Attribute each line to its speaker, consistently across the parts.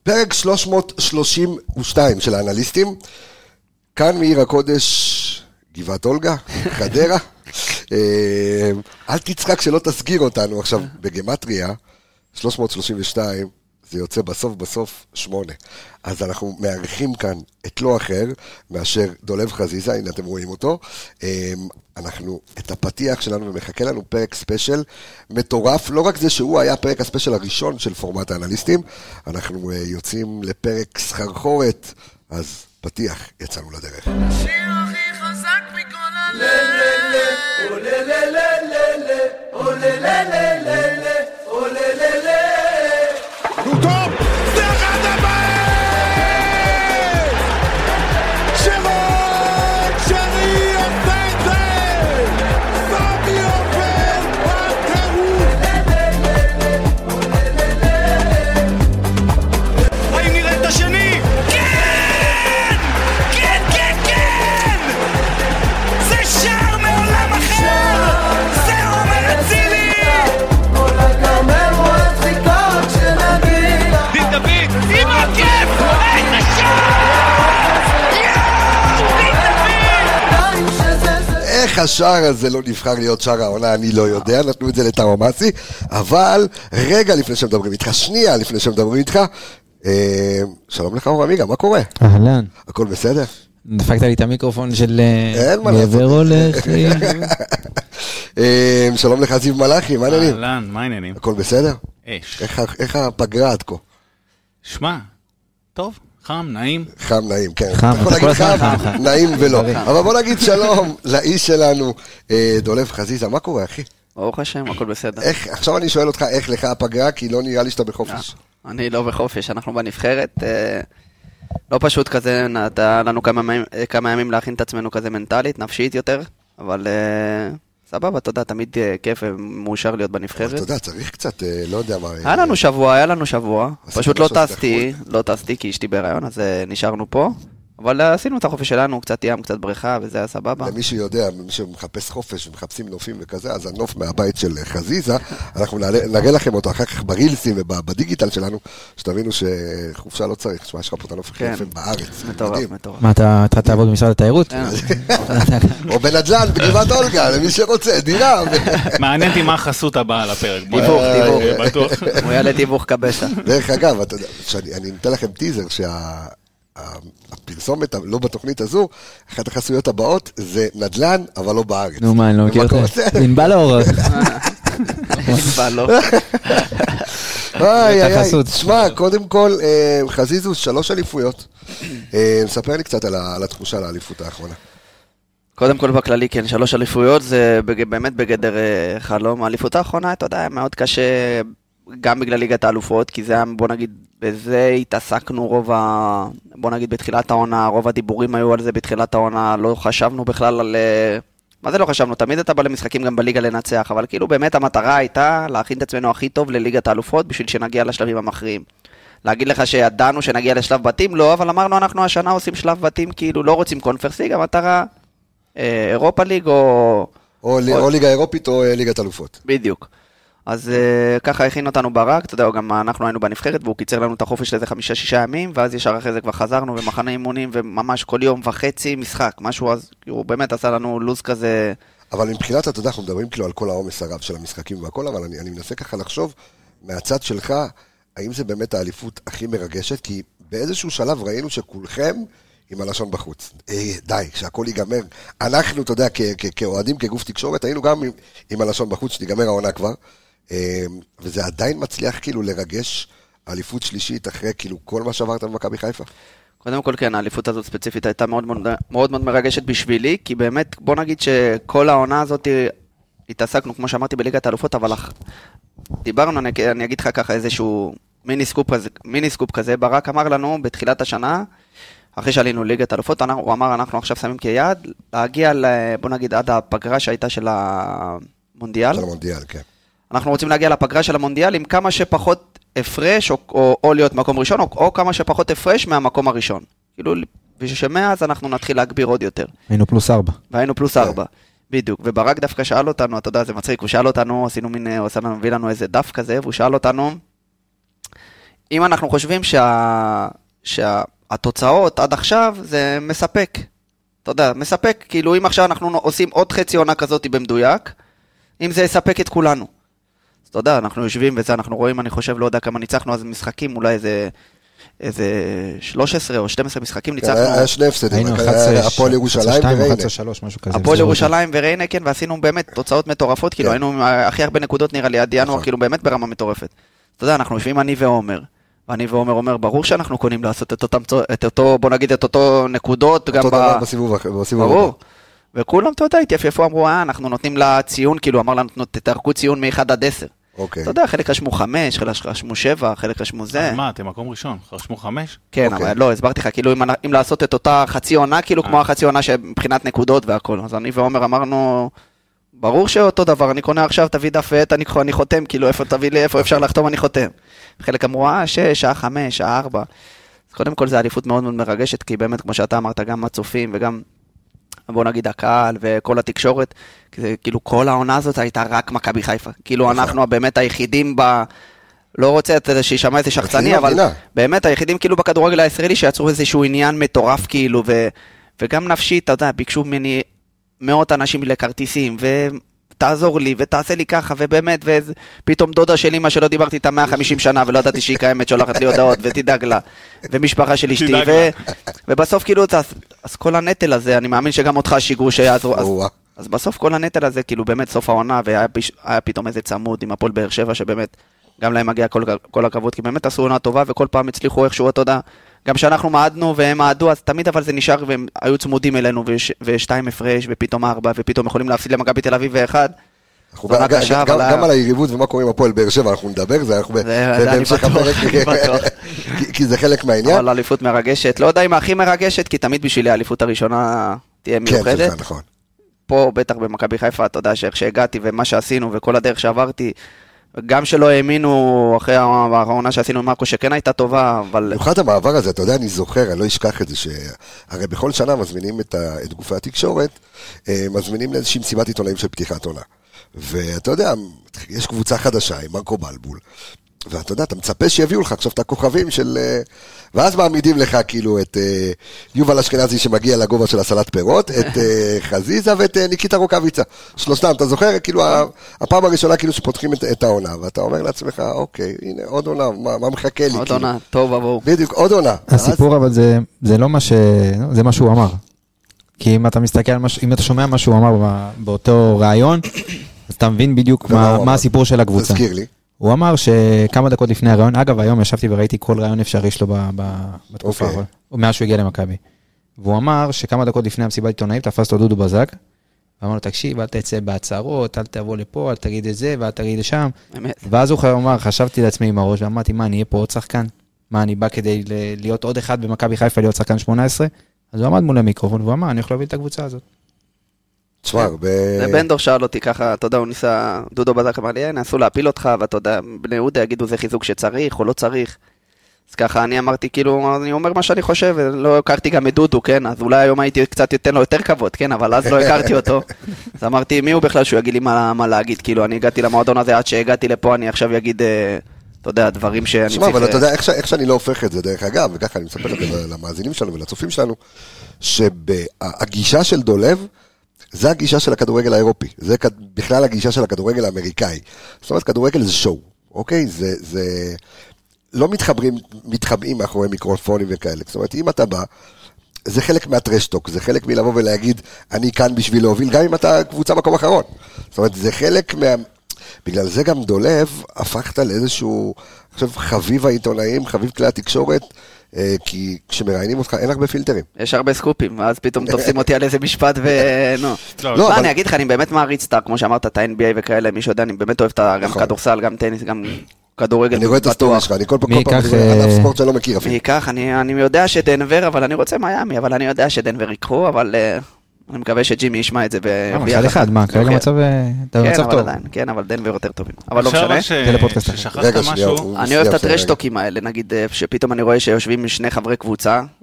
Speaker 1: פרק 332 של האנליסטים, כאן מעיר הקודש, גבעת אולגה, חדרה. אל תצחק שלא תסגיר אותנו עכשיו בגמטריה, 332, זה יוצא בסוף 8. אז אנחנו מארחים כאן את לא אחר מאשר דולב חזיזה, הנה אתם רואים אותו. אנחנו את הפתיח שלנו ומחכה לנו פרק ספיישל מטורף, לא רק זה שהוא היה פרק הספיישל הראשון של פורמט האנליסטים, אנחנו יוצאים לפרק סחרחורת, אז פתיח, יצאנו לדרך.
Speaker 2: השיר הכי חזק מכל הלב, עולה לללללה, עולה לללללה, עולה ללללה. נו טוב, זה אחד הבאים! שמעון שרי עושה את זה! סמי עובר בטירוף! עולה ללללה. האם נראה את השני? כן! כן, כן, כן! זה שער מעולם אחר! זה עומר אצילי! עולה כרמל רואה דחיקה כשנגיע דין דוד! עם הכיף! איזה שער! יואו! דין דוד!
Speaker 1: איך השער הזה לא נבחר להיות שער העונה, אני לא יודע, נתנו את זה לטאומאסי, אבל רגע לפני שמדברים איתך, שנייה לפני שמדברים איתך, שלום לך אור עמיגה, מה קורה?
Speaker 3: אהלן.
Speaker 1: הכל בסדר?
Speaker 3: דפקת לי את המיקרופון של
Speaker 1: אין מה לעשות.
Speaker 3: גבר הולך.
Speaker 1: שלום לך זיו מלאכי, מה העניינים?
Speaker 4: אהלן, מה העניינים?
Speaker 1: הכל בסדר?
Speaker 4: אש.
Speaker 1: איך הפגרה עד כה?
Speaker 4: שמע, טוב, חם, נעים.
Speaker 1: חם נעים, כן.
Speaker 3: חם,
Speaker 1: אתה יכול
Speaker 3: אתה כל
Speaker 1: להגיד
Speaker 3: הזמן
Speaker 1: חם,
Speaker 3: חם.
Speaker 1: נעים ולא. אבל בוא נגיד שלום לאיש שלנו, דולב חזיזה, מה קורה אחי?
Speaker 5: ברוך השם, הכל בסדר.
Speaker 1: עכשיו אני שואל אותך איך לך הפגרה, כי לא נראה לי שאתה בחופש.
Speaker 5: אני לא בחופש, אנחנו בנבחרת. לא פשוט כזה, נתן לנו כמה ימים להכין את עצמנו כזה מנטלית, נפשית יותר, אבל סבבה, אתה יודע, תמיד כיף ומאושר להיות בנבחרת.
Speaker 1: אתה יודע, צריך קצת, לא יודע מה...
Speaker 5: היה לנו שבוע, פשוט לא טסתי כי אשתי בהיריון, אז נשארנו פה. אבל עשינו את החופש שלנו, קצת ים, קצת בריכה, וזה היה סבבה.
Speaker 1: למי שיודע, מי שמחפש חופש ומחפשים נופים וכזה, אז הנוף מהבית של חזיזה, אנחנו נראה לכם אותו אחר כך ברילסים ובדיגיטל שלנו, שתבינו שחופשה לא צריך, שמה, יש לך פה את הנוף הכי יפה בארץ.
Speaker 5: מטורף.
Speaker 3: מה, אתה תעבוד במשרד התיירות?
Speaker 1: או בנדל"ן, בגבעת אולגה, למי שרוצה, דירה.
Speaker 4: מעניין אותי מה החסות הבאה לפרק.
Speaker 5: דיווח.
Speaker 4: בטוח.
Speaker 5: הוא יעלה דיווח קבסה.
Speaker 1: דרך אגב, אני נותן לכם טיזר הפרסומת, לא בתוכנית הזו, אחת החסויות הבאות זה נדל"ן, אבל לא בארץ.
Speaker 3: נו מה, אני לא מכיר אותה. ננבע לאור.
Speaker 5: ננבע לו.
Speaker 1: תשמע, קודם כל, חזיזו 3 אליפויות. נספר לי קצת על התחושה על האליפות האחרונה.
Speaker 5: קודם כל בכללי, כן, 3 אליפויות, זה באמת בגדר חלום. האליפות האחרונה, אתה יודע, היה מאוד קשה, גם בגלל ליגת האלופות, כי זה היה, בוא נגיד, בזה התעסקנו בוא נגיד בתחילת העונה, רוב הדיבורים היו על זה בתחילת העונה, לא חשבנו בכלל על... מה זה לא חשבנו? תמיד אתה בא למשחקים גם בליגה לנצח, אבל כאילו באמת המטרה הייתה להכין את עצמנו הכי טוב לליגת האלופות, בשביל שנגיע לשלבים המכריעים. להגיד לך שידענו שנגיע לשלב בתים, לא, אבל אמרנו אנחנו השנה עושים שלב בתים, כאילו לא רוצים קונפרנס ליג, המטרה אירופה ליג
Speaker 1: או ליגה אירופית או ליגת אלופות.
Speaker 5: בדיוק. אז ככה הכין אותנו ברק, אתה יודע, גם אנחנו היינו בנבחרת, והוא קיצר לנו את החופש לזה 5-6 ימים, ואז ישר אחרי זה כבר חזרנו, ומחנה אימונים, וממש כל יום וחצי משחק, משהו, אז הוא באמת עשה לנו לוז כזה.
Speaker 1: אבל מבחינת, אתה יודע, אנחנו מדברים כאילו על כל העומס הרב של המשחקים והכל, אבל אני מנסה ככה לחשוב, מהצד שלך, האם זה באמת האליפות הכי מרגשת, כי באיזשהו שלב ראינו שכולכם עם הלשון בחוץ. די, שהכל ייגמר. אנחנו, אתה יודע, כאוהדים, כגוף תקשורת, היינו גם עם הלשון בחוץ, שתיגמר העונה כבר. וזה עדיין מצליח כאילו לרגש אליפות שלישית אחרי כאילו כל מה שעברת במכבי חיפה.
Speaker 5: קודם כל כן, האליפות הזאת ספציפית הייתה מאוד מאוד מרגשת בשבילי, כי באמת בוא נגיד שכל העונה הזאת התעסקנו כמו שאמרתי בליגת האלופות, אבל דיברנו, אני אגיד לך ככה איזשהו מיני סקופ כזה, ברק אמר לנו בתחילת השנה, אחרי שעלינו ליגת האלופות, הוא אמר אנחנו עכשיו שמים כיעד, להגיע בוא נגיד עד הפגרה שהייתה של המונדיאל.
Speaker 1: של המונדיאל, כן.
Speaker 5: אנחנו רוצים להגיע לפגרה של המונדיאל עם כמה שפחות הפרש, או להיות מקום ראשון, או כמה שפחות הפרש מהמקום הראשון. כאילו, ושמאז אנחנו נתחיל להגביר עוד יותר.
Speaker 3: היינו +4.
Speaker 5: והיינו +4, בדיוק. וברק דווקא שאל אותנו, אתה יודע, זה מצחיק, הוא שאל אותנו, עשינו מין, הביא לנו איזה דף כזה, והוא שאל אותנו, אם אנחנו חושבים שהתוצאות עד עכשיו זה מספק, אתה יודע, מספק, כאילו אם עכשיו אנחנו עושים עוד חצי עונה כזאת במדויק, אם זה יספק את כולנו. אז אתה יודע, אנחנו יושבים וזה, אנחנו רואים, אני חושב, לא יודע כמה ניצחנו, אז משחקים, אולי איזה 13 או 12 משחקים ניצחנו.
Speaker 1: היה שני הפסדים, הפועל ירושלים וריינה.
Speaker 5: הפועל ירושלים וריינה, כן, ועשינו באמת תוצאות מטורפות, כאילו היינו הכי הרבה נקודות נראה לי עד ינואר, כאילו באמת ברמה מטורפת. אתה יודע, אנחנו יושבים אני ועומר, ואני ועומר אומר, ברור שאנחנו קונים לעשות את אותו, בוא נגיד, את אותו נקודות, גם
Speaker 1: בסיבוב.
Speaker 5: ברור. וכולם, אתה יודע, התייפייפו, אמרו, אנחנו נותנים לה ציון, כאילו אמר לנו, תתארכו ציון מ-1 עד 10. אתה יודע, חלק רשמו 5, חלק רשמו 7, חלק רשמו זה.
Speaker 4: אז מה, אתם מקום ראשון, רשמו 5?
Speaker 5: כן, אבל לא, הסברתי לך, כאילו, אם לעשות את אותה חצי עונה, כאילו, כמו החצי עונה שמבחינת נקודות והכל. אז אני ועומר אמרנו, ברור שאותו דבר, אני קונה עכשיו, תביא דף ועט, אני חותם, כאילו, איפה תביא לי, איפה אפשר לחתום, אני חותם. חלק אמרו, 6, 5, 4. אז קודם כל, זה אליפות מאוד מאוד מרגשת, כי באמת, כמו שאתה אמרת, גם הצופים וגם, בוא נגיד, הקהל וכל התקשורת, כאילו, כל העונה הזאת הייתה רק מכבי חיפה. כאילו, אנחנו באמת היחידים לא רוצה שישמע איזה שחצני, אבל באמת היחידים כאילו בכדורגל הישראלי שיצרו איזשהו עניין מטורף, כאילו, וגם נפשית, אתה יודע, ביקשו ממני מאות אנשים לכרטיסים, ותעזור לי, ותעשה לי ככה, ובאמת, ופתאום דודה שלי, מה שלא דיברתי איתה 150 שנה, ולא ידעתי שהיא קיימת, שולחת לי הודעות, ותדאג לה, ומשפחה של אשתי, ובסוף כאילו, אז כל הנטל הזה, אני מאמין שגם אותך שיגרו שיעזרו, אז בסוף כל הנטל הזה, כאילו באמת סוף העונה, והיה פתאום איזה צמוד עם הפועל באר שבע, שבאמת גם להם מגיע כל הכבוד, כי באמת עשו עונה טובה, וכל פעם הצליחו איכשהו, אתה יודע, גם שאנחנו מעדנו והם מעדו, אז תמיד אבל זה נשאר, והם היו צמודים אלינו, ושתיים הפרש, ופתאום 4, ופתאום יכולים להפסיד למכבי תל אביב ו1.
Speaker 1: גם על היריבות ומה קוראים הפועל באר שבע, אנחנו נדבר, זה אנחנו בהמשך הפרק, כי זה חלק מהעניין.
Speaker 5: אבל האליפות מרגשת, לא יודע אם הכי מרגשת, כי תמיד בשבילי האליפות הראשונה תהיה מיוחדת. פה בטח במכבי חיפה, אתה יודע שאיך שהגעתי ומה שעשינו וכל הדרך שעברתי, גם שלא האמינו אחרי העונה שעשינו עם מרקו שכן הייתה טובה, אבל...
Speaker 1: במיוחד המעבר הזה, אתה יודע, אני זוכר, אני לא אשכח את זה, שהרי בכל שנה מזמינים את גופי התקשורת, מזמינים לאיזושהי מסיבת עיתונאים של פתיחת עונה. ואתה יודע, יש קבוצה חדשה עם מרקו בלבול, ואתה יודע, אתה מצפה שיביאו לך עכשיו את הכוכבים של... ואז מעמידים לך כאילו את יובל אשכנזי שמגיע לגובה של הסלט פירות, את חזיזה ואת ניקיטה רוקאביצה. שלושתם, אתה זוכר? כאילו הפעם הראשונה כאילו שפותחים את העונה, ואתה אומר לעצמך, אוקיי, הנה עוד עונה, מה מחכה לי?
Speaker 5: עוד עונה, טוב עבור.
Speaker 1: בדיוק, עוד עונה.
Speaker 3: הסיפור אבל זה לא מה זה מה שהוא אמר. כי אם אתה מסתכל, אם אתה שומע מה שהוא אמר באותו רעיון, אז אתה מבין בדיוק מה הסיפור של הקבוצה.
Speaker 1: תזכיר לי.
Speaker 3: הוא אמר שכמה דקות לפני הרעיון, אגב, היום ישבתי וראיתי כל רעיון אפשרי שלו בתקופה, מאז שהוא הגיע למכבי. והוא אמר שכמה דקות לפני המסיבת עיתונאים, תפס לו דודו בזק, ואמר לו, תקשיב, אל תצא בהצהרות, אל תבוא לפה, אל תגיד את זה, ואל תגיד לשם. ואז הוא אמר, חשבתי לעצמי עם הראש, ואמרתי, מה, אני אהיה פה עוד שחקן? מה, אני בא כדי להיות עוד אחד במכבי חיפה, להיות שחקן 18? אז הוא עמד מול המיקרופון, והוא אמר, אני יכול להביא את הקבוצה הזאת.
Speaker 5: בנדור שאל אותי ככה, אתה יודע, הוא ניסה, דודו בזק אמר לי, נסו להפיל אותך, ואתה יודע, בני יהודה יגידו זה חיזוק שצריך או לא צריך. אז ככה אני אמרתי, כאילו, אני אומר מה שאני חושב, ולא הכרתי גם את דודו, כן, אז אולי היום הייתי קצת יותר לו יותר כבוד, כן, אבל אז לא הכרתי אותו. אז אמרתי, מי הוא בכלל שהוא יגיד לי מה להגיד, כאילו, אני הגעתי למועדון הזה, עד שהגעתי לפה, אני עכשיו אגיד, אתה יודע, דברים שאני צריך...
Speaker 1: אבל אתה יודע, איך שאני לא הופך את זה, דרך אגב, וככה אני מספר למאזינים שלנו ולצופים שלנו, שהגישה של דולב, זה הגישה של הכדורגל האירופי, זה בכלל הגישה של הכדורגל האמריקאי. זאת אומרת, כדורגל זה שואו, אוקיי? זה לא מתחבאים מאחורי מיקרופונים וכאלה. זאת אומרת, אם אתה בא, זה חלק מהטרשטוק, זה חלק מלבוא ולהגיד, אני כאן בשביל להוביל, גם אם אתה קבוצה מקום אחרון. זאת אומרת, זה חלק בגלל זה גם דולב, הפכת לאיזשהו, עכשיו, חביב העיתונאים, חביב כלי התקשורת, כי כשמראיינים אותך אין הרבה פילטרים.
Speaker 5: יש הרבה סקופים, ואז פתאום תופסים אותי על איזה משפט ונו. לא, אני אגיד לך, אני באמת מעריץ את, כמו שאמרת, את ה-NBA וכאלה, מי שיודע, אני באמת אוהב גם כדורסל, גם טניס, גם כדורגל.
Speaker 1: אני רואה את הסטורי שלך, אני כל פעם ענף ספורט שלא מכיר אפילו.
Speaker 5: מי ייקח, אני יודע שדנבר, אבל אני רוצה מיאמי, אבל אני יודע שדנבר יקחו, אבל אני מקווה שג'ימי ישמע את זה
Speaker 3: ביחד. אחד, מה, כרגע מצב טוב.
Speaker 5: כן, אבל דנבר יותר טובים. אבל לא משנה.
Speaker 4: ששכחת משהו.
Speaker 5: אני אוהב את הטרשטוקים האלה, נגיד שפתאום אני רואה שיושבים שני חברי קבוצה,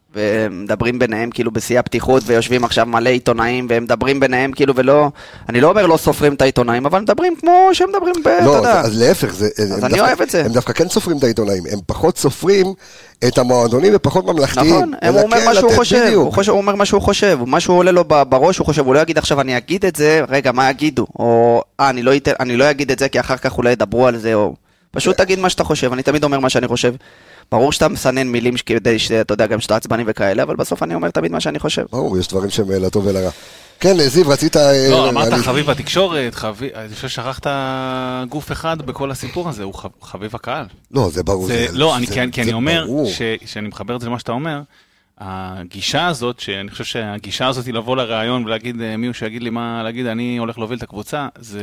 Speaker 5: ומדברים ביניהם כאילו בשיא הפתיחות, ויושבים עכשיו מלא עיתונאים, והם מדברים ביניהם כאילו, ולא, אני לא אומר לא סופרים את העיתונאים, אבל מדברים כמו שהם מדברים, אתה יודע.
Speaker 1: אז להפך,
Speaker 5: אז אני אוהב את זה.
Speaker 1: הם דווקא כן סופרים את העיתונאים, הם פחות סופרים את המועדונים ופחות ממלכתיים.
Speaker 5: נכון, הוא אומר מה שהוא חושב, הוא אומר מה שהוא חושב, מה שהוא עולה לו בראש, הוא חושב, הוא לא יגיד עכשיו אני אגיד את זה, רגע, מה יגידו? או אני לא אגיד את זה כי אחר כך אולי ידברו על זה, או פשוט תגיד מה שאתה חושב, אני תמיד אומר מה שאני חושב. ברור שאתה מסנן מילים כדי שאתה יודע גם שאתה עצבני וכאלה, אבל בסוף אני אומר תמיד מה שאני חושב.
Speaker 1: ברור, יש דברים שהם לטוב ולרע. כן, זיו, רצית...
Speaker 4: לא, אמרת חביב התקשורת, אני חושב ששכחת גוף אחד בכל הסיפור הזה, הוא חביב הקהל.
Speaker 1: לא, זה ברור.
Speaker 4: לא, כי אני אומר, שאני מחבר את זה למה שאתה אומר, הגישה הזאת, שאני חושב שהגישה הזאת היא לבוא לרעיון ולהגיד מיהו שיגיד לי מה להגיד, אני הולך להוביל את הקבוצה, זה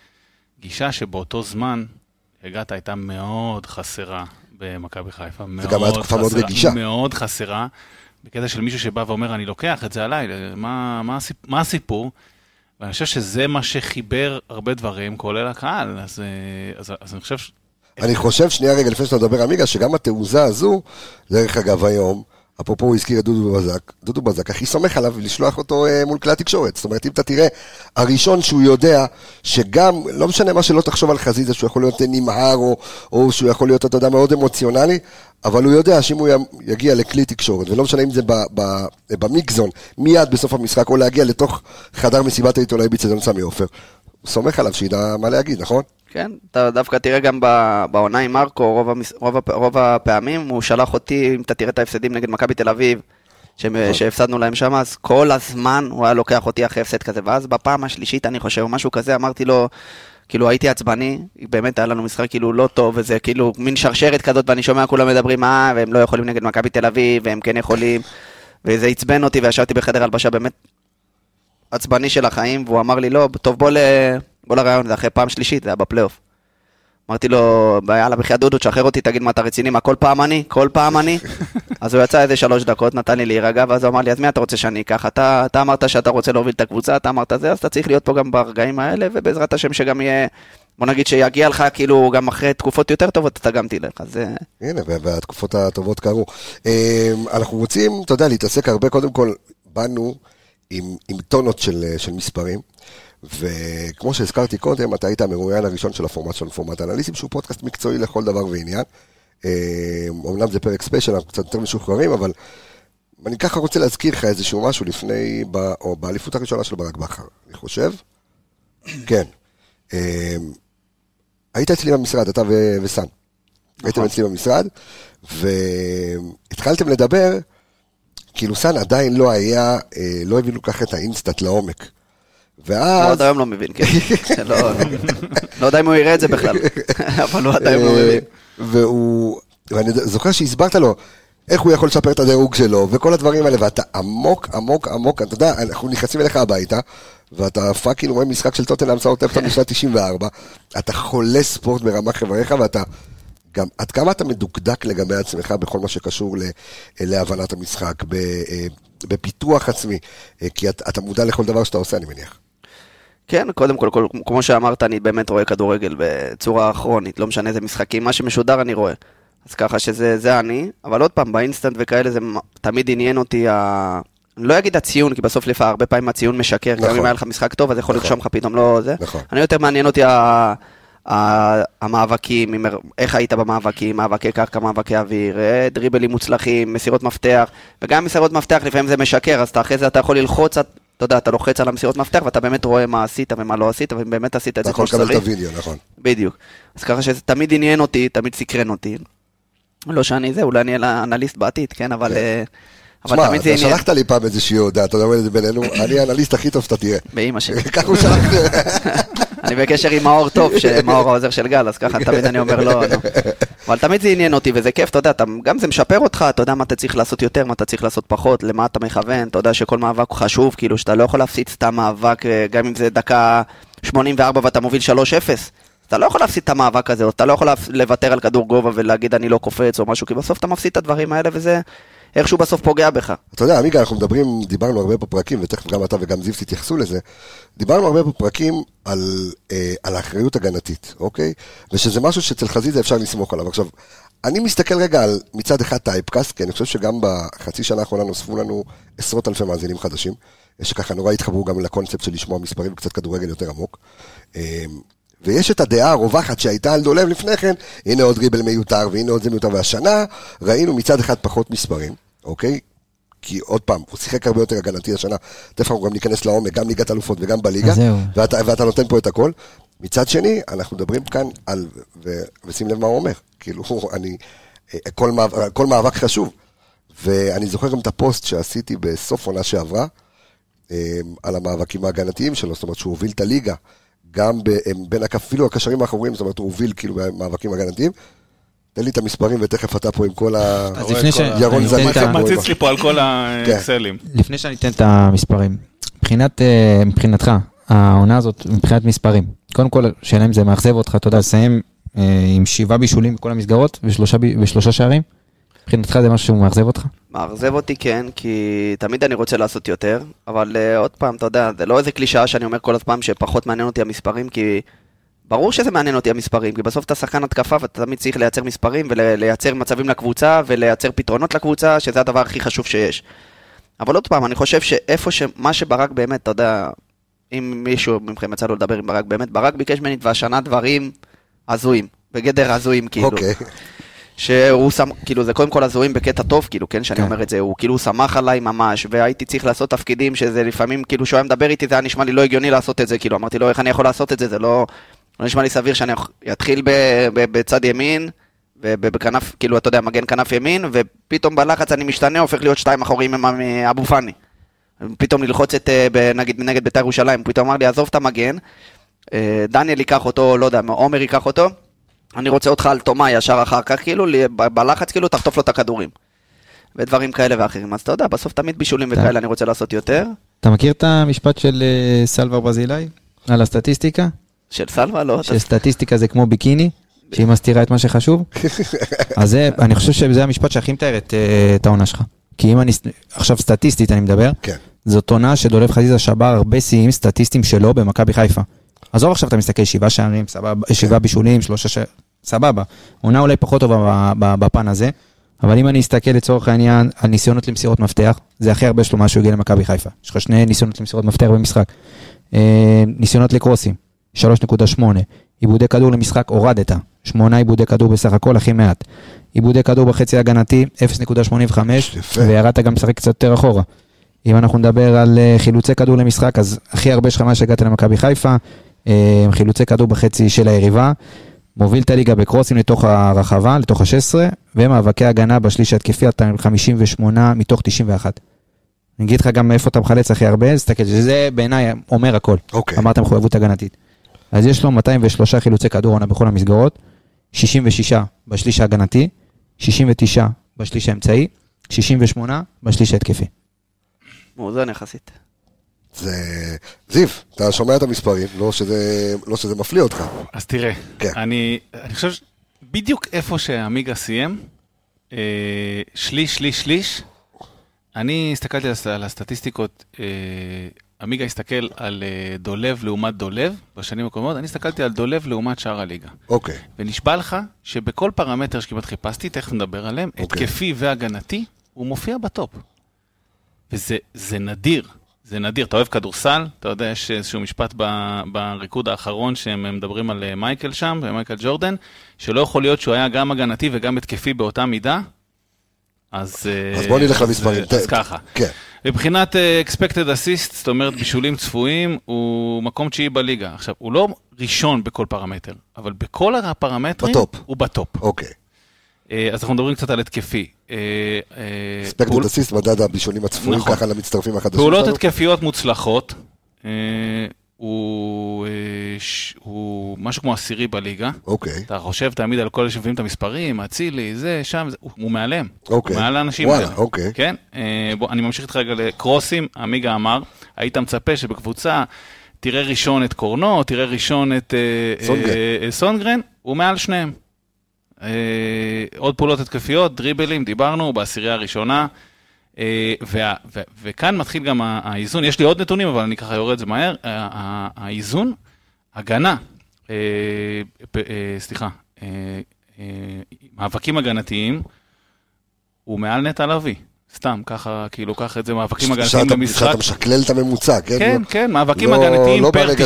Speaker 4: גישה שבאותו זמן הגעת הייתה מאוד חסרה במכבי חיפה.
Speaker 1: זה גם היה תקופה מאוד רגישה.
Speaker 4: מאוד חסרה, בקטע של מישהו שבא ואומר, אני לוקח את זה עליי, מה הסיפור? ואני חושב שזה מה שחיבר הרבה דברים, כולל הקהל, אז אני חושב...
Speaker 1: אני חושב, שנייה רגע, לפני שאתה מדבר עמיגה, שגם התעוזה הזו, דרך אגב היום, אפרופו הוא הזכיר את דודו בזק, הכי סומך עליו לשלוח אותו מול כלי התקשורת. זאת אומרת, אם אתה תראה, הראשון שהוא יודע שגם, לא משנה מה שלא תחשוב על חזיזה, שהוא יכול להיות נמהר, או שהוא יכול להיות, אתה יודע, מאוד אמוציונלי, אבל הוא יודע שאם הוא יגיע לכלי תקשורת, ולא משנה אם זה במיקזון, מיד בסוף המשחק, או להגיע לתוך חדר מסיבת העיתונאי באצטדיון סמי עופר, הוא סומך עליו שידע מה להגיד, נכון?
Speaker 5: כן, אתה דווקא תראה גם בעונה עם מרקו, רוב הפעמים הוא שלח אותי, אם אתה תראה את ההפסדים נגד מכבי תל אביב, שהפסדנו להם שם, אז כל הזמן הוא היה לוקח אותי אחרי הפסד כזה, ואז בפעם השלישית אני חושב, משהו כזה, אמרתי לו, כאילו הייתי עצבני, באמת היה לנו משחק כאילו לא טוב, וזה כאילו מין שרשרת כזאת, ואני שומע כולם מדברים, והם לא יכולים נגד מכבי תל אביב, והם כן יכולים, וזה עצבן אותי, וישבתי בחדר הלבשה באמת עצבני של החיים, והוא אמר לי, לא, טוב, בוא לרעיון, זה אחרי פעם שלישית, זה היה בפלייאוף. אמרתי לו, יאללה, בחייאת דודו, תשחרר אותי, תגיד מה אתה רציני, מה כל פעם אני. אז הוא יצא איזה 3 דקות, נתן לי להירגע, ואז הוא אמר לי, אז מי אתה רוצה שאני אקח? אתה אמרת שאתה רוצה להוביל את הקבוצה, אתה אמרת זה, אז אתה צריך להיות פה גם ברגעים האלה, ובעזרת השם שגם יהיה, בוא נגיד שיגיע לך, כאילו, גם אחרי תקופות יותר טובות, אתה גם תלך, אז...
Speaker 1: הנה, והתקופות הטובות קרו. אנחנו רוצים, אתה יודע, להתעסק הרבה, קודם כל, באנו עם טונות של מספרים, וכמו שהזכרתי קודם, אתה היית המרואיין הראשון של הפורמט של פורמט אנליסטים, שהוא פודקאסט מקצועי לכל דבר ועניין. אומנם זה פרק ספיישל, אנחנו קצת יותר משוחררים, אבל אני ככה רוצה להזכיר לך איזשהו משהו לפני, או באליפות הראשונה של ברק בכר, אני חושב. כן. היית אצלי במשרד, אתה וסן. הייתם אצלי במשרד, והתחלתם לדבר, כאילו סן עדיין לא היה, לא הבינו ככה את האינסטאט לעומק. ואז...
Speaker 5: הוא עד היום לא מבין, כן. לא יודע אם הוא יראה את זה בכלל, אבל הוא עד היום לא מבין.
Speaker 1: ואני זוכר שהסברת לו איך הוא יכול לשפר את הדירוג שלו, וכל הדברים האלה, ואתה עמוק, אתה יודע, אנחנו נכנסים אליך הביתה, ואתה פאקינג רואה משחק של טוטנהאם סאות'המפטון בשנת 94, אתה חולה ספורט ברמה חבריך, ואתה גם, עד כמה אתה מדוקדק לגבי עצמך בכל מה שקשור להבנת המשחק, בפיתוח עצמי, כי אתה מודע לכל דבר שאתה עושה, אני מניח.
Speaker 5: כן, קודם כל, כמו שאמרת, אני באמת רואה כדורגל בצורה כרונית, לא משנה איזה משחקים, מה שמשודר אני רואה. אז ככה שזה אני, אבל עוד פעם, באינסטנט וכאלה, זה תמיד עניין אותי, אני לא אגיד הציון, כי בסוף לפעמים הרבה פעמים הציון משקר, גם אם היה לך משחק טוב, אז יכול לרשום לך פתאום לא זה. אני יותר מעניין אותי המאבקים, איך היית במאבקים, מאבקי קרקע, מאבקי אוויר, דריבלים מוצלחים, מסירות מפתח, וגם מסירות מפתח לפעמים זה משקר, אז אחרי זה אתה יכול ללחוץ, אתה יודע, אתה לוחץ על המסירות מפתח, ואתה באמת רואה מה עשית ומה לא עשית, ובאמת עשית את זה כמו שצריך.
Speaker 1: אתה יכול לקבל את הוידאו, נכון.
Speaker 5: בדיוק. אז ככה שזה תמיד עניין אותי, תמיד סקרן אותי. לא שאני זה, אולי אני אנליסט בעתיד, כן, אבל...
Speaker 1: תשמע, אתה שלחת לי פעם איזושהי הודעה, אתה אומר את זה בינינו, אני האנליסט הכי טוב שאתה תהיה.
Speaker 5: באמא שלי.
Speaker 1: ככה הוא שלח לי.
Speaker 5: אני בקשר עם מאור טוב, מאור העוזר של גל, אז ככה תמיד אני אומר לא. אבל תמיד זה עניין אותי, וזה כיף, אתה יודע, גם זה משפר אותך, אתה יודע מה אתה צריך לעשות יותר, מה אתה צריך לעשות פחות, למה אתה מכוון, אתה יודע שכל מאבק הוא חשוב, כאילו שאתה לא יכול להפסיד סתם מאבק, גם אם זה דקה 84 ואתה מוביל 3-0, אתה לא יכול להפסיד את המאבק הזה, או אתה לא יכול לוותר על כדור גובה ולהגיד אני לא קופץ או משהו, כי בסוף אתה מפסיד את הדברים האלה, וזה איכשהו בסוף פוגע בך.
Speaker 1: אתה יודע, עמיגה, אנחנו דיברנו הרבה בפרקים, ותכף גם אתה וגם זיו תתייחסו לזה, דיברנו הרבה בפרקים על האחריות הגנתית, אוקיי? ושזה משהו שאצל חזיזה אפשר לסמוך עליו. עכשיו, אני מסתכל רגע על מצד אחד טייפקאסט, כי אני חושב שגם בחצי שנה האחרונה נוספו לנו עשרות אלפי מאזינים חדשים, שככה נורא התחברו גם לקונספט של לשמוע מספרים וקצת כדורגל יותר עמוק. ויש את הדעה הרווחת שהייתה על דולב לפני כן, הנה עוד ריבל מיותר, והנה עוד זה מיותר, והשנה ראינו מצד אחד פחות מספרים, אוקיי? כי עוד פעם, הוא שיחק הרבה יותר הגנתי השנה, תכף אנחנו גם ניכנס לעומק, גם ליגת אלופות וגם בליגה, ואתה נותן פה את הכל. מצד שני, אנחנו מדברים כאן על, ושים לב מה הוא אומר, כאילו, כל מאבק חשוב, ואני זוכר גם את הפוסט שעשיתי בסוף עונה שעברה, על המאבקים ההגנתיים שלו, זאת אומרת שהוא הוביל את הליגה, גם בין אפילו הקשרים האחוריים, זאת אומרת הוא הוביל כאילו במאבקים הגנתיים, תן לי את המספרים ותכף אתה פה עם כל ירון זניק.
Speaker 4: מציץ לי פה על כל האקסלים.
Speaker 3: לפני שאני אתן את המספרים, מבחינתך, העונה הזאת מבחינת מספרים, קודם כל שאלה אם זה מאכזב אותך, אתה יודע, לסיים עם 7 בישולים בכל המסגרות ושלושה שערים, מבחינתך זה משהו שמאכזב אותך?
Speaker 5: מאכזב אותי כן, כי תמיד אני רוצה לעשות יותר, אבל עוד פעם, אתה יודע, זה לא איזה קלישאה שאני אומר כל הזמן שפחות מעניין אותי המספרים, כי ברור שזה מעניין אותי המספרים, כי בסוף אתה שחקן התקפה ואתה תמיד צריך לייצר מספרים ולייצר מצבים לקבוצה ולייצר פתרונות לקבוצה, שזה הדבר הכי חשוב שיש. אבל עוד פעם, אני חושב שאיפה מה שברק באמת, אתה יודע, אם מישהו ממכם יצא לו לדבר עם ברק, באמת ברק ביקש ממני והשנה דברים הזויים, בגדר הזויים כאילו.
Speaker 1: אוקיי.
Speaker 5: שהוא שם, כאילו זה קודם כל הזויים בקטע טוב, כאילו, כן, שאני אומר את זה, הוא כאילו שמח עליי ממש, והייתי צריך לעשות תפקידים שזה לפעמים, כאילו, שהוא היה מדבר איתי, זה היה נשמע לי לא הגיוני לעשות את זה, כאילו, אמרתי לו, איך אני יכול לעשות את זה, זה לא נשמע לי סביר שאני אתחיל בצד ימין, ובכנף, כאילו, אתה יודע, מגן כנף ימין, ופתאום בלחץ אני משתנה, הופך להיות 2 אחוריים עם אבו פאני. פתאום ללחוץ את, נגד בית"ר ירושלים, פתאום אמר לי, עזוב את המגן, דניאל ייקח אותו, לא יודע, עומר ייקח אותו, אני רוצה אותך על תומה ישר אחר כך, כאילו, בלחץ, כאילו, תחטוף לו את הכדורים. ודברים כאלה ואחרים. אז אתה יודע, בסוף תמיד בישולים וכאלה אני רוצה לעשות יותר.
Speaker 3: אתה מכיר את המשפט של סלווה ברזילאי? על הסטטיסטיקה?
Speaker 5: של סלווה, לא.
Speaker 3: שסטטיסטיקה זה כמו ביקיני, שהיא מסתירה את מה שחשוב. אז אני חושב שזה המשפט שהכי מתאר את העונה שלך. כי אם אני, עכשיו סטטיסטית אני מדבר, זאת עונה שדולב חזיזה שבר הרבה שיאים סטטיסטיים שלו במכבי חיפה. עזוב עכשיו אתה מסתכל 7 שערים, 7 בישולים, 3 שערים, סבבה. עונה אולי פחות טובה בפן הזה, אבל אם אני אסתכל לצורך העניין על ניסיונות למסירות מפתח, זה הכי הרבה שלו מה שהוא הגיע למכבי חיפה. יש לך 2 ניסיונות למסירות מפתח במשחק. ניסיונות לקרוסים, 3.8. עיבודי כדור למשחק הורדת, 8 עיבודי כדור בסך הכל, הכי מעט. עיבודי כדור בחצי הגנתי, 0.85, וירדת גם משחק קצת יותר אחורה. אם אנחנו נדבר על חילוצי כדור למשחק, אז הכי הרבה שלך מה שהגעת למכבי חיפה, חילוצי כדור בחצי של היריבה, מוביל את הליגה בקרוסים לתוך הרחבה, לתוך ה-16, ומאבקי הגנה בשליש התקפי, 58 מתוך 91. אני אגיד לך גם איפה אתה מחלץ הכי הרבה, תסתכל, שזה בעיניי אומר הכל. אמרת מחויבות הגנתית. אז יש לו 203 חילוצי כדור עונה בכל המסגרות, 66 בשליש ההגנתי, 69 בשליש האמצעי, 68 בשליש ההתקפי.
Speaker 5: מאוזן יחסית.
Speaker 1: זיו, אתה שומע את המספרים, לא שזה מפליא אותך.
Speaker 4: אז תראה, אני חושב בדיוק איפה שעמיגה סיים, שליש, אני הסתכלתי על הסטטיסטיקות, עמיגה הסתכל על דולב לעומת דולב, בשנים הקודמות, אני הסתכלתי על דולב לעומת שאר הליגה.
Speaker 1: אוקיי.
Speaker 4: ונשבע לך שבכל פרמטר שכמעט חיפשתי, תכף נדבר עליהם, התקפי והגנתי, הוא מופיע בטופ. וזה נדיר. זה נדיר, אתה אוהב כדורסל, אתה יודע, יש איזשהו משפט בריקוד האחרון שהם מדברים על מייקל שם, מייקל ג'ורדן, שלא יכול להיות שהוא היה גם הגנתי וגם התקפי באותה מידה, אז
Speaker 1: בוא נלך למספרים.
Speaker 4: אז ככה. מבחינת expected assist, זאת אומרת בישולים צפויים, הוא מקום 9 בליגה. עכשיו, הוא לא ראשון בכל פרמטר, אבל בכל הפרמטרים הוא בטופ.
Speaker 1: אוקיי.
Speaker 4: אז אנחנו מדברים קצת על התקפי.
Speaker 1: expected assist, מדד הבישולים הצפויים, ככה למצטרפים החדשים.
Speaker 4: פעולות התקפיות מוצלחות, הוא משהו כמו 10 בליגה.
Speaker 1: אוקיי.
Speaker 4: אתה חושב תמיד על כל שמביאים את המספרים, הצילי, זה, שם, הוא מעלם.
Speaker 1: אוקיי.
Speaker 4: הוא מעל האנשים
Speaker 1: וואלה,
Speaker 4: האלה.
Speaker 1: אוקיי.
Speaker 4: כן? אני ממשיך איתך רגע לקרוסים, עמיגה אמר, היית מצפה שבקבוצה תראה ראשון את קורנו, תראה ראשון את סונגרן, הוא מעל שניהם. עוד פעולות התקפיות, דריבלים, דיברנו, בעשירייה הראשונה, וכאן מתחיל גם האיזון, יש לי עוד נתונים, אבל אני ככה יורד את זה מהר, האיזון, הגנה, סליחה, מאבקים הגנתיים, הוא מעל נטע לביא. סתם, ככה, כאילו, ככה את זה, מאבקים הגנתיים במשחק.
Speaker 1: שאתה משקלל את הממוצע, כן?
Speaker 4: כן, כן, מאבקים הגנתיים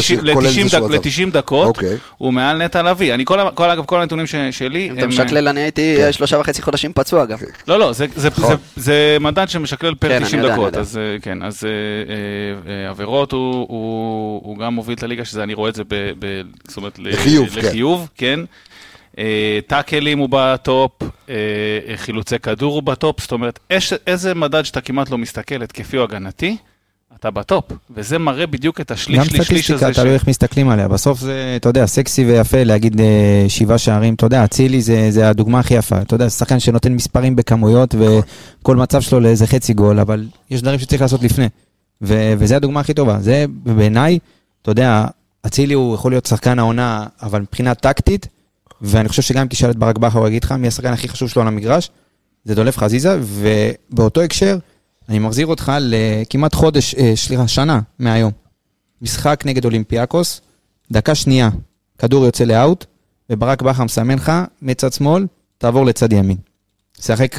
Speaker 4: ל-90 דקות, הוא מעל נטע לביא. אני, אגב, כל הנתונים שלי...
Speaker 5: אם אתה משקלל, אני הייתי 3.5 חודשים פצוע, אגב.
Speaker 4: לא, זה מדד שמשקלל פר 90 דקות. אז כן, אז עבירות הוא גם מוביל את הליגה, שזה אני רואה את זה, זאת אומרת, לחיוב, כן. טאקלים הוא בטופ, חילוצי כדור הוא בטופ, זאת אומרת, איזה מדד שאתה כמעט לא מסתכל, התקפי או הגנתי, אתה בטופ, וזה מראה בדיוק את השליש הזה.
Speaker 3: גם סטטיסטיקה, אתה לא איך מסתכלים עליה, בסוף זה, אתה יודע, סקסי ויפה להגיד 7 שערים, אתה יודע, אצילי זה הדוגמה הכי יפה, אתה יודע, שחקן שנותן מספרים בכמויות, וכל מצב שלו לאיזה חצי גול, אבל יש דברים שצריך לעשות לפני, וזה הדוגמה הכי טובה, זה בעיניי, אתה יודע, אצילי הוא יכול להיות שחקן העונה, אבל מבחינה טקטית, ואני חושב שגם תשאל את ברק בכר, הוא יגיד לך, מי השחקן הכי חשוב שלו על המגרש, זה דולף חזיזה, ובאותו הקשר, אני מחזיר אותך לכמעט חודש, שנה מהיום. משחק נגד אולימפיאקוס, דקה שנייה, כדור יוצא לאוט, וברק בכר מסמן לך, מצד שמאל, תעבור לצד ימין. שחק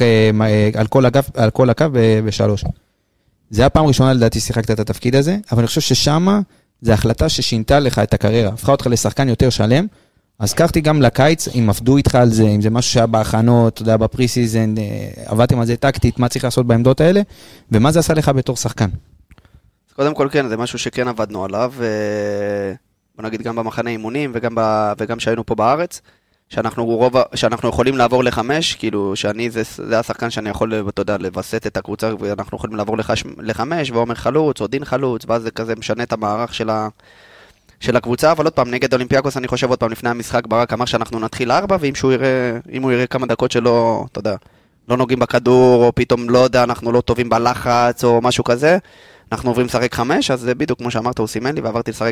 Speaker 3: על כל הקו בשלוש. זה הפעם ראשונה לדעתי שיחקת את התפקיד הזה, אבל אני חושב ששמה, זה החלטה ששינתה לך את הקריירה, הפכה אותך לשחקן יותר שלם, אז קחתי גם לקיץ, אם עבדו איתך על זה, אם זה משהו שהיה בהכנות, אתה יודע, בפרי-סיזן, עבדתם על זה טקטית, מה צריך לעשות בעמדות האלה, ומה זה עשה לך בתור שחקן?
Speaker 5: קודם כל כן, זה משהו שכן עבדנו עליו, בוא נגיד גם במחנה אימונים, וגם שהיינו פה בארץ, שאנחנו יכולים לעבור ל5, כאילו שאני, זה השחקן שאני יכול, אתה יודע, לבסט את הקבוצה, ואנחנו יכולים לעבור ל5, ועומר חלוץ, או דין חלוץ, ואז זה כזה משנה את המערך של הקבוצה, אבל עוד פעם, נגד אולימפיאקוס, אני חושב עוד פעם, לפני המשחק, ברק אמר שאנחנו נתחיל 4, ואם הוא יראה כמה דקות שלא, אתה יודע, לא נוגעים בכדור, או פתאום, לא יודע, אנחנו לא טובים בלחץ, או משהו כזה, אנחנו עוברים לשחק 5, אז זה בדיוק כמו שאמרת, הוא סימן לי, ועברתי לשחק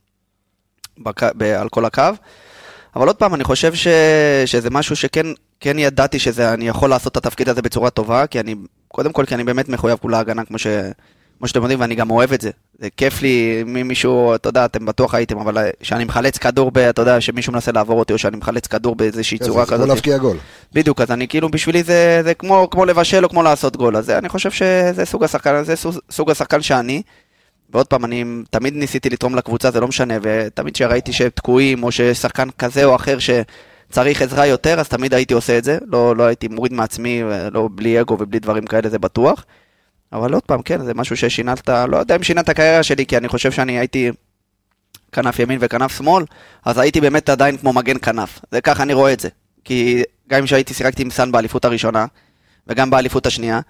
Speaker 5: על כל הקו, אבל עוד פעם, אני חושב שזה משהו שכן ידעתי שאני יכול לעשות את התפקיד הזה בצורה טובה, קודם כל, כי אני באמת מחויב כולה הגנה, כמו שאתם יודעים, ואני גם אוהב את זה. זה כיף לי מישהו, אתה יודע, אתם בטוח הייתם, אבל שאני מחלץ כדור, אתה יודע, שמישהו מנסה לעבור אותי, או שאני מחלץ כדור באיזושהי צורה כזאת.
Speaker 1: זה כמו להבקיע גול.
Speaker 5: בדיוק, אז אני כאילו, בשבילי זה כמו לבשל או כמו לעשות גול. אז אני חושב שזה סוג השחקן שאני, ועוד פעם, אני תמיד ניסיתי לתרום לקבוצה, זה לא משנה, ותמיד שראיתי שתקועים, או ששחקן כזה או אחר שצריך עזרה יותר, אז תמיד הייתי עושה את זה. לא הייתי מוריד מעצמי, לא בלי אגו ובלי דברים כאלה, זה בטוח. אבל עוד פעם, כן, זה משהו ששינת, לא יודע אם שינת הקריירה שלי, כי אני חושב שאני הייתי כנף ימין וכנף שמאל, אז הייתי באמת עדיין כמו מגן כנף. זה ככה אני רואה את זה. כי גם שהייתי שיחקתי עם סן באליפות הראשונה, וגם באליפות השנייה,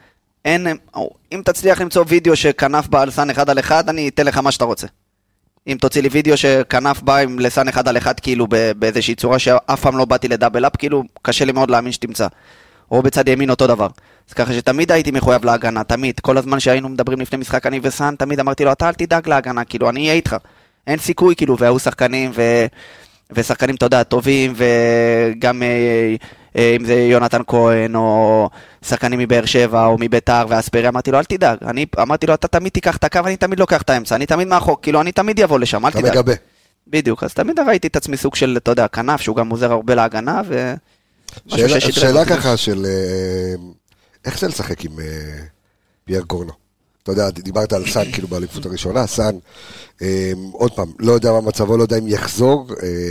Speaker 5: אם תצליח למצוא וידאו שכנף בא על סן 1 על 1, אני אתן לך מה שאתה רוצה. אם תוציא לי וידאו שכנף בא עם לסן 1 על 1, כאילו באיזושהי צורה שאף פעם לא באתי לדאבל אפ, כאילו קשה לי מאוד להאמין שתמצא. או בצד ימין אותו דבר. אז ככה שתמיד הייתי מחויב להגנה, תמיד. כל הזמן שהיינו מדברים לפני משחק אני וסן, תמיד אמרתי לו, אתה אל תדאג להגנה, כאילו, אני אהיה איתך. אין סיכוי, כאילו, והיו שחקנים, ושחקנים, אתה יודע, טובים, וגם אם זה יונתן כהן, או שחקנים מבאר שבע, או מביתר, ואספרי, אמרתי לו, אל תדאג. אמרתי לו, אתה תמיד תיקח את הקו, אני תמיד לוקח את האמצע, אני תמיד מאחור, כאילו, אני תמיד יבוא לשם, אל תדאג.
Speaker 1: אתה מגבה.
Speaker 5: בדיוק, אז תמיד ראיתי את עצמי סוג של, אתה יודע, כנף, שהוא גם עוזר הרבה להגנה,
Speaker 1: שאלה ככה של איך זה לשחק עם פייר קורנו? אתה יודע, דיברת על סן כאילו באליפות הראשונה, סן, עוד פעם, לא יודע מה מצבו, לא יודע אם יחזור,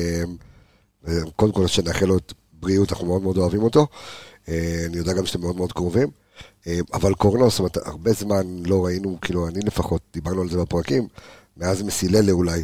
Speaker 1: קודם כל שנאחל לו את בריאות, אנחנו מאוד מאוד אוהבים אותו, אני יודע גם שאתם מאוד מאוד קרובים, אבל קורנו, זאת אומרת, הרבה זמן לא ראינו, כאילו אני לפחות, דיברנו על זה בפרקים, מאז מסיללה אולי,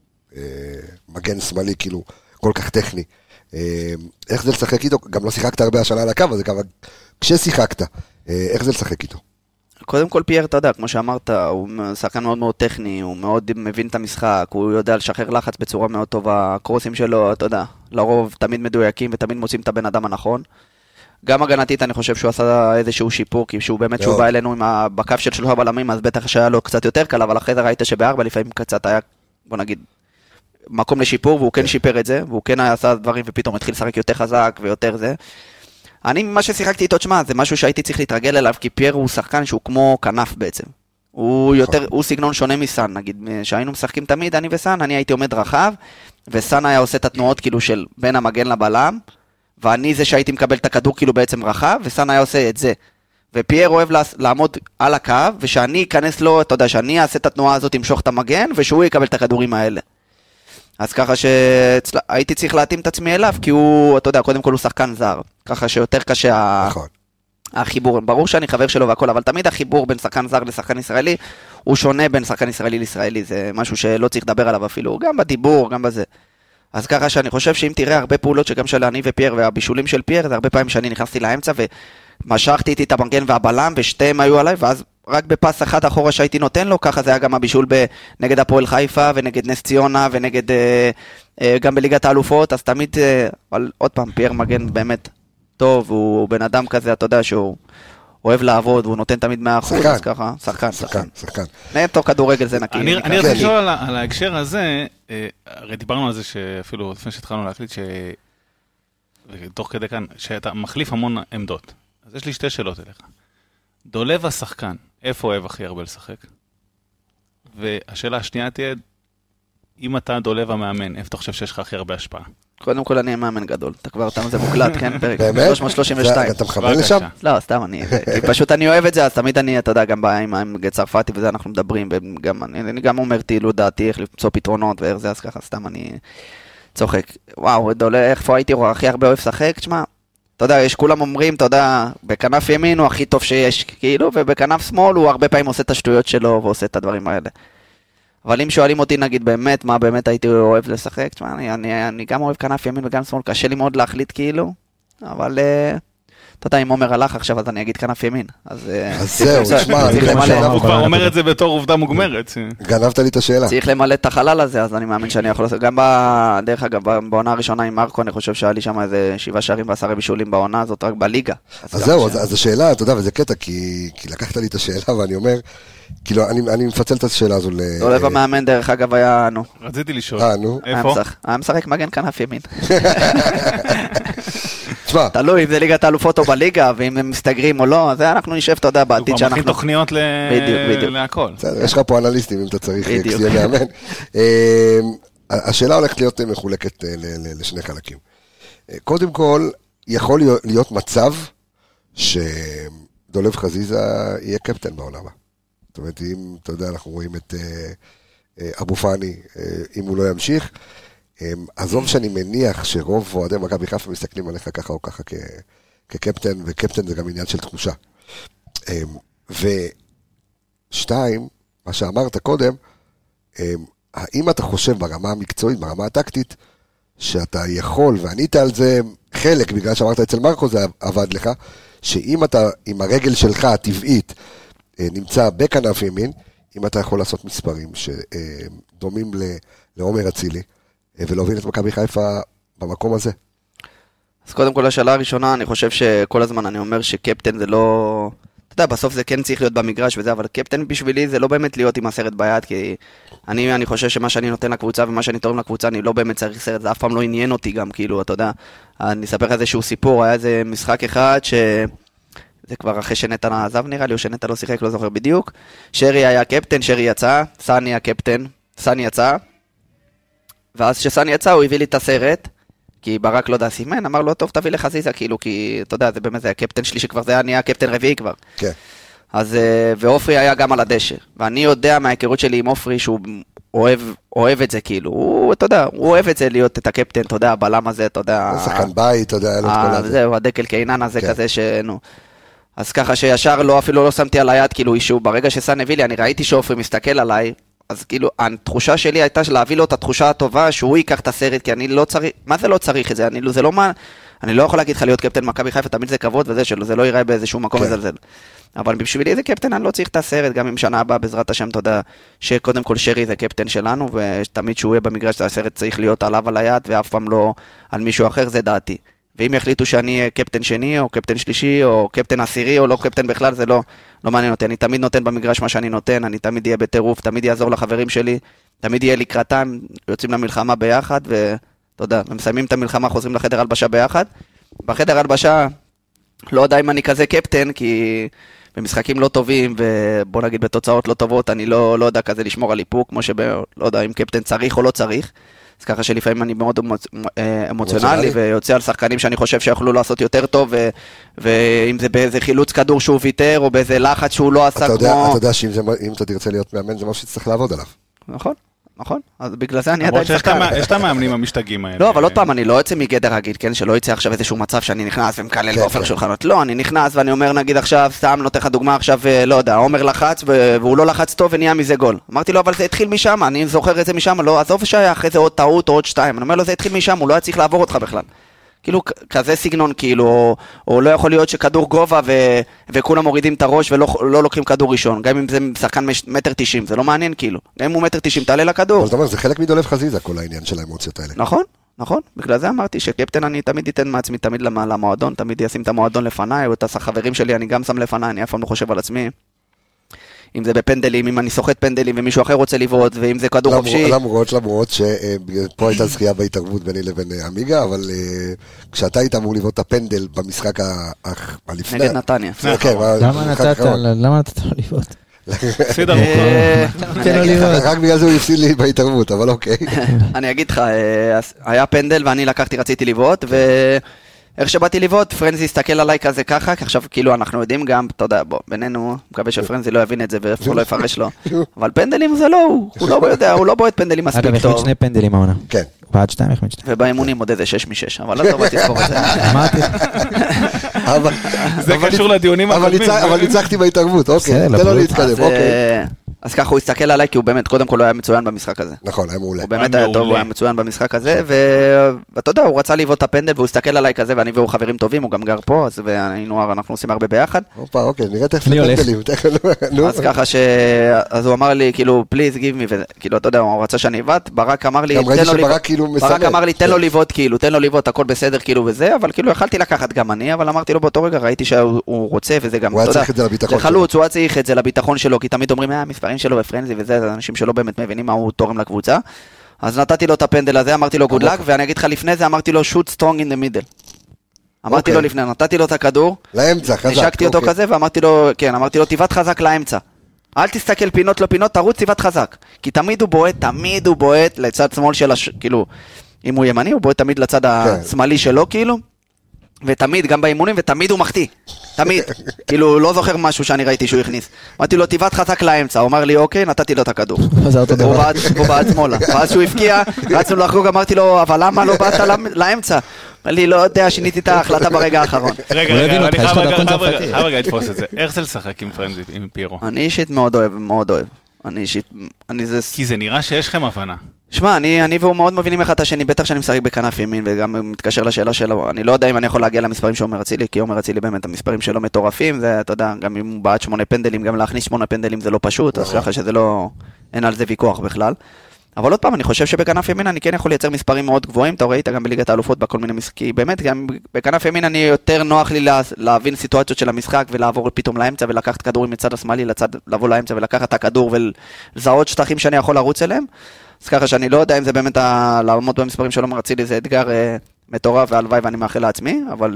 Speaker 1: מגן שמאלי כאילו, כל כך טכני, איך זה לשחק איתו? גם לא שיחקת הרבה השנה על הקו, אז כששיחקת, איך זה לשחק איתו?
Speaker 5: קודם כל פייר, אתה יודע, כמו שאמרת, הוא שחקן מאוד מאוד טכני, הוא מאוד מבין את המשחק, הוא יודע לשחרר לחץ בצורה מאוד טובה, הקרוסים שלו, אתה יודע, לרוב תמיד מדויקים ותמיד מוצאים את הבן אדם הנכון. גם הגנתית אני חושב שהוא עשה איזשהו שיפור, כי שהוא באמת שהוא בא אלינו בקו של שלושה בלמים, אז בטח שהיה לו קצת יותר קל, אבל אחרי זה ראית שבארבע לפעמים קצת היה, בוא נגיד, מקום לשיפור, והוא כן שיפר את זה, והוא כן עשה דברים, ופתאום התחיל לשחק יותר חזק ויותר זה. אני, מה ששיחקתי איתו, תשמע, זה משהו שהייתי צריך להתרגל אליו, כי פייר הוא שחקן שהוא כמו כנף בעצם. הוא סגנון שונה מסן, נגיד, שהיינו משחקים תמיד, אני וסן, אני הייתי עומד רחב, וסן היה עושה את התנועות כאילו של בין המגן לבלם, ואני זה שהייתי מקבל את הכדור כאילו בעצם רחב, וסן היה עושה את זה. ופייר אוהב לעמוד על הקו, ושאני אכנס לו, אתה יודע, שאני אעשה את התנועה הזאת, ימשוך את המגן, ושהוא יקבל את הכדורים האלה. אז ככה שהייתי צריך להתאים את עצמי אליו, כי הוא, אתה יודע, קודם כל הוא שחקן זר. ככה שיותר קשה החיבור. ברור שאני חבר שלו והכל, אבל תמיד החיבור בין שחקן זר לשחקן ישראלי, הוא שונה בין שחקן ישראלי לישראלי. זה משהו שלא צריך לדבר עליו אפילו, גם בדיבור, גם בזה. אז ככה שאני חושב שאם תראה הרבה פעולות שגם של אני ופייר והבישולים של פייר, זה הרבה פעמים שאני נכנסתי לאמצע ומשכתי איתי את המגן והבלם, ושתיהם היו עליי, ואז רק בפס אחד אחורה שהייתי נותן לו, ככה זה היה גם הבישול נגד הפועל חיפה, ונגד נס ציונה, ונגד גם בליגת האלופות, אז תמיד, אבל עוד פעם, פייר מגן באמת טוב, הוא בן אדם כזה, אתה יודע שהוא אוהב לעבוד, והוא נותן תמיד 100%, אז ככה, שחקן. נטו כדורגל זה נקי.
Speaker 4: אני רוצה לשאול על ההקשר הזה, הרי דיברנו על זה שאפילו לפני שהתחלנו להקליט, תוך כדי כאן, שאתה מחליף המון עמדות. אז יש לי שתי שאלות אליך. דולב השחקן, איפה אוהב הכי הרבה לשחק? והשאלה השנייה תהיה, אם אתה דולב המאמן, איפה אתה חושב שיש לך הכי הרבה השפעה?
Speaker 5: קודם כל אני מאמן גדול, אתה כבר, זה מוקלט, כן?
Speaker 1: באמת?
Speaker 5: 332.
Speaker 1: אתה מכוון לשם?
Speaker 5: לא, סתם, פשוט אני אוהב את זה, אז תמיד אני, אתה יודע, גם עם צרפתי וזה אנחנו מדברים, אני גם אומר תהילו דעתי איך למצוא פתרונות ואיך זה, אז ככה, סתם אני צוחק. וואו, דולב, איפה הייתי הכי הרבה אוהב לשחק? תשמע, אתה יודע, יש כולם אומרים, אתה יודע, בכנף ימין הוא הכי טוב שיש, כאילו, ובכנף שמאל הוא הרבה פעמים עושה את השטויות שלו ועושה את הדברים האלה. אבל אם שואלים אותי, נגיד, באמת, מה באמת הייתי אוהב לשחק, תשמע, אני גם אוהב כנף ימין וגם שמאל, קשה לי מאוד להחליט כאילו, אבל, אתה יודע, אם עומר הלך עכשיו, אז אני אגיד כנף ימין. אז
Speaker 1: זהו, תשמע,
Speaker 4: הוא כבר אומר את זה בתור עובדה מוגמרת.
Speaker 1: גנבת לי את השאלה.
Speaker 5: צריך למלא את החלל הזה, אז אני מאמין שאני יכול לעשות, גם דרך אגב, בעונה הראשונה עם מרקו, אני חושב שהיה לי שם איזה 7 שערים ו10 בישולים בעונה הזאת, רק בליגה.
Speaker 1: אז זהו, אז השאלה, אתה יודע, וזה קטע, כי לקחת לי את השאלה, ואני אומר, כאילו, אני מפצל את השאלה הזו
Speaker 5: דולב המאמן, דרך אגב, היה, נו.
Speaker 4: רציתי לשאול.
Speaker 5: איפה? היה משחק מגן כנף ימין.
Speaker 1: תשמע.
Speaker 5: תלוי אם זה ליגת האלופות או בליגה, ואם הם מסתגרים או לא, אז אנחנו נשב, אתה יודע, בעתיד שאנחנו...
Speaker 4: הוא מכין תוכניות להכל.
Speaker 1: בסדר, יש לך פה אנליסטים, אם אתה צריך כשתהיה מאמן. השאלה הולכת להיות מחולקת לשני חלקים. קודם כל, יכול להיות מצב שדולב חזיזה יהיה קפטן בעונה הבאה. זאת אומרת, אם, אתה יודע, אנחנו רואים את אבו פאני, אם הוא לא ימשיך, עזוב שאני מניח שרוב אוהדי מכבי חיפה מסתכלים עליך ככה או ככה כקפטן, וקפטן זה גם עניין של תחושה. ושתיים, מה שאמרת קודם, האם אתה חושב ברמה המקצועית, ברמה הטקטית, שאתה יכול, וענית על זה חלק, בגלל שאמרת אצל מרקו זה עבד לך, שאם אתה עם הרגל שלך הטבעית נמצא בכנף ימין, אם אתה יכול לעשות מספרים שדומים לעומר אצילי, ולהוביל את מכבי חיפה במקום הזה.
Speaker 5: אז קודם כל השאלה הראשונה, אני חושב שכל הזמן אני אומר שקפטן זה לא... אתה יודע, בסוף זה כן צריך להיות במגרש וזה, אבל קפטן בשבילי זה לא באמת להיות עם הסרט ביד, כי אני חושב שמה שאני נותן לקבוצה ומה שאני תורם לקבוצה, אני לא באמת צריך סרט, זה אף פעם לא עניין אותי גם, כאילו, אתה יודע. אני אספר לך איזשהו סיפור, היה איזה משחק אחד זה כבר אחרי שנתן עזב נראה לי, או שנתן לא שיחק, לא זוכר בדיוק. שרי היה קפטן, שרי יצא, סני הקפטן, סני יצא, ואז שסני יצא הוא הביא לי את הסרט, כי ברק לא יודע סימן, אמר לו, טוב, תביא לחזיזה, כאילו, כי, אתה יודע, זה באמת, זה הקפטן שלי שכבר זה היה נהיה הקפטן רביעי כבר.
Speaker 1: כן.
Speaker 5: אז, ואופרי היה גם על הדשא, ואני יודע מההיכרות שלי עם אופרי שהוא אוהב את זה, כאילו, הוא, אתה יודע, הוא אוהב את זה להיות את הקפטן, אתה יודע, הבלם הזה, אתה יודע.
Speaker 1: שחקן בית, אתה יודע,
Speaker 5: זהו, הדקל קינן הזה כזה שנו. אז ככה שישר לא, אפילו לא שמתי על היד, כאילו, אישו, ברגע שסן הביא לי, אני ראיתי שאופרי מסתכל עליי, אז כאילו, התחושה שלי הייתה להביא לו את התחושה הטובה, שהוא ייקח את הסרט, כי אני לא צריך, מה זה לא צריך את זה? זה לא מה, אני לא יכול להגיד לך להיות קפטן מכבי חיפה, תמיד זה כבוד וזה שלו, זה לא ייראה באיזשהו מקום מזלזל. אבל בשבילי זה קפטן, אני לא צריך את הסרט, גם אם שנה הבאה בעזרת השם, תודה, שקודם כל שרי זה קפטן שלנו, ותמיד שהוא יהיה במגרש, הסרט צריך להיות עליו על היד, ואף פעם לא על מישהו אחר, זה דעתי. ואם יחליטו שאני אהיה קפטן שני, או קפטן שלישי, או קפטן עשירי, או לא קפטן בכלל, זה לא, לא מעניין אותי, אני תמיד נותן במגרש מה שאני נותן, אני תמיד אהיה בטירוף, תמיד יעזור לחברים שלי, תמיד יהיה לקראתם, יוצאים למלחמה ביחד, ואתה יודע, מסיימים את המלחמה, חוזרים לחדר הלבשה ביחד. בחדר הלבשה, לא יודע אם אני כזה קפטן, כי במשחקים לא טובים, ובוא נגיד בתוצאות לא טובות, אני לא יודע כזה לשמור על איפוק, כמו לא יודע אם קפטן צריך או לא צריך. אז ככה שלפעמים אני מאוד אמוציונלי, ויוצא על שחקנים שאני חושב שיכולו לעשות יותר טוב, ואם זה באיזה חילוץ כדור שהוא ויתר, או באיזה לחץ שהוא לא עשה כמו...
Speaker 1: אתה יודע שאם אתה תרצה להיות מאמן, זה משהו שצריך לעבוד עליו.
Speaker 5: נכון. נכון, אז בגלל זה אני עדיין שחקן.
Speaker 4: יש את המאמנים המשתגעים האלה.
Speaker 5: לא, אבל עוד פעם, אני לא יוצא מגדר רגיל, כן? שלא יצא עכשיו איזשהו מצב שאני נכנס ומקלל באופן שולחנות. לא, אני נכנס ואני אומר, נגיד עכשיו, סתם נותן לך דוגמה עכשיו, לא יודע, עומר לחץ והוא לא לחץ טוב ונהיה מזה גול. אמרתי לו, אבל זה התחיל משם, אני זוכר את זה משם, לא, עזוב שהיה אחרי זה עוד טעות או עוד 2. אני אומר לו, זה התחיל משם, הוא לא היה צריך לעבור אותך בכלל. כאילו, כזה סגנון, כאילו, או לא יכול להיות שכדור גובה וכולם מורידים את הראש ולא לוקחים כדור ראשון, גם אם זה שחקן 1.90 מטר, זה לא מעניין, כאילו. גם אם הוא 1.90 מטר, תעלה לכדור.
Speaker 1: אבל זאת אומרת, זה חלק מדולב חזיזה, כל העניין של האמוציות האלה.
Speaker 5: נכון, נכון. בגלל זה אמרתי שקפטן אני תמיד אתן מעצמי, תמיד למועדון, תמיד אשים את המועדון לפניי, או את החברים שלי אני גם שם לפניי, אני אף פעם לא חושב על עצמי. אם זה בפנדלים, אם אני סוחט פנדלים ומישהו אחר רוצה לבעוט, ואם זה כדור חופשי.
Speaker 1: למרות שפה הייתה זכייה בהתערבות ביני לבין עמיגה, אבל כשאתה היית אמור לבעוט את הפנדל במשחק הלפני...
Speaker 5: נגד נתניה.
Speaker 3: למה נתת לו לבעוט?
Speaker 4: הפסיד ארוך.
Speaker 1: רק בגלל זה הוא הפסיד לי בהתערבות, אבל אוקיי.
Speaker 5: אני אגיד לך, היה פנדל ואני רציתי לבעוט, איך שבאתי לבעוט, פרנזי הסתכל עליי כזה ככה, כי עכשיו כאילו אנחנו יודעים גם, אתה יודע, בוא, בינינו, מקווה שפרנזי לא יבין את זה ואיפה לא יפרש לו, אבל פנדלים זה לא, הוא לא יודע, הוא לא בועט פנדלים מספיק טוב.
Speaker 3: אגב, החמיד 2 פנדלים העונה.
Speaker 1: כן.
Speaker 3: בעד 2, החמיד 2.
Speaker 5: ובאימונים עוד איזה 6 מ-6, אבל לא טוב, תזכור את זה.
Speaker 3: אמרתי.
Speaker 4: זה קשור לדיונים הקודמים.
Speaker 1: אבל ניצחתי בהתערבות, אוקיי, תן לו להתקדם, אוקיי.
Speaker 5: אז ככה הוא הסתכל עליי, כי הוא באמת, קודם כל הוא היה מצוין במשחק הזה.
Speaker 1: נכון, היה מעולה.
Speaker 5: הוא באמת היה טוב, הוא היה מצוין במשחק הזה, ואתה יודע, הוא רצה לבעוט את הפנדל, והוא הסתכל עליי כזה, ואני והוא חברים טובים, הוא גם גר פה, אנחנו עושים הרבה ביחד.
Speaker 1: אופה, אוקיי, נראה תכף לפנדלים.
Speaker 5: אז ככה אז הוא אמר לי, כאילו, please give me, כאילו, אתה יודע, הוא רצה שאני אבעט, ברק אמר לי, ברק אמר לי, תן לו לבעוט, כאילו, תן לו לבעוט, הכל בסדר, כאילו, וזה, אבל כאילו, יכלתי לקחת גם אני, אבל אמרתי לו באותו רגע, ראיתי שהוא רוצה, וזה גם,
Speaker 1: הוא היה צריך את זה לביטחון שלו.
Speaker 5: לחלוץ, הוא היה צריך את זה לביטחון שלו, כי תמיד אומרים, המספרים שלו בפרנזי וזה, זה אנשים שלא באמת מבינים מה הוא תורם לקבוצה. אז נתתי לו את הפנדל הזה, אמרתי לו good luck, ואני אגיד לך לפני זה, אמרתי לו shoot strong in the middle. אמרתי לו לפני, נתתי לו את הכדור,
Speaker 1: לאמצע, חזק.
Speaker 5: נשקתי אותו כזה, ואמרתי לו, כן, אמרתי לו, תיבת חזק לאמצע. אל תסתכל פינות לא פינות, תרוץ תיבת חזק. כי תמיד הוא בועט לצד שמאל של, כאילו, אם הוא ימני, הוא בועט תמיד לצד השמאלי שלו, כאילו. ותמיד, גם באימונים, ותמיד הוא מחטיא. תמיד. כאילו, לא זוכר משהו שאני ראיתי שהוא הכניס. אמרתי לו, תיבת חזק לאמצע. הוא אמר לי, אוקיי, נתתי לו את הכדור. הוא בעד שמאלה. ואז שהוא הפקיע, רצנו לחגוג, אמרתי לו, אבל למה לא באת לאמצע? אמר לי, לא יודע, שיניתי את ההחלטה ברגע האחרון.
Speaker 4: רגע, אני חייב רגע לתפוס את זה. איך זה לשחק עם פרנזי, עם פירו?
Speaker 5: אני אישית מאוד אוהב, מאוד אוהב.
Speaker 4: כי זה נראה שיש לכם הבנה.
Speaker 5: שמע, אני והוא מאוד מבינים אחד את השני, בטח שאני משחק בכנף ימין, וגם מתקשר לשאלה שלו, אני לא יודע אם אני יכול להגיע למספרים שעומר אצילי, כי עומר אצילי באמת, המספרים שלו מטורפים, זה, אתה יודע, גם אם הוא בעט 8 פנדלים, גם להכניס 8 פנדלים זה לא פשוט, אז ככה שזה לא, אין על זה ויכוח בכלל. אבל עוד פעם, אני חושב שבכנף ימין אני כן יכול לייצר מספרים מאוד גבוהים, אתה ראית גם בליגת האלופות בכל מיני משחקים, באמת, גם בכנף ימין אני יותר נוח לי להבין סיטואציות של המשחק ולעבור פתאום לאמצע ולקחת כדורים מצד השמאלי, לבוא לאמצע ולקחת את הכדור ולזהות שטחים שאני יכול לרוץ אליהם. אז ככה שאני לא יודע אם זה באמת לעמוד במספרים שלא מרצי לי, זה אתגר מטורף והלוואי ואני מאחל לעצמי, אבל...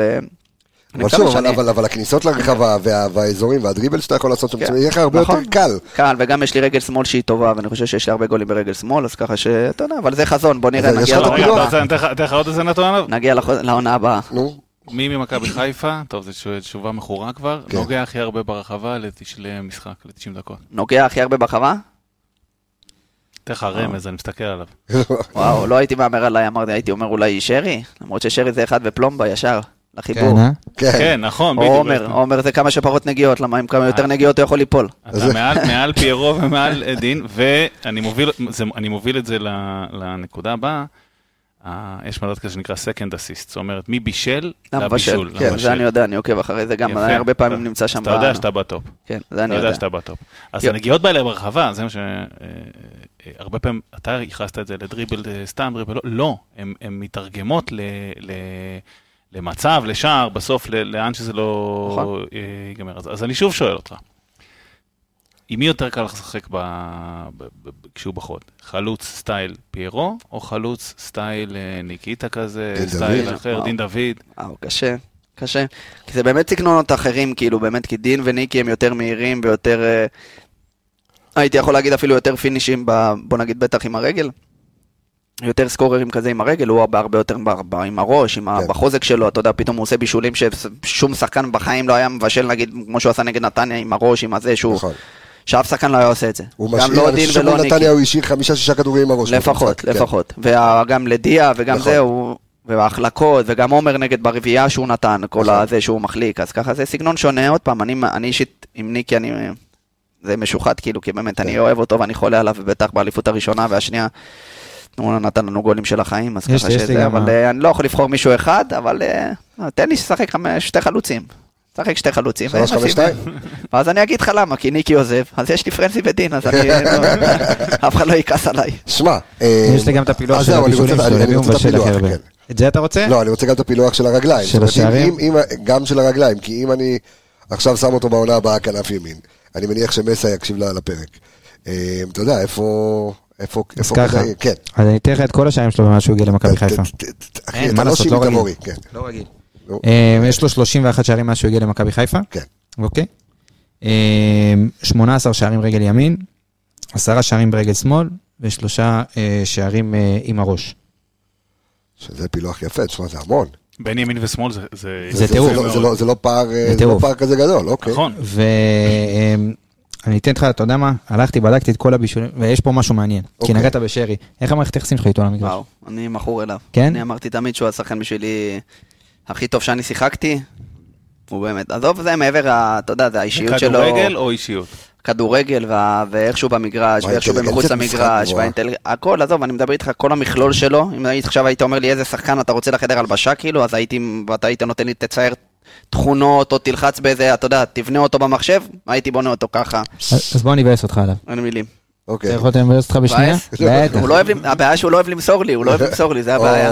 Speaker 1: אבל הכניסות לרחבה והאזורים והדריבל שאתה יכול לעשות, יהיה לך הרבה יותר קל.
Speaker 5: קל, וגם יש לי רגל שמאל שהיא טובה, ואני חושב שיש לי הרבה גולים ברגל שמאל, אז ככה שאתה יודע, אבל זה חזון, בוא נראה, נגיע
Speaker 4: עוד איזה נתון עליו?
Speaker 5: נגיע לעונה הבאה.
Speaker 4: מי ממכבי חיפה, טוב, זו תשובה מכורה כבר, נוגע הכי הרבה ברחבה למשחק, ל-90 דקות.
Speaker 5: נוגע הכי הרבה ברחבה?
Speaker 4: תך הרמז, אני מסתכל עליו.
Speaker 5: וואו, לא הייתי מאמר עליי, הייתי אומר אולי שרי, למרות ששרי זה אחד ופלומבה ישר, לחיבור.
Speaker 4: כן, נכון.
Speaker 5: עומר זה כמה שפחות נגיעות, למה עם כמה יותר נגיעות הוא יכול ליפול.
Speaker 4: אתה מעל פיירו ומעל דין, ואני מוביל את זה לנקודה הבאה, יש מדד כזה שנקרא second assist, זאת אומרת, מי בישל לבישול.
Speaker 5: כן, זה אני יודע, אני עוקב אחרי זה גם, אני הרבה פעמים נמצא שם.
Speaker 4: אתה יודע שאתה בטופ.
Speaker 5: כן, זה אני יודע.
Speaker 4: אז הנגיעות באלה ברחבה, זה מה הרבה פעמים, אתה ייחסת את זה לדריבל, סתם דריבל, לא, הן מתרגמות למצב, לשער, בסוף לאן שזה לא ייגמר. אז אני שוב שואל אותך, עם מי יותר קל לשחק כשהוא בחוד? חלוץ סטייל פיירו, או חלוץ סטייל ניקיטה כזה, סטייל אחר, דין דוד?
Speaker 5: קשה. קשה, כי זה באמת סגנונות אחרים, כאילו באמת, כי דין וניקי הם יותר מהירים ויותר, הייתי יכול להגיד אפילו יותר פינישים, בוא נגיד בטח עם הרגל, יותר סקוררים כזה עם הרגל, הוא הרבה יותר עם הראש, בחוזק שלו, אתה יודע, פתאום הוא עושה בישולים ששום שחקן בחיים לא היה מבשל, נגיד, כמו שהוא עשה נגד נתניה, עם הראש, עם הזה, שאף שחקן לא היה עושה את זה.
Speaker 1: הוא משאיר, אני חושב שנתניה הוא השאיר 5-6 כדורים עם הראש.
Speaker 5: לפחות, וגם לדיה, וגם זהו, וההחלקות, וגם עומר נגד ברביעייה שהוא נתן, כל הזה שהוא מחליק, אז ככה זה סגנון שונה, עוד פעם, אני אישית עם ניקי, זה משוחד כאילו, כי באמת אני אוהב אותו ואני חולה עליו, ובטח באליפות הראשונה והשנייה, הוא נתן לנו גולים של החיים, אז ככה שזה, אבל אני לא יכול לבחור מישהו אחד, אבל תן לי ששחק שתי חלוצים. שחק שתי חלוצים.
Speaker 1: 3-5-2.
Speaker 5: ואז אני אגיד לך למה, כי ניקי עוזב, אז יש לי פרנסי ודין, אז אף אחד לא יקס עליי.
Speaker 1: שמע,
Speaker 3: יש לי גם את הפילוח של הבישולים שלו, למי הוא מבשל הכי הרבה. את זה אתה רוצה?
Speaker 1: לא, אני רוצה גם את הפילוח של הרגליים.
Speaker 3: של השערים?
Speaker 1: גם של הרגליים, כי אם אני עכשיו שם אותו בעונה הבאה כנף ימין, אני מניח שמסה יקשיב לפרק. אתה יודע, איפה
Speaker 3: כדאי? כן. אז אני אתן לך את כל השערים שלו במה שהוא הגיע למכבי חיפה.
Speaker 1: אחי, אתה לא שימי תבורי.
Speaker 3: לא רגיל. יש לו 31 שערים מאז שהוא הגיע למכבי חיפה.
Speaker 1: כן.
Speaker 3: אוקיי. 18 שערים רגל ימין, 10 שערים ברגל שמאל, ו3 שערים עם הראש.
Speaker 1: שזה פילוח יפה, תשמע, זה המון.
Speaker 4: בין ימין ושמאל
Speaker 3: זה טירוף.
Speaker 1: זה לא פער כזה גדול, אוקיי.
Speaker 4: נכון.
Speaker 3: ואני אתן לך, אתה יודע מה? הלכתי, בדקתי את כל הבישולים, ויש פה משהו מעניין. כי נגעת בשרי. איך המערכת יחסים שלך איתו על המגרש?
Speaker 5: וואו, אני מכור אליו.
Speaker 3: כן?
Speaker 5: אני אמרתי תמיד שהוא השחקן בשבילי הכי טוב שאני שיחקתי. הוא באמת, עזוב, זה מעבר, אתה יודע, זה האישיות שלו.
Speaker 4: כדורגל או אישיות?
Speaker 5: כדורגל, ואיכשהו במגרש, ואיכשהו במחוץ למגרש, הכל, עזוב, אני מדבר איתך, כל המכלול שלו, אם עכשיו היית אומר לי איזה שחקן אתה רוצה לחדר הלבשה, כאילו, אז ואתה היית נותן לי תצייר תכונות, או תלחץ באיזה, אתה יודע, תבנה אותו במחשב, הייתי בונה אותו ככה.
Speaker 3: אז בוא נבאס אותך עליו.
Speaker 5: אין מילים.
Speaker 3: אתה יכול לבאס אותך בשנייה?
Speaker 5: הבעיה שהוא לא אוהב למסור לי, זה הבעיה.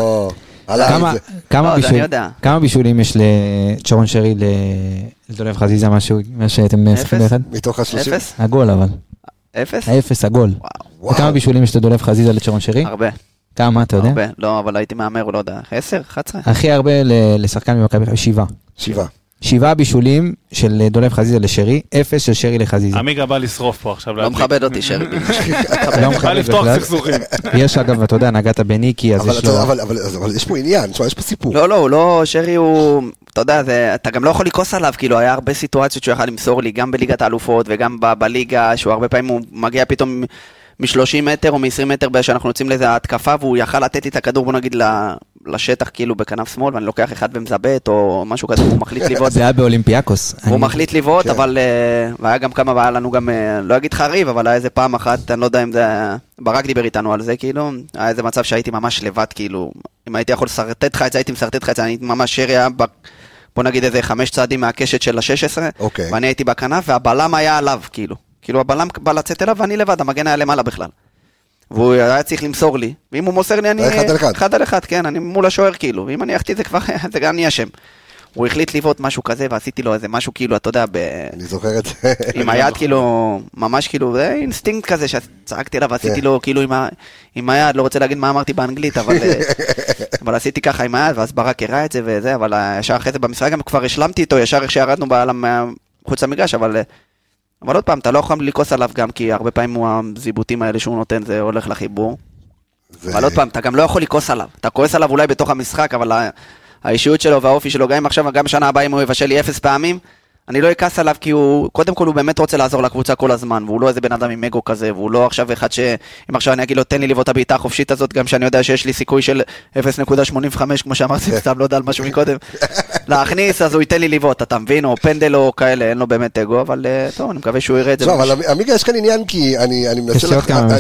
Speaker 3: כמה בישולים יש לצ'רון שרי לדולב חזיזה, משהו, מה שאתם משחקים ביחד?
Speaker 1: מתוך ה-30?
Speaker 3: הגול אבל.
Speaker 5: 0?
Speaker 3: האפס, הגול. וכמה בישולים יש לדולב חזיזה לצ'רון שרי?
Speaker 5: הרבה.
Speaker 3: כמה, אתה יודע?
Speaker 5: הרבה, לא, אבל הייתי מאמר, הוא לא יודע, 10, 11?
Speaker 3: הכי הרבה לשחקן ממכבי חיפה, 7. 7 בישולים של דולב חזיזה לשרי, 0 של שרי לחזיזה.
Speaker 4: עמיגה בא לשרוף פה עכשיו.
Speaker 5: לא מכבד אותי שרי.
Speaker 4: בא לפתוח סכסוכים.
Speaker 3: יש אגב, אתה יודע, נגעת בניקי, אז יש לו...
Speaker 1: אבל יש פה עניין, יש פה סיפור.
Speaker 5: לא, שרי הוא... אתה יודע, אתה גם לא יכול לקוס עליו, כאילו, היה הרבה סיטואציות שהוא יכל למסור לי, גם בליגת האלופות וגם בליגה, שהוא הרבה פעמים הוא מגיע פתאום מ-30 מטר או מ-20 מטר, שאנחנו יוצאים לאיזו התקפה, והוא יכל לתת לי את הכדור, בוא נגיד, לשטח כאילו בכנף שמאל, ואני לוקח אחד ומזבט או משהו כזה, הוא מחליט לבעוט.
Speaker 3: זה היה באולימפיאקוס.
Speaker 5: הוא מחליט לבעוט, אבל והיה גם כמה, והיה לנו גם, לא אגיד חריב, אבל היה איזה פעם אחת, אני לא יודע אם זה, ברק דיבר איתנו על זה, כאילו, היה איזה מצב שהייתי ממש לבד, כאילו, אם הייתי יכול לסרטט לך את זה, הייתי מסרטט לך את זה, אני ממש שרי היה, בוא נגיד איזה 5 צעדים מהקשת של ה-16, ואני הייתי בכנף, והבלם היה עליו, כאילו הבלם בא לצאת אליו, ואני לבד, המגן היה למעלה בכלל. והוא היה צריך למסור לי, ואם הוא מוסר לי, אני... 1-1, כן, אני מול השוער כאילו, ואם אני אחתי את זה כבר, זה גם אני אשם. הוא החליט לבעוט משהו כזה, ועשיתי לו איזה משהו כאילו, אתה יודע,
Speaker 1: אני זוכר את זה.
Speaker 5: עם היד כאילו, ממש כאילו, זה אינסטינקט כזה, שצעקתי אליו, ועשיתי לו כאילו עם היד, לא רוצה להגיד מה אמרתי באנגלית, אבל עשיתי ככה עם היד, ואז ברק הראה את זה וזה, אבל ישר אחרי זה במשחק גם כבר השלמתי איתו, ישר איך שירדנו חוץ למגרש, אבל עוד פעם, אתה לא יכול לקוס עליו גם, כי הרבה פעמים הזיבוטים האלה שהוא נותן, זה הולך לחיבור. אבל עוד פעם, אתה גם לא יכול לקוס עליו. אתה כועס עליו אולי בתוך המשחק, אבל האישיות שלו והאופי שלו, גם עכשיו, גם שנה הבאה, אם הוא יבשל לי 0 פעמים, אני לא אכעס עליו, כי קודם כל הוא באמת רוצה לעזור לקבוצה כל הזמן, והוא לא איזה בן אדם עם אגו כזה, והוא לא עכשיו אחד אם עכשיו אני אגיד לו, תן לי לבעוט את הבעיטה החופשית הזאת, גם שאני יודע שיש לי סיכוי של 0.85, כמו שאמרתי, סתם לא יודע על משהו מקודם, להכניס, אז הוא ייתן לי לבעוט, אתה מבין, או פנדל או כאלה, אין לו באמת אגו, אבל טוב, אני מקווה שהוא יראה את זה.
Speaker 1: לא, אבל עמיגה, יש כאן עניין, כי אני מנסה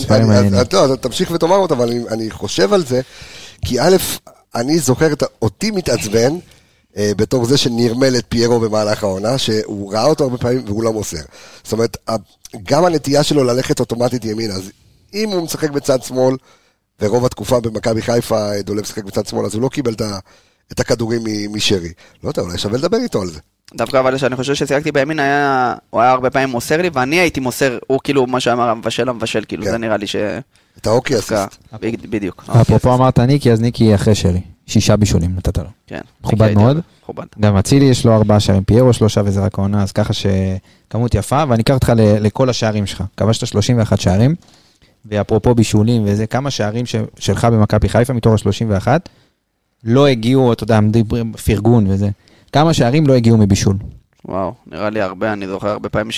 Speaker 1: תמשיך ותאמר אותה, אבל אני חושב על זה, כי א', אני זוכר אותי מתעצבן, בתור זה שנרמל את פיירו במהלך העונה, שהוא ראה אותו הרבה פעמים והוא לא מוסר. זאת אומרת, גם הנטייה שלו ללכת אוטומטית ימין, אז אם הוא משחק בצד שמאל, ורוב התקופה במכבי חיפה דולב משחק בצד שמאל, אז הוא לא קיבל את הכדורים משרי. לא יודע, אולי שווה לדבר איתו על זה.
Speaker 5: דווקא אבל שאני חושב ששיחקתי בימין, הוא היה הרבה פעמים מוסר לי, ואני הייתי מוסר, הוא כאילו מה שאמר המבשל, כאילו זה נראה לי ש...
Speaker 1: את האוקי אסיסט.
Speaker 5: בדיוק.
Speaker 3: אפרופו אמרת ניקי, אז ניקי אחרי שרי. 6 בישולים נתת לו.
Speaker 5: כן.
Speaker 3: מכובד מאוד.
Speaker 5: מכובד.
Speaker 3: גם אצילי יש לו 4 שערים, פיירו 3 וזה רק העונה, אז ככה שכמות יפה, ואני אקח אותך לכל השערים שלך. כבשת 31 שערים, ואפרופו בישולים וזה, כמה שערים שלך במכבי חיפה מתוך ה-31, לא הגיעו, אתה יודע, פרגון וזה. כמה שערים לא הגיעו מבישול.
Speaker 5: וואו, נראה לי הרבה, אני זוכר הרבה פעמים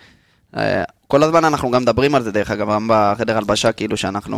Speaker 5: כל הזמן אנחנו גם מדברים על זה, דרך אגב, גם בחדר הלבשה, כאילו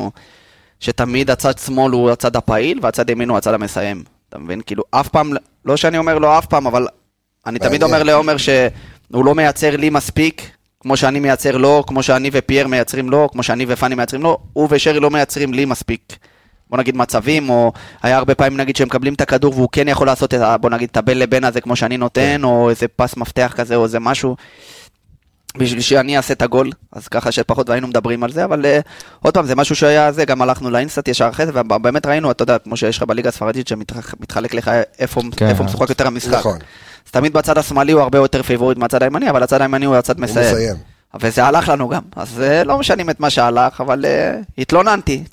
Speaker 5: שתמיד הצד שמאל הוא הצד הפעיל, והצד ימין הוא הצד המסיים. אתה מבין? כאילו, אף פעם, לא שאני אומר לו אף פעם, אבל אני תמיד אומר לעומר שהוא לא מייצר לי מספיק, כמו שאני מייצר לו, כמו שאני ופייר מייצרים לו, כמו שאני ופני מייצרים לו, הוא ושרי לא מייצרים לי מספיק. בוא נגיד מצבים, או היה הרבה פעמים נגיד שהם מקבלים את הכדור, והוא כן יכול לעשות את, בוא נגיד, את הבין לבין הזה כמו שאני נותן, או איזה פס מפתח כזה, או איזה משהו, בשביל שאני אעשה את הגול, אז ככה שפחות והיינו מדברים על זה, אבל עוד פעם, זה משהו שהיה זה, גם הלכנו לאינסטאט ישר אחרי זה, ובאמת ראינו, אתה יודע, כמו שיש לך בליגה הספרדית, שמתחלק לך איפה משוחק יותר המשחק.
Speaker 1: נכון.
Speaker 5: אז תמיד בצד השמאלי הוא הרבה יותר פיבורית מהצד הימני, אבל הצד הימני הוא הצד מסיים. וזה הלך לנו גם, אז לא משנים את מה שהלך, אבל התלוננתי.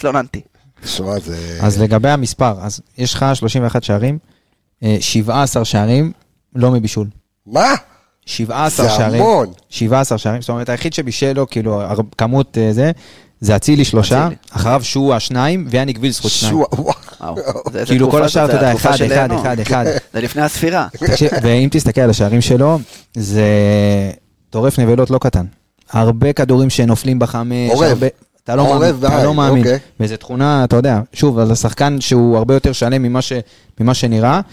Speaker 3: אז לגבי המספר, אז יש לך 31 שערים, 17 שערים, לא מבישול.
Speaker 1: מה?
Speaker 3: 17
Speaker 1: זה
Speaker 3: שערים.
Speaker 1: המון.
Speaker 3: 17 שערים, זאת אומרת, היחיד שבישל לו, כאילו, כמות זה אצילי 3, אחריו שהוא 2, ויאניק וילסחוט 2. כאילו כל השאר, אתה יודע, 1.
Speaker 5: זה לפני הספירה.
Speaker 3: ואם תסתכל על השערים שלו, זה טורף נבלות לא קטן. הרבה כדורים שנופלים בחמש, אתה לא מאמין, וזו תכונה, אתה יודע, שוב, על השחקן שהוא הרבה יותר שלם ממה שנראה,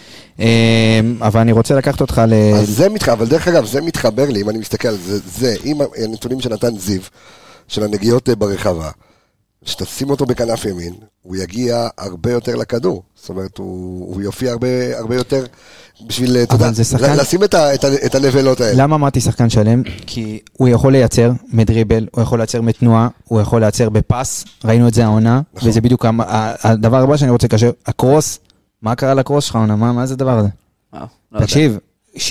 Speaker 3: אבל אני רוצה לקחת אותך
Speaker 1: אבל דרך אגב, זה מתחבר לי, אם אני מסתכל על זה, עם הנתונים שנתן זיו, של הנגיעות ברחבה, שתשים אותו בכנף ימין, הוא יגיע הרבה יותר לכדור, זאת אומרת, הוא יופיע הרבה יותר, בשביל, לשים את הנבלות האלה.
Speaker 3: למה אמרתי שחקן שלם? כי הוא יכול לייצר מדריבל, הוא יכול לייצר מתנועה, הוא יכול לייצר בפס, ראינו את זה העונה, וזה בדיוק הדבר הבא שאני רוצה לקשר, הקרוס, מה קרה לקרוס שלך העונה? מה זה הדבר הזה? תקשיב,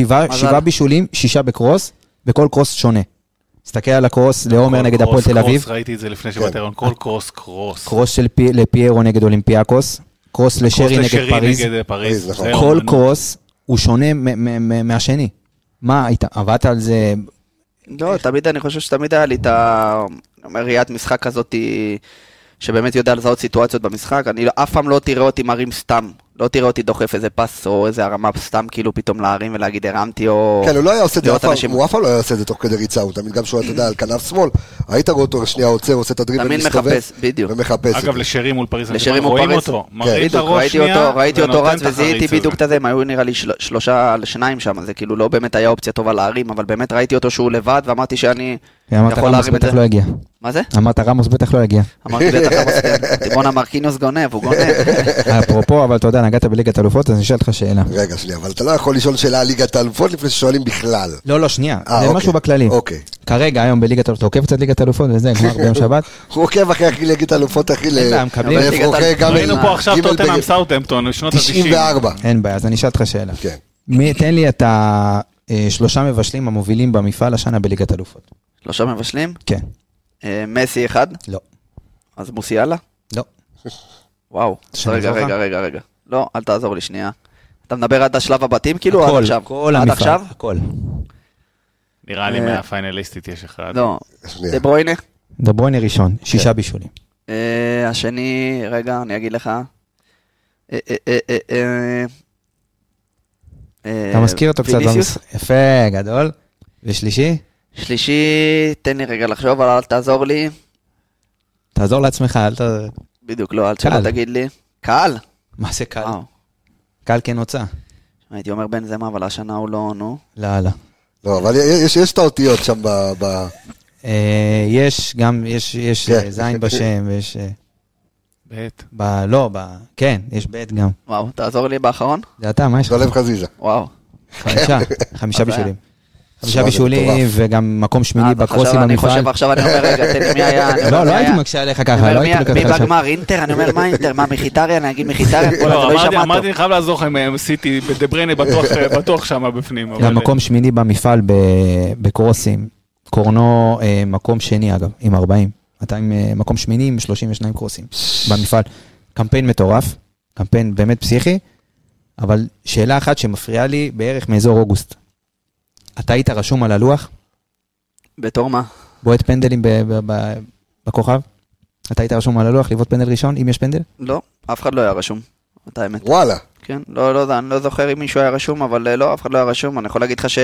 Speaker 3: 7 בישולים, 6 בקרוס, וכל קרוס שונה. תסתכל על הקרוס לעומר נגד הפועל תל אביב.
Speaker 4: ראיתי את זה לפני שבאתרון, כל קרוס.
Speaker 3: קרוס של לפיירו נגד אולימפיאקוס, קרוס לשרי נגד פריז. כל קרוס הוא שונה מהשני. מה, עבדת על זה?
Speaker 5: לא, תמיד אני חושב שתמיד היה לי את ראיית משחק כזאת, שבאמת יודע לזהות סיטואציות במשחק. אני אף פעם לא תראה אותי מרים סתם. לא תראה אותי דוחף איזה פס או איזה הרמה סתם כאילו פתאום להרים ולהגיד הרמתי או...
Speaker 1: כן, הוא לא היה עושה את זה, הוא אף פעם לא היה עושה את זה תוך כדי ריצה, הוא תמיד גם שהוא אתה יודע על כנף שמאל, היית רואה אותו שנייה עוצר, עושה את הדריבל ומסתובב ומחפש.
Speaker 4: אגב, לשרי מול פריז, רואים אותו, מראים את הראש שנייה,
Speaker 5: ראיתי אותו רץ וזיהיתי בדיוק את זה, הם היו נראה לי 3-2 שם, זה כאילו לא באמת היה אופציה טובה להרים, אבל באמת ראיתי אותו שהוא לבד ואמרתי שאני יכול להרים את זה. מה זה?
Speaker 3: אמרת רמוס בטח לא יגיע.
Speaker 5: אמרתי בטח רמוס, טימונה מרקיניוס גונב, הוא גונב.
Speaker 3: אפרופו, אבל אתה יודע, נגעת בליגת האלופות, אז אני אשאל אותך שאלה.
Speaker 1: רגע, שנייה, אבל אתה לא יכול לשאול שאלה על ליגת האלופות לפני ששואלים בכלל.
Speaker 3: לא, שנייה, זה משהו בכללי.
Speaker 1: אוקיי.
Speaker 3: כרגע, היום בליגת האלופות, אתה עוקב קצת ליגת האלופות וזה, גמר ביום שבת?
Speaker 1: הוא עוקב אחרי ליגת האלופות, אחי,
Speaker 4: ראינו פה עכשיו טוטנהאם סאות'המפטון, שנות ה-90.
Speaker 1: 94.
Speaker 3: אין בעיה, אז אני אשאל אותך שאלה.
Speaker 1: כן.
Speaker 3: תן לי את 3 מבשלים המובילים במפעל השנה בליגת האלופות.
Speaker 5: 3 מבשלים?
Speaker 3: כן.
Speaker 5: מסי 1?
Speaker 3: לא.
Speaker 5: אז מוסיאלה?
Speaker 3: לא.
Speaker 5: וואו. רגע. לא, אל תעזור לי שנייה. אתה מדבר עד השלב הבתים כאילו? עד עכשיו?
Speaker 3: כל המפעל, הכל.
Speaker 4: נראה לי מהפיינליסטית יש אחד.
Speaker 5: לא. דברוינה?
Speaker 3: דברוינה ראשון, 6 בישולים.
Speaker 5: השני, רגע, אני אגיד לך.
Speaker 3: אתה מזכיר אותו קצת. יפה, גדול. ושלישי?
Speaker 5: שלישי, תן לי רגע לחשוב, אבל אל תעזור לי.
Speaker 3: תעזור לעצמך,
Speaker 5: בדיוק, לא, אל שלא תגיד לי. קהל?
Speaker 3: מה זה קהל? קהל כן הוצא.
Speaker 5: הייתי אומר בן זמה, אבל השנה הוא לא, נו.
Speaker 3: לא.
Speaker 1: לא, אבל יש את האותיות שם
Speaker 3: יש גם, יש זין בשם, ויש...
Speaker 4: בית.
Speaker 3: כן, יש בית גם.
Speaker 5: וואו, תעזור לי באחרון?
Speaker 3: זה אתה, מה יש לך?
Speaker 1: דולב חזיזה.
Speaker 5: וואו.
Speaker 3: 5 בישולים. 5 בישולים וגם מקום שמיני בקרוסים
Speaker 5: אני
Speaker 3: במפעל.
Speaker 5: חושב עכשיו, אני אומר, רגע, תן לי מי היה.
Speaker 3: לא הייתי מקשה עליך ככה, לא הייתי
Speaker 5: מי
Speaker 3: לקחת לך.
Speaker 5: בגמר, אינטר? אני אומר, מה אינטר? מה, מחיטריה? אני אגיד מחיטריה?
Speaker 4: לא,
Speaker 5: לא יישמע
Speaker 4: אמרתי,
Speaker 5: טוב.
Speaker 4: אני חייב לעזור לכם, סיטי, בדבריינה בטוח שם בפנים. אבל-
Speaker 3: גם מקום שמיני במפעל בקרוסים. קורנו מקום שני אגב, עם 40. אתה עם מקום שמיני עם 32 קרוסים במפעל. קמפיין מטורף, קמפיין באמת פסיכי, אבל שאלה אחת שמפריעה לי בערך מאזור אוגוסט. אתה היית רשום על הלוח?
Speaker 5: בתור מה?
Speaker 3: בועט פנדלים בכוכב? אתה היית רשום על הלוח לבעוט פנדל ראשון, אם יש פנדל?
Speaker 5: לא, אף אחד לא היה רשום. את האמת.
Speaker 1: וואלה.
Speaker 5: כן, לא יודע, אני לא זוכר אם מישהו היה רשום, אבל לא, אף אחד לא היה רשום. אני יכול להגיד לך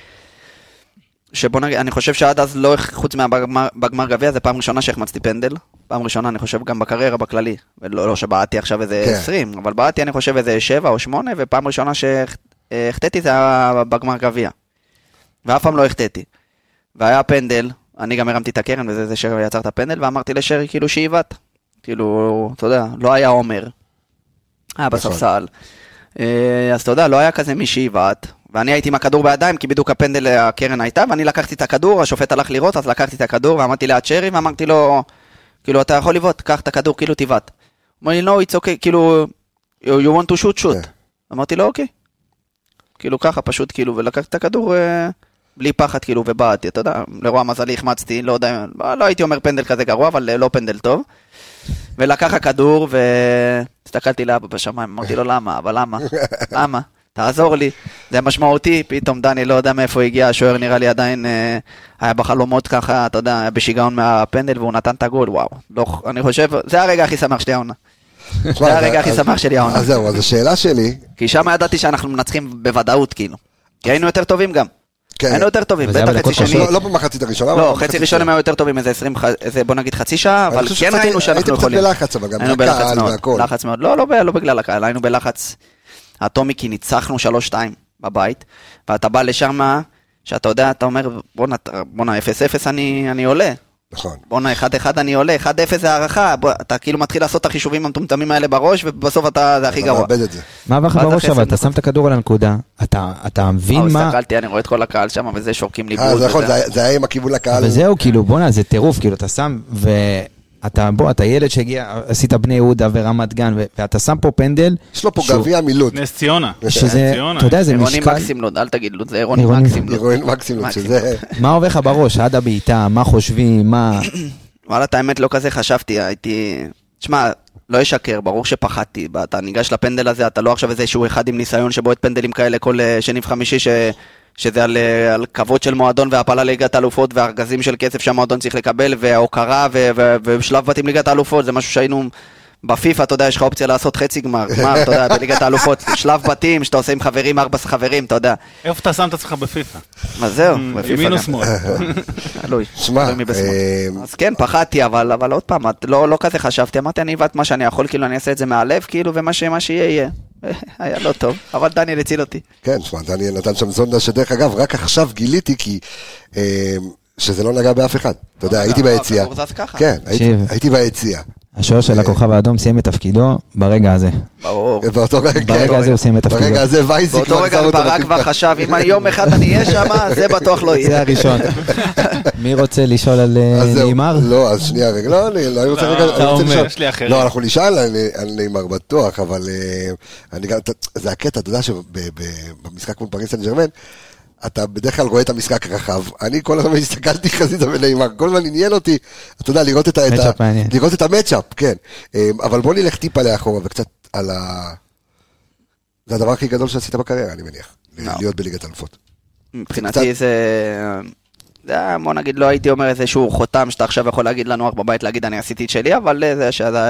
Speaker 5: שבוא נגיד, אני חושב שעד אז לא, חוץ מהבגמר גביע, זה פעם ראשונה שהחמצתי פנדל. פעם ראשונה, אני חושב, גם בקריירה בכללי. ולא שבעתי עכשיו איזה 20, אבל בעתי, אני חושב, איזה 7 או 8, ופעם ראשונה שהחטאתי זה היה בגמר גביע. ואף פעם לא החטאתי. והיה פנדל, אני גם הרמתי את הקרן, וזה זה שרי יצר את הפנדל, ואמרתי לשרי כאילו שאיבת. כאילו, אתה יודע, לא היה עומר. היה בספסל. אז אתה יודע, לא היה כזה מי שאיבת. ואני הייתי עם הכדור בידיים, כי בדיוק הפנדל הקרן הייתה, ואני לקחתי את הכדור, השופט הלך לראות, אז לקחתי את הכדור, ועמדתי ליד שרי, ואמרתי לו, כאילו, אתה יכול לבעוט, קח את הכדור, כאילו תיבט. אמר לי, no, it's okay, כאילו, you want to shoot, shoot. אמרתי לו, אוקיי. כאילו, ככה, פשוט, כאילו, ולקחתי את הכדור בלי פחד, כאילו, ובעתי, אתה יודע, לרוע מזלי, החמצתי, לא יודע, לא הייתי אומר פנדל כזה גרוע, אבל לא פנדל טוב. ולקח הכדור, והסתכלתי לאבא בשמיים, אמרתי לו, למה? אבל למה? למה? תעזור לי, זה משמעותי, פתאום דני לא יודע מאיפה הגיע, השוער נראה לי עדיין היה בחלומות ככה, אתה יודע, היה בשיגעון מהפנדל, והוא נתן את הגול, וואו, לא, אני חושב, זה הרגע הכי שמח שלי העונה. זה הרגע הכי שמח שלי העונה.
Speaker 1: אז זהו, אז השאלה שלי...
Speaker 5: כי שם ידעתי שאנחנו מנצחים בוודאות, כאילו. כי היינו יותר טובים גם.
Speaker 1: כן.
Speaker 5: היינו יותר טובים,
Speaker 3: וזה
Speaker 5: בטח
Speaker 3: היה
Speaker 5: חצי
Speaker 3: בדקות
Speaker 5: שני.
Speaker 1: לא במחצית הראשונה.
Speaker 5: לא, חצי ראשון הם היו יותר טובים, איזה בוא נגיד חצי שעה, אבל כן ראינו שאנחנו יכולים.
Speaker 1: הייתם קצת בלחץ, אבל גם
Speaker 5: היינו בלחץ
Speaker 1: הקהל
Speaker 5: מאוד,
Speaker 1: והכל.
Speaker 5: לחץ מאוד, לא בגלל הקהל, היינו בלחץ אטומי, כי ניצחנו 3-2 בבית, ואתה בא לשם, שאתה יודע, אתה אומר, בונה 0-0 אני עולה,
Speaker 1: נכון.
Speaker 5: בונה 1-1 אני עולה, 1-0 זה הערכה, אתה כאילו מתחיל לעשות את החישובים המטומטמים האלה בראש, ובסוף זה הכי
Speaker 1: אתה
Speaker 5: גרוע.
Speaker 1: מאבד את זה.
Speaker 3: מה עבר לך בראש אבל? אתה שם את הכדור על הנקודה, אתה מבין מה...
Speaker 5: הסתכלתי, אני רואה את כל הקהל שם, וזה שורקים לי
Speaker 1: זה נכון, זה היה עם הכיוון לקהל.
Speaker 3: וזהו, כאילו, בונה, זה טירוף, כאילו, אתה שם, אתה ילד שהגיע, עשית בני יהודה ורמת גן, ואתה שם פה פנדל.
Speaker 1: יש לו פה גביע מילוד.
Speaker 4: נס ציונה.
Speaker 3: שזה, אתה יודע, זה
Speaker 5: אירוני
Speaker 3: משקל...
Speaker 5: מקסימלוד, אל תגיד לו, זה אירוני מקסימלוד.
Speaker 1: אירוני מקסימלוד, שזה...
Speaker 3: מה עובר לך בראש? עד הבעיטה, מה חושבים, מה...
Speaker 5: וואלה, את האמת לא כזה חשבתי, הייתי... תשמע, לא ישקר, ברור שפחדתי, אתה ניגש לפנדל הזה, אתה לא עכשיו איזשהו אחד עם ניסיון שבו את פנדלים כאלה כל שני וחמישי, שזה על כבוד של מועדון והפלה ליגת האלופות והארגזים של כסף שהמועדון צריך לקבל וההוקרה ושלב בתים ליגת האלופות, זה משהו שהיינו בפיפה, אתה יודע, יש לך אופציה לעשות חצי גמר, אתה יודע, בליגת האלופות, שלב בתים שאתה עושה עם חברים, 4 חברים, אתה יודע.
Speaker 4: איפה אתה שם את עצמך בפיפה?
Speaker 5: מה זהו, בפיפה
Speaker 4: ימין או
Speaker 5: גם.
Speaker 4: שמאל?
Speaker 5: אלוי,
Speaker 1: שמע,
Speaker 5: אלוי מבשמאל. אז כן, פחדתי, אבל עוד פעם, לא כזה חשבתי, אמרתי, אני אבט מה שאני יכול, כאילו אני אעשה את זה מהלב, כאילו, ומה שיהיה, יהיה. היה לא טוב, אבל דניאל הציל אותי.
Speaker 1: כן, שמע, דניאל נתן שם זונדה שדרך אגב, רק עכשיו גיליתי כי... שזה לא נגע באף אחד. אתה יודע, הייתי ביציאה.
Speaker 5: הכדור זז ככה.
Speaker 1: כן, הייתי ביציאה.
Speaker 3: השוער של הכוכב האדום סיים את תפקידו ברגע הזה.
Speaker 5: ברור.
Speaker 1: באותו רגע,
Speaker 3: ברגע הזה הוא סיים את תפקידו.
Speaker 1: ברגע הזה וייזיק
Speaker 5: באותו רגע ברק כבר חשב, אם יום אחד אני אהיה שם, זה בטוח לא יהיה.
Speaker 3: זה הראשון. מי רוצה לשאול על נאמר?
Speaker 1: לא, אז שנייה רגע, לא, אני רוצה רגע,
Speaker 4: אתה אומר, יש לי אחרים.
Speaker 1: לא, אנחנו נשאל על נאמר בטוח, אבל אני גם, זה הקטע, אתה יודע שבמשחק מול פריס סן ז'רמן, אתה בדרך כלל רואה את המשחק רחב, אני כל הזמן הסתכלתי חזית בנאמר, כל הזמן עניין אותי, אתה יודע, לראות את המצ'אפ, כן, אבל בוא נלך טיפה לאחורה וקצת על זה הדבר הכי גדול שעשית בקריירה, אני מניח, להיות בליגת האלופות.
Speaker 5: מבחינתי זה, בוא נגיד, לא הייתי אומר איזשהו חותם שאתה עכשיו יכול להגיד לנו בבית להגיד אני עשיתי את שלי, אבל זה היה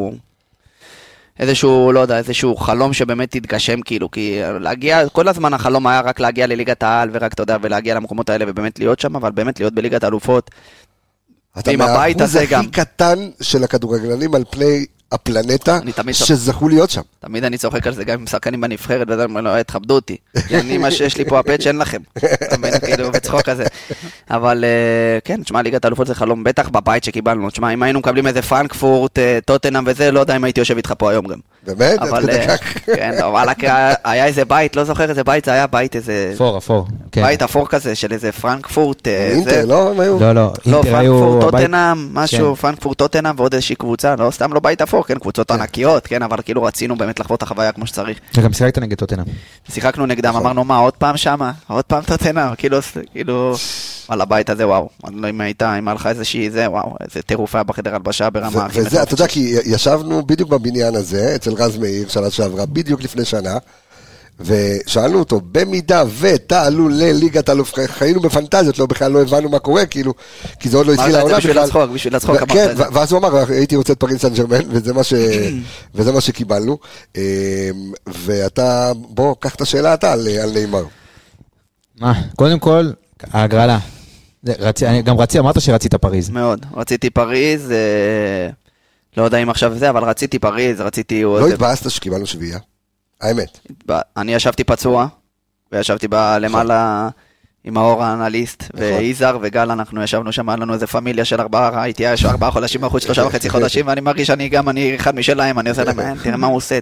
Speaker 5: איזשהו, לא יודע, איזשהו חלום שבאמת תתגשם, כאילו, כי להגיע, כל הזמן החלום היה רק להגיע לליגת העל, ורק, אתה יודע, ולהגיע למקומות האלה, ובאמת להיות שם, אבל באמת להיות בליגת האלופות,
Speaker 1: אתה
Speaker 5: עם הבית הזה גם.
Speaker 1: הכי קטן של הכדורגלנים על פני הפלנטה
Speaker 5: אני תמיד
Speaker 1: שזכו להיות שם.
Speaker 5: תמיד אני צוחק על זה גם עם שחקנים בנבחרת, וזה אומר לו, תכבדו אותי. כי אני, מה שיש לי פה הפט שאין לכם. כאילו, בצחוק כזה. אבל כן, תשמע, ליגת האלופות זה חלום, בטח בבית שקיבלנו. תשמע, אם היינו מקבלים איזה פרנקפורט, טוטנהאם וזה, לא יודע אם הייתי יושב איתך פה היום גם.
Speaker 1: באמת?
Speaker 5: אבל כן, אבל היה איזה בית, לא זוכר איזה בית, זה היה בית איזה...
Speaker 3: אפור.
Speaker 5: בית אפור כזה של איזה פרנקפורט.
Speaker 1: אינטר, לא? הם היו...
Speaker 3: לא,
Speaker 5: לא,
Speaker 3: אינטר היו...
Speaker 5: פרנקפורט, טוטנהאם, משהו, פרנקפורט, טוטנהאם ועוד איזושהי קבוצה, לא סתם לא בית אפור, כן, קבוצות ענקיות, כן, אבל כאילו רצינו באמת לחוות את החוויה כמו שצריך.
Speaker 3: וגם שיחקת נגד טוטנהאם.
Speaker 5: שיחקנו נגדם, אמרנו מה, עוד פעם שמה? עוד פעם טוטנהאם, כאילו, על הבית הזה, וואו. אם הייתה, אם הלכה איזושהי, זה, וואו, איזה טירוף היה בחדר הלבשה ברמה הכי
Speaker 1: וזה, אתה יודע, כי ישבנו בדיוק בבניין הזה, אצל רז מאיר, שנה שעברה, בדיוק לפני שנה, ושאלנו אותו, במידה ותעלו לליגת אלוף, חיינו בפנטזיות, בכלל לא הבנו מה קורה, כאילו, כי זה עוד לא התחיל העונה בכלל.
Speaker 5: בשביל לצחוק,
Speaker 1: כן, ואז הוא אמר, הייתי רוצה את פריז סן ז'רמן, וזה מה שקיבלנו. ואתה, בוא, קח את השאלה אתה על נאמר.
Speaker 3: מה? קודם כל, ההגרלה. גם אמרת שרצית פריז.
Speaker 5: מאוד, רציתי פריז, לא יודע אם עכשיו זה, אבל רציתי פריז, רציתי...
Speaker 1: לא התבאסת שקיבלנו שביעייה? האמת.
Speaker 5: אני ישבתי פצוע, וישבתי למעלה עם האור האנליסט, ואיזר וגל, אנחנו ישבנו שם, היה לנו איזה פמיליה של 4, הייתי 4 חודשים בחוץ, 3.5 חודשים, ואני מרגיש אני אחד משלהם, אני עושה להם, תראה מה הוא עושה,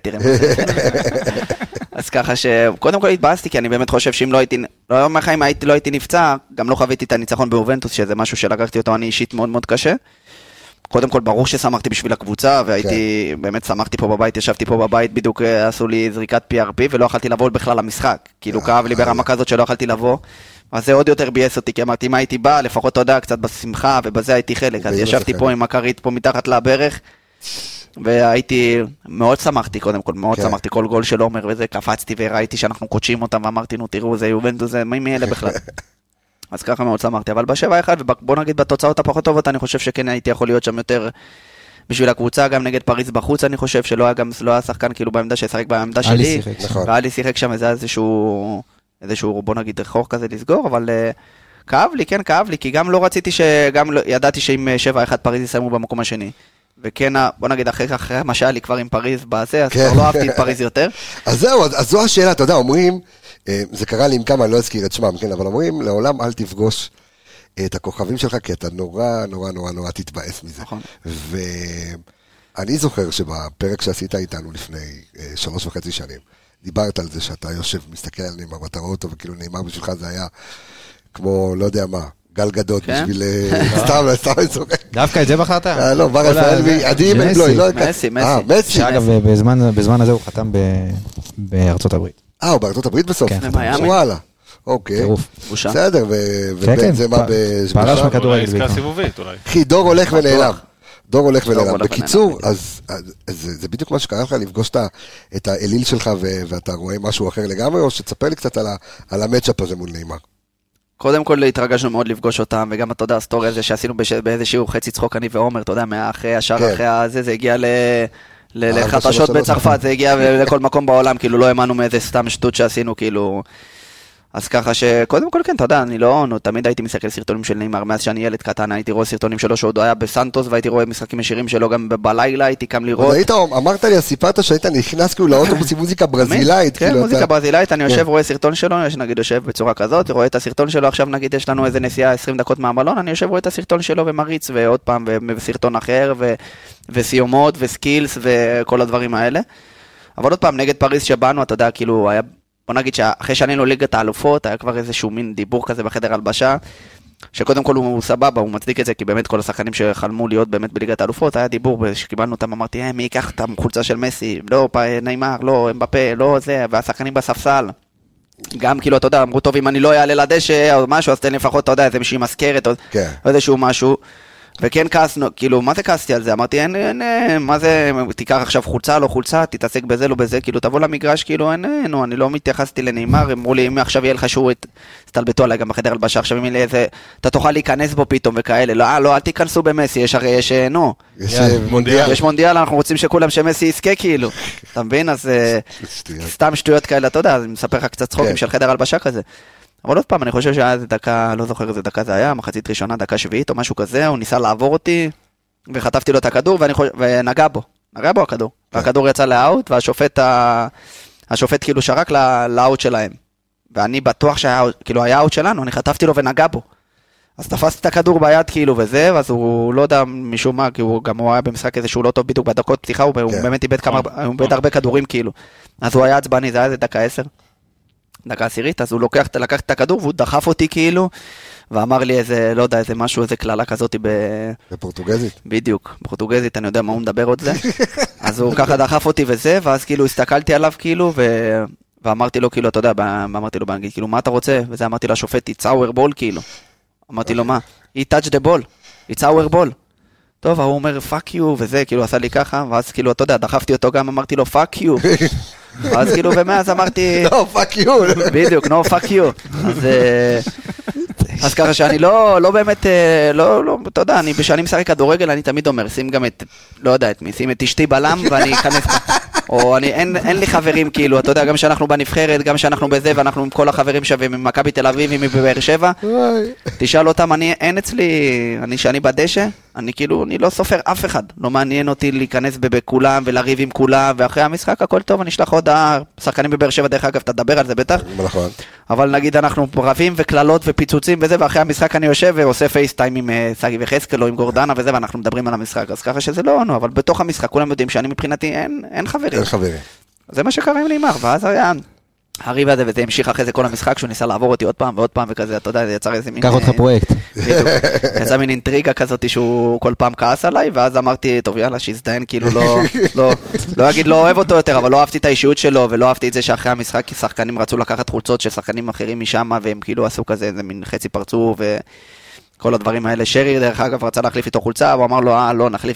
Speaker 5: אז ככה שקודם כל התבאסתי, כי אני באמת חושב שאם לא הייתי, לא אומר לך אם לא הייתי נפצע, גם לא חוויתי את הניצחון ביובנטוס, שזה משהו שלקחתי אותו אני אישית מאוד מאוד קשה. קודם כל ברור ששמחתי בשביל הקבוצה, והייתי, באמת שמחתי פה בבית, ישבתי פה בבית, בדיוק עשו לי זריקת PRP, ולא יכלתי לבוא בכלל למשחק. כאילו כאב לי ברמה כזאת שלא יכלתי לבוא, אז זה עוד יותר בייס אותי, כי אמרתי, אם הייתי בא, לפחות תודה, קצת בשמחה, ובזה הייתי חלק. אז ישבתי פה עם הכרית פה מתחת לברך, והייתי, מאוד שמחתי קודם כל, מאוד שמחתי כל גול של עומר, וזה קפצתי וראיתי שאנחנו קודשים אותם, ואמרתי, נו תראו, זה יובנטוס, זה מי אלה בכלל. אז ככה מאוד שמחתי, אבל ב7-1, ובוא נגיד בתוצאות הפחות טובות, אני חושב שכן הייתי יכול להיות שם יותר בשביל הקבוצה, גם נגד פריז בחוץ, אני חושב שלא היה שחקן כאילו בעמדה שישחק בעמדה שלי, ואלי שיחק שם איזשהו, בוא נגיד רחוק כזה לסגור, אבל כאב לי, כן כאב לי, כי גם לא רציתי גם ידעתי שאם 7-1 פריז יסיימו במקום השני, וכן, בוא נגיד אחרי מה שהיה לי כבר עם פריז בזה, אז כבר לא אהבתי את פריז יותר.
Speaker 1: אז זהו, אז זו השאלה, אתה יודע, אומרים, זה קרה לי עם כמה, אני לא אזכיר את שמם, כן, אבל אומרים, לעולם אל תפגוש את הכוכבים שלך, כי אתה נורא, נורא, נורא, נורא תתבאס מזה.
Speaker 5: נכון.
Speaker 1: ואני זוכר שבפרק שעשית איתנו לפני 3.5 שנים, דיברת על זה שאתה יושב, מסתכל על נאמר, ואתה רואה אותו, וכאילו נאמר בשבילך זה היה כמו, לא יודע מה, גל גדות בשביל... סתם זוכר.
Speaker 3: דווקא את זה בחרת?
Speaker 1: לא, בר רפאל, עדי
Speaker 5: מסי.
Speaker 3: שאגב, בזמן הזה הוא חתם בארצות הברית.
Speaker 1: הוא בארצות הברית בסוף?
Speaker 5: במיאמי.
Speaker 1: וואלה. אוקיי. בסדר, ובן זה מה
Speaker 3: פרש מכדורגל.
Speaker 4: עסקה סיבובית אולי.
Speaker 1: אחי, דור הולך ונעלם. דור הולך ונעלם. בקיצור, אז זה בדיוק מה שקרה לך, לפגוש את האליל שלך ואתה רואה משהו אחר לגמרי, או שתספר לי קצת על המצ'אפ הזה מול נאמר.
Speaker 5: קודם כל התרגשנו מאוד לפגוש אותם, וגם אתה יודע, הסטורי הזה שעשינו באיזשהו חצי צחוק אני ועומר, אתה יודע, אחרי השאר, אחרי הזה, זה הגיע לחדשות בצרפת, זה הגיע לכל מקום בעולם, כאילו לא האמנו מאיזה סתם שטות שעשינו, כאילו... אז ככה שקודם כל כן, אתה יודע, אני לא, תמיד הייתי מסתכל סרטונים של נאמר, מאז שאני ילד קטן, הייתי רואה סרטונים שלו שעוד היה בסנטוס, והייתי רואה משחקים ישירים שלו גם בלילה, הייתי קם לראות.
Speaker 1: אמרת לי, סיפרת שהיית נכנס כאילו לאוטובוס עם מוזיקה ברזילאית.
Speaker 5: כן, מוזיקה ברזילאית, אני יושב, רואה סרטון שלו, נגיד יושב בצורה כזאת, רואה את הסרטון שלו, עכשיו נגיד יש לנו איזה נסיעה 20 דקות מהמלון, אני יושב רואה את הסרטון שלו ומריץ, ועוד פעם, וסרטון אחר, וסיומות, וסקילס, וכל הדברים האלה. אבל עוד פעם, נגד פריז שבאנו, אתה יודע, כאילו, היה בוא נגיד שאחרי שעלינו ליגת האלופות, היה כבר איזשהו מין דיבור כזה בחדר הלבשה, שקודם כל הוא סבבה, הוא מצדיק את זה, כי באמת כל השחקנים שחלמו להיות באמת בליגת האלופות, היה דיבור, שקיבלנו אותם, אמרתי, מי ייקח את החולצה של מסי, לא נאמר, לא אמבפה, לא זה, והשחקנים בספסל. גם כאילו, אתה יודע, אמרו טוב, אם אני לא אעלה לדשא או משהו, אז תן לפחות, אתה יודע, איזה מישהי מזכרת, או איזשהו משהו. וכן כעסנו, כאילו, מה זה כעסתי על זה? אמרתי, מה זה, תיקח עכשיו חולצה, לא חולצה, תתעסק בזה, לא בזה, כאילו, תבוא למגרש, כאילו, אני לא מתייחסתי לנאמר, אמרו לי, אם עכשיו יהיה לך שהוא תסתלבטו עליי גם בחדר הלבשה, עכשיו אם יהיה איזה, אתה תוכל להיכנס בו פתאום וכאלה, לא, אל תיכנסו במסי, יש מונדיאל, אנחנו רוצים שכולם שמסי יזכה, כאילו, אתה מבין? אז סתם שטויות כאלה, אתה יודע, אני מספר לך קצת צחוקים של חדר הלבשה כזה. אבל עוד פעם, אני חושב שהיה איזה דקה, לא זוכר איזה דקה זה היה, מחצית ראשונה, דקה שביעית או משהו כזה, הוא ניסה לעבור אותי, וחטפתי לו את הכדור ונגע בו. נגע בו הכדור. והכדור יצא לאאוט, והשופט כאילו שרק לאאוט שלהם. ואני בטוח כאילו היה אאוט שלנו, אני חטפתי לו ונגע בו. אז תפסתי את הכדור ביד כאילו וזה, ואז הוא לא יודע משום מה, כי הוא היה במשחק איזה שהוא לא טוב בדיוק בדקות פתיחה, הוא באמת איבד הרבה כדורים כאילו. אז הוא היה עצבני, זה היה איזה דקה 10, דקה 10, אז הוא לקח את הכדור והוא דחף אותי כאילו, ואמר לי איזה, לא יודע, איזה משהו, איזה כללה כזאת
Speaker 1: בפורטוגזית?
Speaker 5: בדיוק, בפורטוגזית, אני יודע מה הוא מדבר עוד זה. אז הוא ככה דחף אותי וזה, ואז כאילו הסתכלתי עליו כאילו, ואמרתי לו כאילו, אתה יודע, אמרתי לו באנגלית, כאילו, מה אתה רוצה? וזה אמרתי לשופט, it's our ball כאילו. אמרתי לו, מה? He touched the ball, it's our ball. טוב, הוא אומר, fuck you, וזה, כאילו, עשה לי ככה, ואז כאילו, אתה יודע, דחפתי אותו גם, אמרתי לו, fuck you. ואז כאילו, ומאז אמרתי...
Speaker 1: No, fuck you.
Speaker 5: בדיוק, no, fuck you. אז ככה שאני לא באמת, אתה יודע, כשאני משחק כדורגל, אני תמיד אומר, שים גם את, לא יודע את מי, שים את אשתי בלם, ואני אכנס... או אין לי חברים כאילו, אתה יודע, גם שאנחנו בנבחרת, גם שאנחנו בזה, ואנחנו עם כל החברים שווים, עם מכבי תל אביב, עם בבאר שבע, תשאל אותם, אין אצלי, שאני בדשא, אני כאילו, אני לא סופר אף אחד, לא מעניין אותי להיכנס בכולם, ולריב עם כולם, ואחרי המשחק הכל טוב, אני אשלח עוד שחקנים בבאר שבע, דרך אגב, תדבר על זה בטח, אבל נגיד אנחנו רבים וכללות ופיצוצים וזה, ואחרי המשחק אני יושב ועושה פייסטיים עם סגי וחסקל או עם גורדנה וזה, ואנחנו מדברים על המשחק, אז ככה שזה לא, אבל בתוך המשחק כולם יודעים שאני מבחינתי אין חברים. זה מה שקרה עם נאמר, ואז היה הריב הזה, וזה המשיך אחרי זה כל המשחק, שהוא ניסה לעבור אותי עוד פעם ועוד פעם וכזה, אתה יודע, זה יצר איזה מין...
Speaker 3: קח אותך פרויקט.
Speaker 5: יצא מין אינטריגה כזאת שהוא כל פעם כעס עליי, ואז אמרתי, טוב יאללה, שיזדיין, כאילו לא אגיד לא אוהב אותו יותר, אבל לא אהבתי את האישיות שלו, ולא אהבתי את זה שאחרי המשחק, כי שחקנים רצו לקחת חולצות של שחקנים אחרים משם, והם כאילו עשו כזה, איזה מין חצי פרצו, כל הדברים האלה. שרי דרך אגב רצה להחליף איתו חולצה, הוא אמר לו, לא, נחליף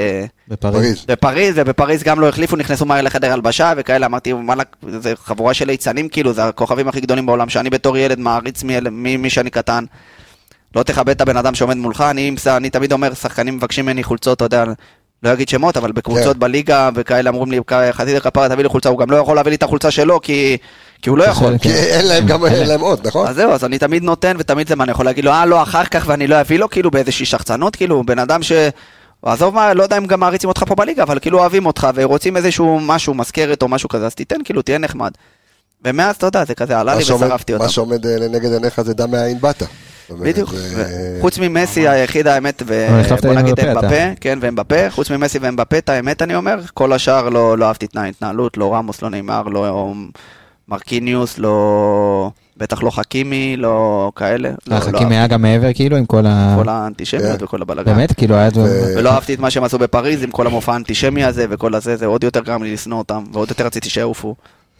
Speaker 5: בפריז, ובפריז גם לא החליפו, נכנסו מהר לחדר הלבשה וכאלה, אמרתי, זה חבורה של ליצנים כאילו, זה הכוכבים הכי גדולים בעולם, שאני בתור ילד מעריץ מי שאני קטן, לא תכבד את הבן אדם שעומד מולך, אני תמיד אומר, שחקנים מבקשים ממני חולצות, אתה יודע, לא אגיד שמות, אבל בקבוצות בליגה וכאלה אמרו לי, חזית הכפרה תביא לי חולצה, הוא גם לא יכול להביא לי את החולצה שלו, כי הוא לא יכול.
Speaker 1: כי אין להם עוד, נכון?
Speaker 5: אז זהו, אז אני תמיד נותן, ותמיד זה מה, אני יכול להגיד לו, לא, אחר כך, ואני לא אביא לו, כאילו, באיזושהי שחצנות, כאילו, בן אדם עזוב מה, לא יודע אם גם מעריצים אותך פה בליגה, אבל כאילו אוהבים אותך, ורוצים איזשהו משהו, מזכרת או משהו כזה, אז תיתן, כאילו, תהיה נחמד. ומאז, אתה יודע, זה כזה, עלה לי ושרפתי אותם.
Speaker 1: מה שעומד לנגד עיניך זה דם מהעין באת.
Speaker 5: בדיוק, חוץ ממסי היחיד האמת, ובוא נגיד אמבפה, כן, ואמבפה, חוץ ממסי ואמבפה, את האמת אני אומר, כל השאר לא אהבתי את ההתנהלות, לא רמוס, לא נאמר, לא מרקיניוס, בטח לא חכימי, לא כאלה.
Speaker 3: חכימי היה גם מעבר כאילו עם כל
Speaker 5: האנטישמיות וכל הבלגן.
Speaker 3: באמת, כאילו היה...
Speaker 5: ולא אהבתי את מה שהם עשו בפריז עם כל המופע האנטישמי הזה וכל הזה, זה עוד יותר גרם לי לשנוא אותם, ועוד יותר רציתי שיעופו.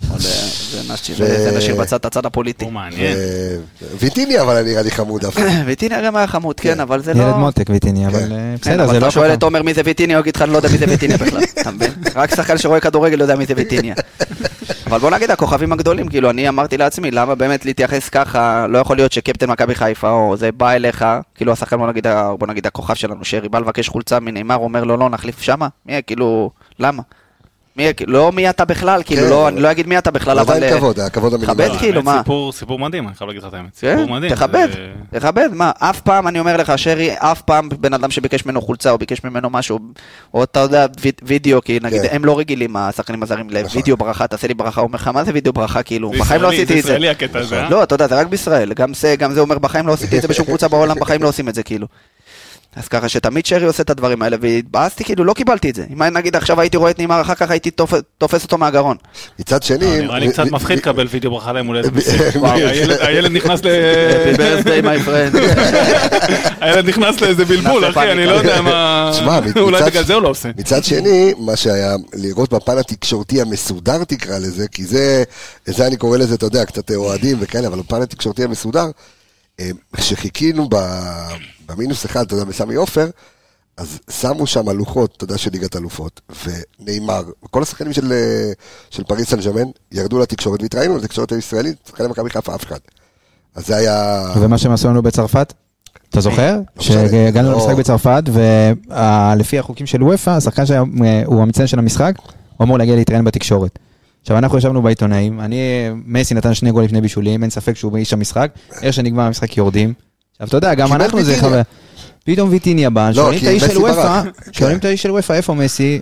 Speaker 5: זה נשאיר בצד את הצד הפוליטי.
Speaker 4: הוא מעניין.
Speaker 1: ויטיניה אבל נראה לי חמוד דווקא.
Speaker 5: ויטיניה גם היה חמוד, כן, אבל זה לא...
Speaker 3: ילד מותק ויטיניה, אבל בסדר, זה לא...
Speaker 5: אבל אתה שואל את עומר מי זה ויטיניה, הוא יגיד לך, אני לא יודע מי זה ויטיניה בכלל, אתה מבין? רק שחקן שרואה כדורגל לא יודע מי זה ויטיניה. אבל בוא נגיד, הכוכבים הגדולים, כאילו, אני אמרתי לעצמי, למה באמת להתייחס ככה, לא יכול להיות שקפטן מכבי חיפה, או זה בא אליך, כאילו השחקן, בוא נגיד, הכוכב שלנו, שרי בא לבקש חולצה מנאמר, אומר לו, לא, נחליף שמה, מי, כאילו, למה? לא מי אתה בכלל, כאילו, אני לא אגיד מי אתה בכלל, אבל...
Speaker 1: עדיין כבוד, הכבוד המינימלי.
Speaker 5: תכבד, כאילו, מה?
Speaker 4: סיפור מדהים, אני חייב להגיד לך את האמת. סיפור מדהים.
Speaker 5: תכבד, מה? אף פעם, אני אומר לך, שרי, אף פעם בן אדם שביקש ממנו חולצה, או ביקש ממנו משהו, או אתה יודע, וידאו, כי נגיד, הם לא רגילים, השחקנים הזרים, לוידאו ברכה, תעשה לי ברכה, הוא אומר לך, מה זה וידאו ברכה, כאילו? בחיים לא עשיתי את זה. לא, אתה יודע, זה רק בישראל. גם זה אומר, בחיים לא עשיתי את זה בשום קבוצה בעולם, בחיים לא עושים את זה, כאילו. אז ככה שתמיד שרי עושה את הדברים האלה, והתבאסתי, כאילו לא קיבלתי את זה. אם נגיד עכשיו הייתי רואה את נאמר, אחר כך הייתי תופס אותו מהגרון.
Speaker 1: מצד שני...
Speaker 4: נראה לי קצת מפחיד לקבל וידאו ברכה להם הולדת בסדר. הילד נכנס
Speaker 5: Happy birthday my friend.
Speaker 4: הילד נכנס לאיזה בלבול, אחי, אני לא יודע מה... אולי בגלל זה הוא לא עושה.
Speaker 1: מצד שני, מה שהיה לראות בפן התקשורתי המסודר תקרא לזה, כי זה אני קורא לזה, אתה יודע, קצת אוהדים וכאלה, אבל בפן התקשורתי המסודר, שחיכינו במינוס אחד, אתה יודע, בסמי אופר, אז שמו שם הלוחות, אתה יודע, של ליגת אלופות, ונאמר, כל השחקנים של פריז סן ז'רמן ירדו לתקשורת, והתראינו לתקשורת הישראלית, שחקנים מכבי חיפה אף אחד. אז זה היה...
Speaker 3: ומה שהם עשו לנו בצרפת? אתה זוכר? שהגענו למשחק בצרפת, ולפי החוקים של וופא, השחקן שהוא המצטיין של המשחק, הוא אמור להגיע להתראיין בתקשורת. עכשיו אנחנו ישבנו בעיתונאים, מסי נתן 2 גול לפני בישולים, אין ספק שהוא איש המשחק, איך שנגמר המשחק יורדים. עכשיו אתה יודע, גם אנחנו זה חבר, פתאום ויטיניה בא, שואלים את האיש של וופא, איפה מסי,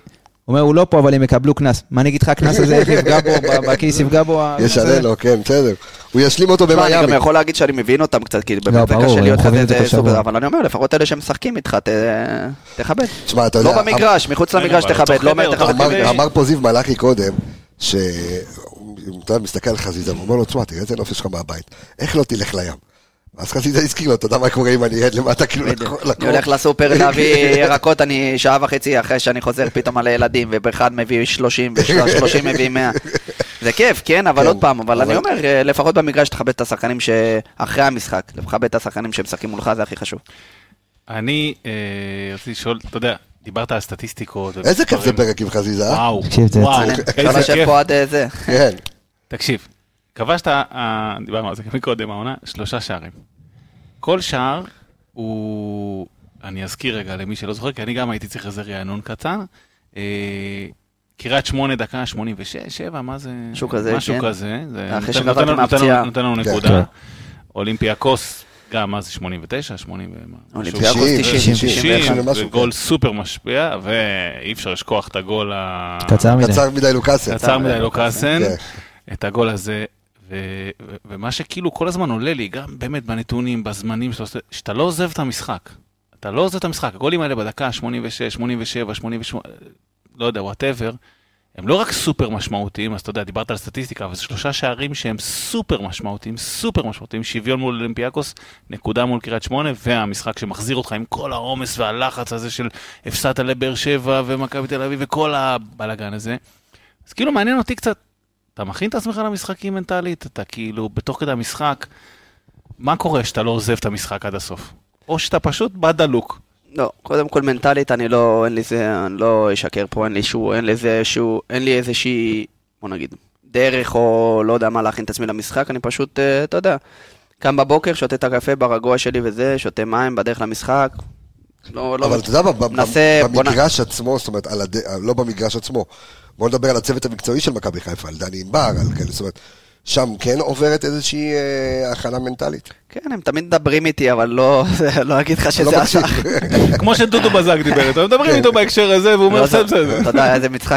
Speaker 3: הוא אומר, הוא לא פה, אבל הם יקבלו קנס. מה אני אגיד לך, הקנס הזה, איך יפגע בו, בכיס יפגע בו...
Speaker 1: ישנה לו, כן, בסדר. הוא ישלים אותו
Speaker 5: אני
Speaker 1: במיימי.
Speaker 5: גם יכול להגיד שאני מבין אותם קצת, כי באמת זה קשה להיות כזה סופר, אבל אני אומר, לפחות אלה שמשחקים איתך, תכבד.
Speaker 1: תשמע, אתה יודע...
Speaker 5: לא במגרש, מחוץ למגרש תכבד, לא אומר תכבד.
Speaker 1: אמר פה זיו מלאכי קודם, אתה מסתכל על חזיזה, הוא אומר לו, תשמע, תראה איזה נופש שלך מהבית, איך לא תלך לים? אז חזיזה הזכיר לו, אתה יודע מה קורה אם אני ארד למטה, כאילו
Speaker 5: אני הולך לסופר להביא ירקות, אני שעה וחצי אחרי שאני חוזר פתאום על הילדים, ובאחד מביא 30, ו30 מביא 100. זה כיף, כן, אבל עוד פעם, אבל אני אומר, לפחות במגרש תכבד את השחקנים שאחרי המשחק, לכבד את השחקנים שמשחקים מולך, זה הכי חשוב.
Speaker 4: אני רציתי לשאול, אתה יודע, דיברת על סטטיסטיקות.
Speaker 1: איזה כיף זה פרק עם חזיזה,
Speaker 4: וואו,
Speaker 3: תקשיב,
Speaker 4: וואו,
Speaker 5: אפשר לשבת פה עד זה.
Speaker 1: כן.
Speaker 4: תקשיב, כבשת, דיברנו על זה מקודם, העונה, 3 שערים. כל שער הוא, אני אזכיר רגע למי שלא זוכר, כי אני גם הייתי צריך איזה רענון קטן, קריית 8 דקה, 86, 7, מה זה?
Speaker 5: משהו כזה,
Speaker 4: משהו
Speaker 5: כן.
Speaker 4: כזה.
Speaker 5: אחרי שבאתי מהפציעה.
Speaker 4: נותן לנו נקודה.
Speaker 3: כן.
Speaker 4: אולימפיאקוס, גם מה זה 89, 80 ומה?
Speaker 5: אולימפיאקוס
Speaker 1: 90,
Speaker 5: 90,
Speaker 1: ומשהו,
Speaker 4: וגול סופר משפיע, ואי אפשר לשכוח את הגול
Speaker 3: קצר מדי.
Speaker 1: קצר מדי לוקאסן.
Speaker 4: קצר מדי לוקאסן,
Speaker 1: כן.
Speaker 4: את הגול הזה, ומה שכאילו כל הזמן עולה לי, גם באמת בנתונים, בזמנים, שאתה לא עוזב את המשחק. אתה לא עוזב את המשחק. הגולים האלה בדקה 86, 87, 88, לא יודע, whatever, הם לא רק סופר משמעותיים, אז אתה יודע, דיברת על סטטיסטיקה, אבל זה 3 שערים שהם סופר משמעותיים, שוויון מול אולימפיאקוס, נקודה מול קריית 8, והמשחק שמחזיר אותך עם כל העומס והלחץ הזה של הפסדת לבאר שבע ומכבי תל אביב וכל הבלגן הזה. אז כאילו מעניין אותי קצת, אתה מכין את עצמך למשחקים מנטלית, אתה כאילו בתוך כדי המשחק, מה קורה שאתה לא עוזב את המשחק עד הסוף? או שאתה פשוט בדלוק.
Speaker 5: לא, קודם כל מנטלית, אני לא אשקר פה, אין לי איזושהי, בוא נגיד, דרך או לא יודע מה להכין את עצמי למשחק, אני פשוט, אתה יודע, קם בבוקר, שותה את הקפה ברגוע שלי וזה, שותה מים בדרך למשחק,
Speaker 1: אבל אתה יודע, במגרש עצמו, זאת אומרת, לא במגרש עצמו, בואו נדבר על הצוות המקצועי של מכבי חיפה, על דני ענבר, על כאלה, זאת אומרת, שם כן עוברת איזושהי הכנה מנטלית.
Speaker 5: כן, הם תמיד מדברים איתי, אבל לא אגיד לך שזה השח.
Speaker 4: כמו שדודו בזק דיבר איתו, הם מדברים איתו בהקשר הזה, והוא אומר, בסדר.
Speaker 5: אתה יודע, איזה משחק.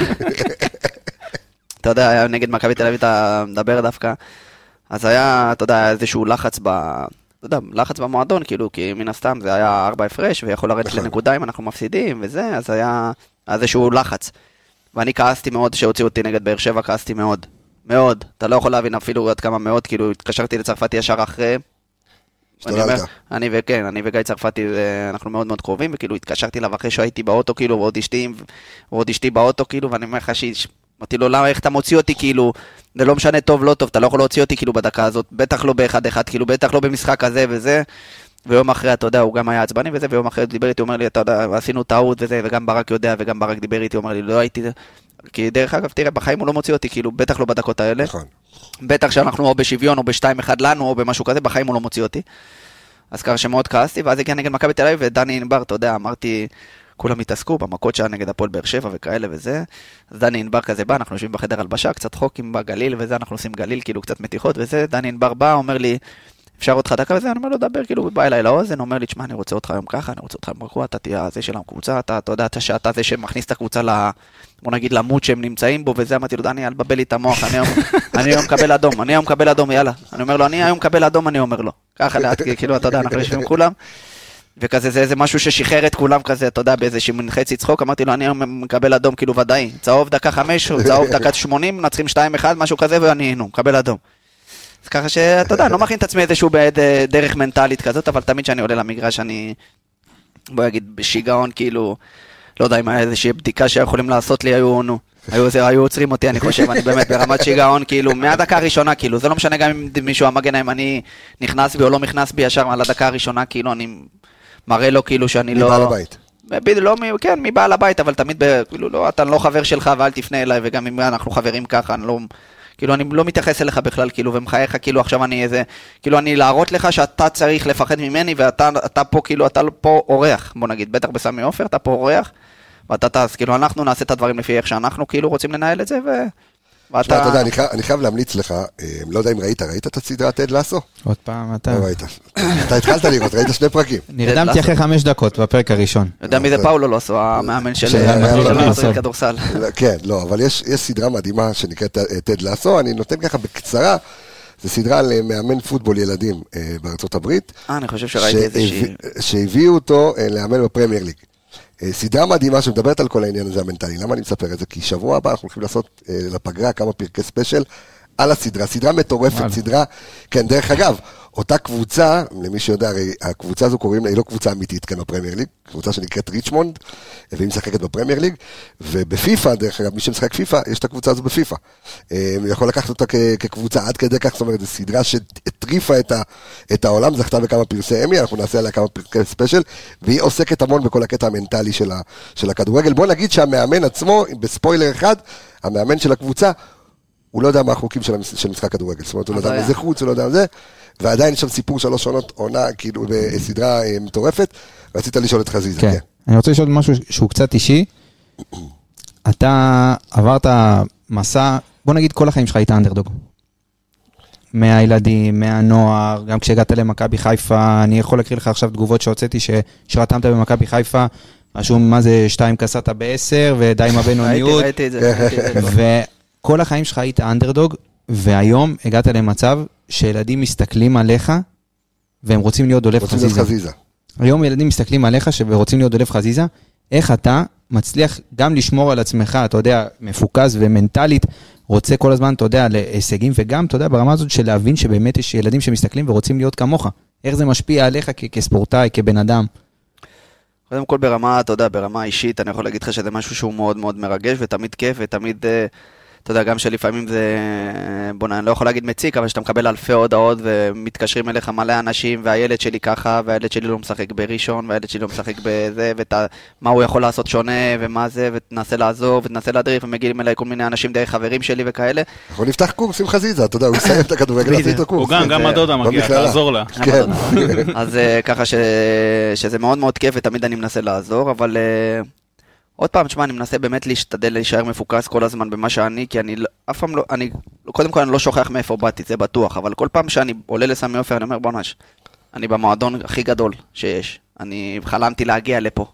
Speaker 5: אתה יודע, נגד מכבי תל אביב אתה מדבר דווקא, אז היה, אתה יודע, איזשהו לחץ לחץ במועדון, כאילו, כי מן הסתם זה היה 4 הפרש, ויכול לרדת לנקודה אם אנחנו מפסידים, וזה, אז היה איזשהו לחץ. ואני כעסתי מאוד שהוציאו אותי נגד באר שבע, כעסתי מאוד. מאוד, אתה לא יכול להבין אפילו עד כמה מאוד, כאילו התקשרתי לצרפתי ישר אחרי, אני וגיא צרפתי, אנחנו מאוד מאוד קרובים, וכאילו התקשרתי לה אחרי שהייתי באוטו, כאילו, ועוד אשתי באוטו, כאילו, ואני אומר לך אמרתי לו, למה, איך אתה מוציא אותי, כאילו, זה לא משנה טוב, לא טוב, אתה לא יכול להוציא אותי, כאילו, בדקה הזאת, בטח לא ב1-1, כאילו, בטח לא במשחק הזה וזה, ויום אחרי, אתה יודע, הוא גם היה עצבני וזה, ויום אחרי דיבר איתי, אומר לי, אתה יודע, עשינו טעות וזה, וגם ברק יודע, וגם ברק דיבר איתי, אומר לי, לא הייתי, כי דרך אגב, תראה, בחיים הוא לא מוציא אותי, כאילו, בטח לא בדקות האלה.
Speaker 1: נכון.
Speaker 5: בטח שאנחנו או בשוויון, או ב2-1 לנו, או במשהו כזה, בחיים הוא לא מוציא אותי. אז ככה שמאוד כעסתי, ואז הגיע נגד מכבי תל אביב, ודני ענבר, אתה יודע, אמרתי, כולם התעסקו במכות שהיה נגד הפועל באר שבע וכאלה וזה. אז דני ענבר כזה בא, אנחנו יושבים בחדר הלבשה, קצת חוקים בגליל וזה, אנחנו עושים גליל, כאילו, קצת מתיחות וזה. דני ענבר בא, אומר לי, אפשר אותך דקה וזה, אני אומר לו, דבר, כאילו, בא אליי לאוזן, אומר לי, תשמע, אני רוצה אותך היום ככה, אני רוצה אותך היום ברכוע, אתה תהיה זה של הקבוצה, אתה יודע, שאתה זה שמכניס את הקבוצה בוא נגיד, למות שהם נמצאים בו, וזה, אמרתי לו, דני, אל בבל לי את המוח, אני היום מקבל אדום, יאללה. אני אומר לו, אני היום מקבל אדום, אני אומר לו. ככה לאט, כאילו, אתה יודע, אנחנו יושבים כולם, וכזה, זה משהו ששחרר את כולם כזה, אתה יודע, באיזה מין חצי צחוק, אמרתי לו, אני היום מקבל אדום, כאילו, ודאי, צהוב דקה 5, צהוב דקה 80, נצחים 2-1, משהו כזה, ואני, מקבל אדום. אז ככה שאתה יודע, אני לא מכין את עצמי איזשהו דרך מנטלית כזאת, אבל תמיד שאני עולה למגרש, אני, בוא נגיד, בשיגעון, כאילו, לא יודע אם היה איזושהי בדיקה שיכולים לעשות לי, היו עוצרים אותי, אני חושב, אני באמת ברמת שיגעון, כאילו, מהדקה הראשונה, כאילו, זה לא משנה גם אם מישהו המגן, אם אני נכנס בי או לא נכנס בי ישר על הדקה הראשונה, כאילו, אני מראה לו, כאילו, שאני לא...
Speaker 1: מבעל הבית.
Speaker 5: כן, מבעל הבית, אבל תמיד, כאילו, לא, אתה לא חבר שלך ואל תפנה אליי, וגם אם אנחנו חברים ככה, אני לא... כאילו, אני לא מתייחס אליך בכלל, כאילו, ומחייך, כאילו, עכשיו אני איזה, כאילו, אני להראות לך שאתה צריך לפחד ממני, ואתה פה, כאילו, אתה פה אורח, בוא נגיד, בטח בסמי עופר, אתה פה אורח, ואתה טס, כאילו, אנחנו נעשה את הדברים לפי איך שאנחנו, כאילו, רוצים לנהל את זה,
Speaker 1: תשמע, אתה יודע, אני חייב להמליץ לך, לא יודע אם ראית את הסדרה טד לאסו?
Speaker 3: עוד פעם, אתה...
Speaker 1: לא ראית. אתה התחלת לראות, ראית 2 פרקים.
Speaker 3: נרדמתי אחרי 5 דקות בפרק הראשון.
Speaker 5: יודע מי זה פאולו לוסו, המאמן של כדורסל.
Speaker 1: כן, לא, אבל יש סדרה מדהימה שנקראת טד לאסו, אני נותן ככה בקצרה, זה סדרה על מאמן פוטבול ילדים בארצות הברית.
Speaker 5: אני חושב שראיתי איזושהי...
Speaker 1: שהביאו אותו לאמן בפרמייר ליג. סדרה מדהימה שמדברת על כל העניין הזה המנטלי. למה אני מספר את זה? כי שבוע הבא אנחנו הולכים לעשות לפגרה כמה פרקי ספיישל על הסדרה. סדרה מטורפת, סדרה... כן, דרך אגב, אותה קבוצה, למי שיודע, הרי הקבוצה הזו קוראים לה, היא לא קבוצה אמיתית כאן בפרמייר ליג, קבוצה שנקראת ריצ'מונד, והיא משחקת בפרמייר ליג, ובפיפה, דרך אגב, מי שמשחק פיפה, יש את הקבוצה הזו בפיפה. יכול לקחת אותה כקבוצה עד כדי כך, זאת אומרת, זו סדרה שהטריפה את העולם, זכתה בכמה פרסי אמי, אנחנו נעשה עליה כמה פרקי ספיישל, והיא עוסקת המון בכל הקטע המנטלי של הכדורגל. בוא נגיד שהמאמן עצמו, בספוילר אחד, המאמן של הקבוצה, הוא לא יודע מה החוקים של משחק כדורגל, זאת אומרת, הוא לא יודע מה זה חוץ, הוא לא יודע מה זה, ועדיין יש שם סיפור 3 עונות, עונה, כאילו, בסדרה מטורפת, רצית לשאול את חזיזה, כן.
Speaker 3: אני רוצה לשאול משהו שהוא קצת אישי, אתה עברת מסע, בוא נגיד כל החיים שלך היית אנדרדוג, מהילדים, מהנוער, גם כשהגעת למכבי חיפה, אני יכול להקריא לך עכשיו תגובות שהוצאתי, שרתמת במכבי חיפה, משהו מה זה 2 קסטה ב10, ודי עם הבינוניות,
Speaker 5: ראיתי את זה.
Speaker 3: כל החיים שלך היית אנדרדוג, והיום הגעת למצב שילדים מסתכלים עליך, והם רוצים להיות דולף חזיזה. היום ילדים מסתכלים עליך ורוצים להיות דולף חזיזה, איך אתה מצליח גם לשמור על עצמך, אתה יודע, מפוקס ומנטלית, רוצה כל הזמן, אתה יודע, להישגים, וגם, אתה יודע, ברמה הזאת של להבין שבאמת יש ילדים שמסתכלים ורוצים להיות כמוך. איך זה משפיע עליך כספורטאי, כבן אדם?
Speaker 5: קודם כל ברמה, אתה יודע, ברמה אישית, אני יכול להגיד לך שזה משהו שהוא מאוד מאוד מרגש, ותמיד כיף, ותמיד... אתה יודע, גם שלפעמים זה, אני לא יכול להגיד מציק, אבל שאתה מקבל אלפי הודעות ומתקשרים אליך מלא אנשים, והילד שלי ככה, והילד שלי לא משחק בראשון, והילד שלי לא משחק בזה, ומה הוא יכול לעשות שונה, ומה זה, ותנסה לעזור, ותנסה להדריך, ומגיעים אליי כל מיני אנשים דרך חברים שלי וכאלה.
Speaker 1: אנחנו נפתח קורס עם חזיזה, אתה יודע, הוא יסיים את הכדורגל, עשית את הקורס.
Speaker 4: הוא גם הדודה מגיע, תעזור לה.
Speaker 5: אז ככה שזה מאוד מאוד כיף, ותמיד אני מנסה לעזור, אבל... עוד פעם, תשמע, אני מנסה באמת להשתדל להישאר מפוקס כל הזמן במה שאני, כי אני אף פעם לא, קודם כל אני לא שוכח מאיפה באתי, זה בטוח, אבל כל פעם שאני עולה לסמי עופר, אני אומר, בוא נש, אני במועדון הכי גדול שיש, אני חלמתי להגיע לפה,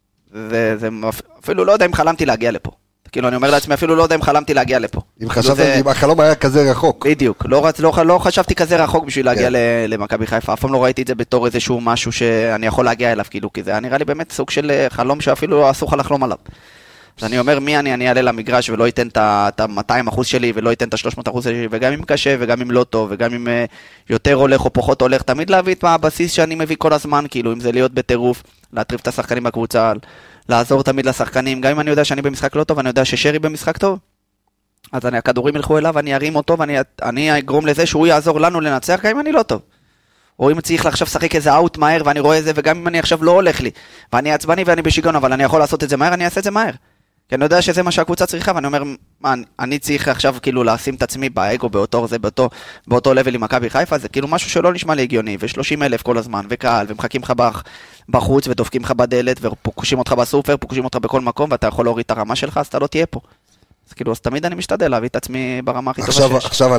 Speaker 5: אפילו לא יודע אם חלמתי להגיע לפה, כאילו אני אומר לעצמי, אפילו לא יודע אם חלמתי להגיע לפה.
Speaker 1: אם החלום היה כזה רחוק.
Speaker 5: בדיוק, לא חשבתי כזה רחוק בשביל להגיע למכבי חיפה, אף פעם לא ראיתי את זה בתור איזשהו משהו שאני יכול להגיע אליו, כאילו, כי זה נראה לי באמת סוג של חלום שאפילו אסור לך לחלום עליו. אז אני אומר, אני אעלה למגרש ולא ייתן את ה-200% שלי, ולא ייתן את ה-300% שלי, וגם אם קשה, וגם אם לא טוב, וגם אם יותר הולך או פחות הולך, תמיד להביא את הבסיס שאני מביא כל הזמן, כאילו, אם זה להיות בטירוף, להטריף את השחקנים בקבוצה, לעזור תמיד לשחקנים, גם אם אני יודע שאני במשחק לא טוב, אני יודע ששרי במשחק טוב, אז הכדורים ילכו אליו, אני ארים אותו, ואני אגרום לזה שהוא יעזור לנו לנצח, גם אם אני לא טוב. או אם צריך עכשיו לשחק איזה אאוט מהר, ואני רואה את זה, וגם אם אני עכשיו לא הולך לי, ואני עצבני ואני בשיגעון, אבל אני יכול לעשות את זה מהר, אני אעשה את זה מהר. כי אני יודע שזה מה שהקבוצה צריכה, ואני אומר, אני צריך עכשיו כאילו לשים את עצמי באגו, באותו לבל עם מכבי חיפה, זה כאילו משהו שלא נשמע לי הגיוני, ו30,000 כל הזמן, וקהל, ומחכים לך בחוץ, ודופקים לך בדלת, ופוקשים אותך בסופר, פוקשים אותך בכל מקום, ואתה יכול להוריד את הרמה שלך, אז אתה לא תהיה פה. אז כאילו, אז תמיד אני משתדל להביא את עצמי ברמה הכי טובה שיש.
Speaker 1: עכשיו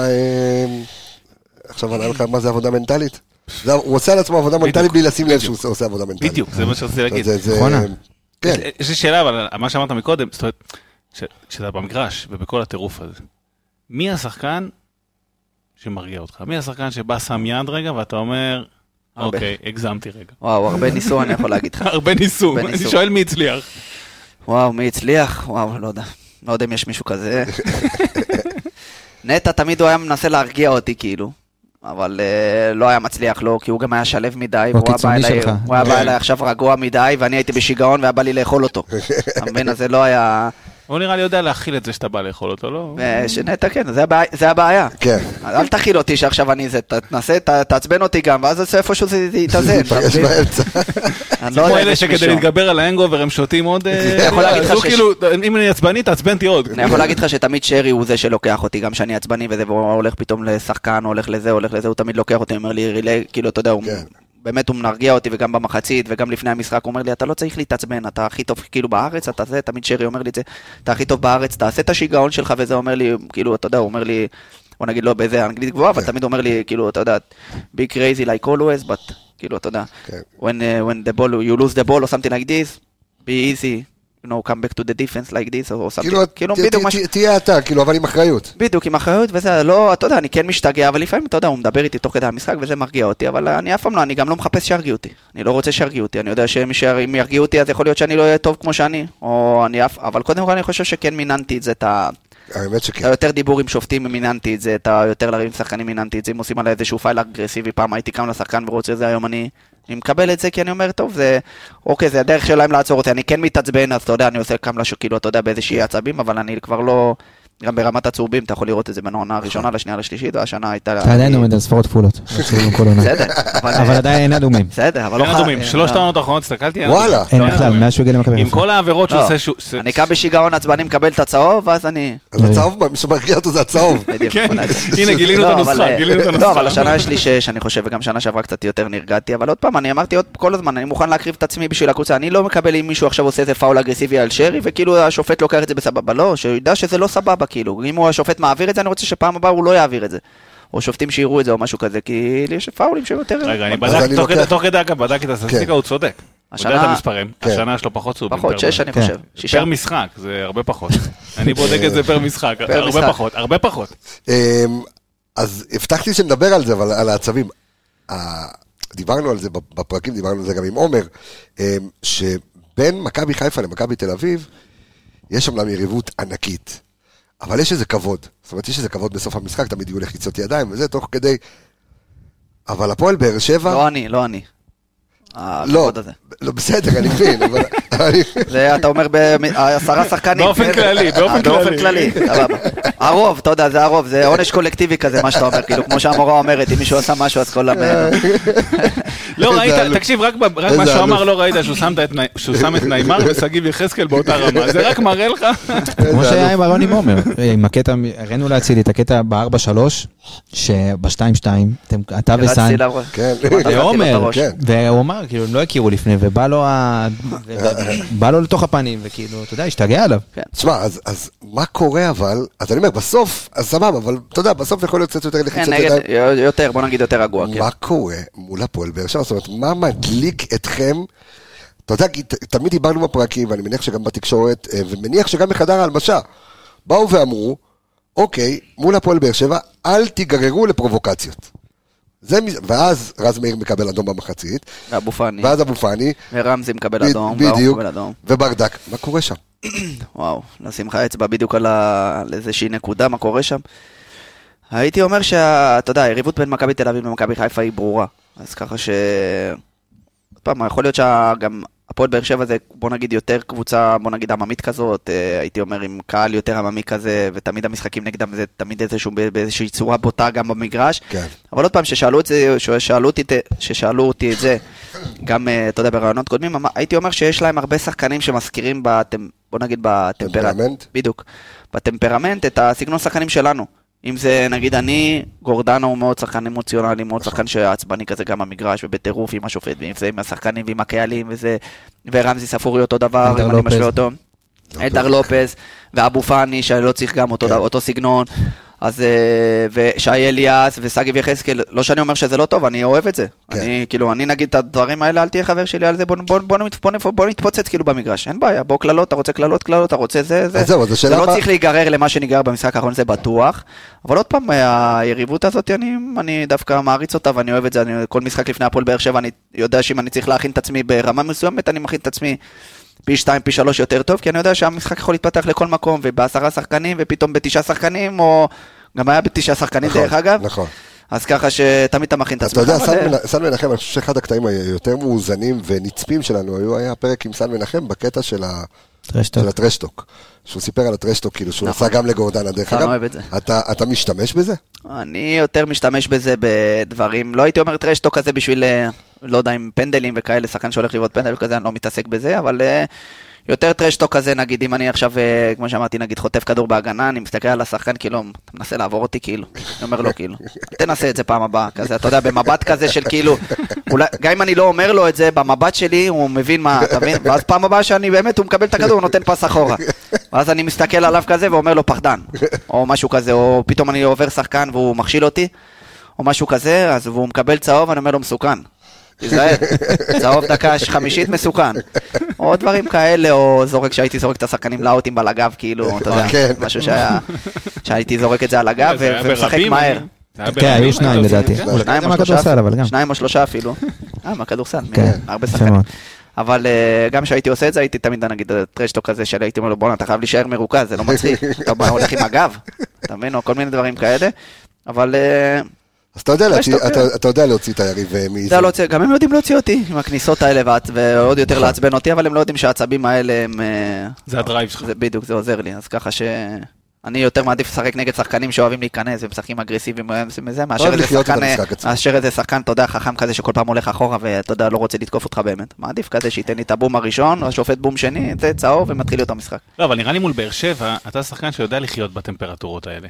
Speaker 1: ענה לך מה זה עבודה מנטלית? הוא עושה על עצמו עבודה מנטלית בלי לשים לב שהוא עושה עבודה מנטלית.
Speaker 4: בדיוק, זה מה שרציתי להגיד.
Speaker 1: כן.
Speaker 4: יש לי שאלה, אבל מה שאמרת מקודם, זאת אומרת, שאתה במגרש ובכל הטירוף הזה, מי השחקן שמרגיע אותך? מי השחקן שבא שם יד רגע ואתה אומר, אוקיי, הגזמתי רגע.
Speaker 5: וואו, הרבה ניסו, אני יכול להגיד לך.
Speaker 4: הרבה ניסו, אני שואל מי הצליח.
Speaker 5: וואו, מי הצליח? וואו, לא יודע. לא יודע אם יש מישהו כזה. נטע תמיד הוא היה מנסה להרגיע אותי כאילו. אבל לא היה מצליח לו, כי הוא גם היה שלב מדי, והוא היה בא אליי עכשיו רגוע מדי, ואני הייתי בשיגעון, והיה בא לי לאכול אותו. המבין הזה לא היה...
Speaker 4: הוא נראה לי יודע להכיל את זה שאתה בא לאכול אותו, לא?
Speaker 5: שנטע, כן, זה הבעיה.
Speaker 1: כן.
Speaker 5: אל תכיל אותי שעכשיו אני זה, תעצבן אותי גם, ואז איפשהו זה יתאזן.
Speaker 1: יש באמצע.
Speaker 4: כמו אלה שכדי להתגבר על האנגובר הם שותים עוד... אם אני עצבני, תעצבנתי עוד.
Speaker 5: אני יכול להגיד לך שתמיד שרי הוא זה שלוקח אותי, גם שאני עצבני וזה, והוא הולך פתאום לשחקן, הולך לזה, הוא תמיד לוקח אותי, אומר לי, כאילו, אתה יודע, באמת הוא מנרגיע אותי, וגם במחצית, וגם לפני המשחק, הוא אומר לי, אתה לא צריך להתעצבן, אתה הכי טוב כאילו בארץ, אתה זה, תמיד שרי אומר לי את זה, אתה הכי טוב בארץ, תעשה את השיגעון שלך, וזה אומר לי, כאילו, אתה יודע, הוא אומר לי, בוא נגיד לו באיזה אנגלית גבוהה, אבל תמיד אומר לי, כאילו, אתה יודע, be crazy like always, but, כאילו, אתה יודע, when the ball, you lose the ball or something like this, be easy, you know, come back to the defense like this, או something, כאילו, בדיוק משהו.
Speaker 1: תהיה אתה, כאילו, אבל עם אחריות.
Speaker 5: בדיוק, עם אחריות, וזה, לא, אתה יודע, אני כן משתגע, אבל לפעמים, אתה יודע, הוא מדבר איתי תוך כדי המשחק, וזה מרגיע אותי, אבל אני אף פעם לא, אני גם לא מחפש שירגיעו אותי. אני לא רוצה שירגיעו אותי, אני יודע שאם ירגיעו אותי, אז יכול להיות שאני לא אהיה טוב כמו שאני, או אני אף, אבל קודם כל אני חושב שכן מיננתי את זה,
Speaker 1: האמת שכן.
Speaker 5: יותר דיבור עם שופטים מיננתי את זה, יותר לריב עם שחקנים מיננתי את זה, אם עושים עליי איזשהו פייל אגרסיבי, פעם הייתי קם לשחקן ורוצה זה, היום אני מקבל את זה, כי אני אומר, טוב, זה, אוקיי, זה הדרך שלהם לעצור אותי, אני כן מתעצבן, אז אתה יודע, אני עושה כמה כאילו, אתה יודע, באיזושהי עצבים, אבל אני כבר לא, גם ברמת הצהובים, אתה יכול לראות את זה בין העונה הראשונה לשנייה לשלישית, והשנה הייתה...
Speaker 3: אתה עדיין עומד על ספרות כפולות.
Speaker 5: בסדר,
Speaker 3: אבל עדיין אין אדומים.
Speaker 5: בסדר, אבל לא
Speaker 4: אין אדומים, 3 העונות האחרונות, הסתכלתי.
Speaker 1: וואלה.
Speaker 3: אין בכלל, מאז שהוא הגיע למכבי
Speaker 4: עם
Speaker 3: חיפה.
Speaker 4: כל העבירות שהוא עושה...
Speaker 5: אני קם בשיגעון עצבני, מקבל את הצהוב, ואז אני...
Speaker 1: אז הצהוב, מי שמרגיע אותו זה הצהוב.
Speaker 4: כן, הנה גילינו את הנוסחה, גילינו את הנוסחה.
Speaker 5: לא, אבל השנה יש לי 6, אני חושב, וגם שנה שעברה קצת יותר נרגעתי, אבל עוד פעם, אני אמרתי עוד כל הזמן, אני מוכן להקריב את עצמי בשביל הקבוצה, אני לא מקבל אם מישהו עכשיו עושה איזה פאול אגרסיבי על שרי, וכאילו השופט לוקח את זה בסבבה, לא, שידע שזה לא סבבה, כאילו, אם הוא השופט מעביר את זה, אני רוצה שפעם הבאה הוא לא יעביר את זה. או שופטים שיראו את זה או משהו כזה, כי יש פאולים שיותר...
Speaker 4: רגע, אני בדקתי, תוך כדי אגב, בדקתי את הסטטיסטיקה, הוא צודק. הוא יודע את המספרים, השנה יש לו פחות צהובים.
Speaker 5: פחות, 6 אני חושב.
Speaker 4: פר משחק, זה הרבה פחות. אני בודק את זה פר משחק, הרבה פחות.
Speaker 1: אז הבטחתי שנדבר על זה, אבל על העצבים. דיברנו על זה בפרקים, דיברנו על זה גם עם עומר, שבין מכבי חיפה למכבי תל אביב, יש שם יריבות ענקית. אבל יש איזה כבוד, זאת אומרת, יש איזה כבוד בסוף המשחק, תמיד יהיו לחיצות ידיים, וזה תוך כדי... אבל הפועל באר שבע...
Speaker 5: לא אני. הכבוד הזה.
Speaker 1: לא, בסדר, אני מבין, אבל...
Speaker 5: זה אתה אומר 10 שחקנים.
Speaker 4: באופן כללי.
Speaker 5: הרוב, אתה יודע, זה הרוב, זה עונש קולקטיבי כזה, מה שאתה אומר, כאילו, כמו שהמורה אומרת, אם מישהו עשה משהו, אז כל
Speaker 4: לא ראית, תקשיב, רק מה שהוא אמר, לא ראית שהוא שם את נעימר וסגיב יחזקאל באותה רמה, זה רק מראה לך.
Speaker 3: כמו שהיה עם ארוני מומר, עם הקטע, הראינו להציל את הקטע ב-4-3, שב-2-2, אתה וסן, ועומר, והוא אמר, כאילו, הם לא הכירו לפני, ובא לו לתוך הפנים, וכאילו, אתה יודע, השתגע עליו.
Speaker 1: תשמע, אז מה קורה אבל, אז אני אומר, בסוף, אז סבבה, אבל אתה יודע, בסוף יכול להיות קצת יותר לחיצת ידיים.
Speaker 5: יותר, בוא נגיד יותר רגוע.
Speaker 1: מה קורה מול הפועל באר שבע? זאת אומרת, מה מדליק אתכם? אתה יודע, תמיד דיברנו בפרקים, ואני מניח שגם בתקשורת, ומניח שגם בחדר ההלבשה, באו ואמרו, אוקיי, מול הפועל באר שבע, אל תיגררו לפרובוקציות. ואז רז מאיר מקבל אדום במחצית, ואז אבו פאני,
Speaker 5: ורמזי מקבל אדום,
Speaker 1: בדיוק, וברדק, מה קורה שם?
Speaker 5: וואו, נשים לך אצבע בדיוק על איזושהי נקודה, מה קורה שם? הייתי אומר אתה יודע, היריבות בין מכבי תל אביב ומכבי חיפה היא ברורה, אז ככה פעם, יכול להיות שגם הפועל באר שבע זה, בוא נגיד, יותר קבוצה, בוא נגיד, עממית כזאת, הייתי אומר, עם קהל יותר עממי כזה, ותמיד המשחקים נגדם זה תמיד באיזושהי צורה בוטה גם במגרש. כן. אבל עוד פעם, ששאלו אותי את זה, גם, אתה יודע, ברעיונות קודמים, הייתי אומר שיש להם הרבה שחקנים שמזכירים, בוא נגיד, בטמפרמנט. בדיוק. בטמפרמנט, את הסגנון שחקנים שלנו. אם זה, נגיד, גורדנו הוא מאוד שחקן אמוציונלי, מאוד שחקן שעצבני כזה גם במגרש, ובטירוף עם השופט, ואם זה עם השחקנים ועם הקהלים, ורמזי ספורי אותו דבר, אם אני משווה אותו. אלדר לופז, ואבו פאני, שלא צריך גם אותו סגנון, אז, ושי אליאס, וסגיב יחזקאל, לא שאני אומר שזה לא טוב, אני אוהב את זה. אני נגיד את הדברים האלה, אל תהיה חבר שלי על זה, בוא נתפוצץ כאילו במגרש, אין בעיה, בוא כללות, אתה רוצה כללות, אתה רוצה זה. זה לא צריך להיגרר למה שניגר במשחק האחרון, זה בטוח. אבל עוד פעם, היריבות הזאת, אני דווקא מעריץ אותה, ואני אוהב את זה, כל משחק לפני הפועל באר שבע, אני יודע שאם אני צריך להכין את עצמי ברמה מסוימת, אני מכין את עצמי פי 2, פי 3 יותר טוב, כי אני יודע שהמשחק יכול להתפתח לכל מקום, וב10 שחקנים, ופתאום ב9 שחקנים, או גם היה ב9 שחקנים דרך אגב. נכון. אז ככה שתמיד אתה מכין את עצמך.
Speaker 1: אתה יודע, סן מנחם, אני חושב שאחד הקטעים היותר מאוזנים ונצפים שלנו, היה פרק עם סן מנחם בקטע של הטרשטוק. שהוא סיפר על הטרשטוק, כאילו שהוא עשה גם לגורדנה דרך אגב. אתה משתמש בזה?
Speaker 5: אני יותר משתמש בזה בדברים, לא הייתי אומר טרשטוק כזה בשביל, לא יודע, עם פנדלים וכאלה, שחקן שהולך לראות פנדל וכזה, אני לא מתעסק בזה, אבל יותר טרשטוק כזה, נגיד, אם אני עכשיו, כמו שאמרתי, נגיד, חוטף כדור בהגנה, אני מסתכל על השחקן, כאילו, אתה מנסה לעבור אותי, כאילו. אני אומר לו, כאילו, תנסה את זה פעם הבאה, כזה, אתה יודע, במבט כזה של כאילו, גם אם אני לא אומר לו את זה, במבט שלי, הוא מבין מה, אתה מבין? ואז פעם הבאה שאני באמת, הוא מקבל את הכדור, הוא נותן פס אחורה. ואז אני מסתכל עליו כזה, ואומר לו, פחדן. או משהו כזה, או פתאום אני עובר שחקן, והוא מכשיל אותי, או משהו כזה, אז הוא מקבל צהוב, אני אומר לו, מסוכן. תיזהר, צהוב דקה 50 מסוכן. או דברים כאלה, או זורק שהייתי זורק את השחקנים לאוטים על הגב, כאילו, אתה יודע, משהו שהייתי זורק את זה על הגב, ומשחק מהר.
Speaker 3: כן, היו שניים לדעתי.
Speaker 5: שניים או שלושה אפילו. מהכדורסל, הרבה שחקנים. אבל גם כשהייתי עושה את זה, הייתי תמיד, נגיד, טרשטוק כזה, שהייתי אומר לו, בוא'נה, אתה חייב להישאר מרוכז, זה לא מצחיק. אתה הולך עם הגב, אתה מבין, או כל מיני דברים כאלה. אבל...
Speaker 1: אז אתה יודע להוציא את היריב מזה.
Speaker 5: גם הם יודעים להוציא אותי עם הכניסות האלה, ועוד יותר לעצבן אותי, אבל הם לא יודעים שהעצבים האלה הם...
Speaker 4: זה הדרייב שלך.
Speaker 5: בדיוק, זה עוזר לי, אז ככה אני יותר מעדיף לשחק נגד שחקנים שאוהבים להיכנס ומשחקים אגרסיביים מזה, מאשר איזה שחקן, אתה יודע, חכם כזה שכל פעם הולך אחורה ואתה יודע, לא רוצה לתקוף אותך באמת. מעדיף כזה שייתן לי את הבום הראשון, השופט בום שני, זה צהוב ומתחיל להיות המשחק.
Speaker 4: לא, אבל נראה לי מול באר שבע, אתה שחקן שיודע לחיות בטמפרטורות האלה.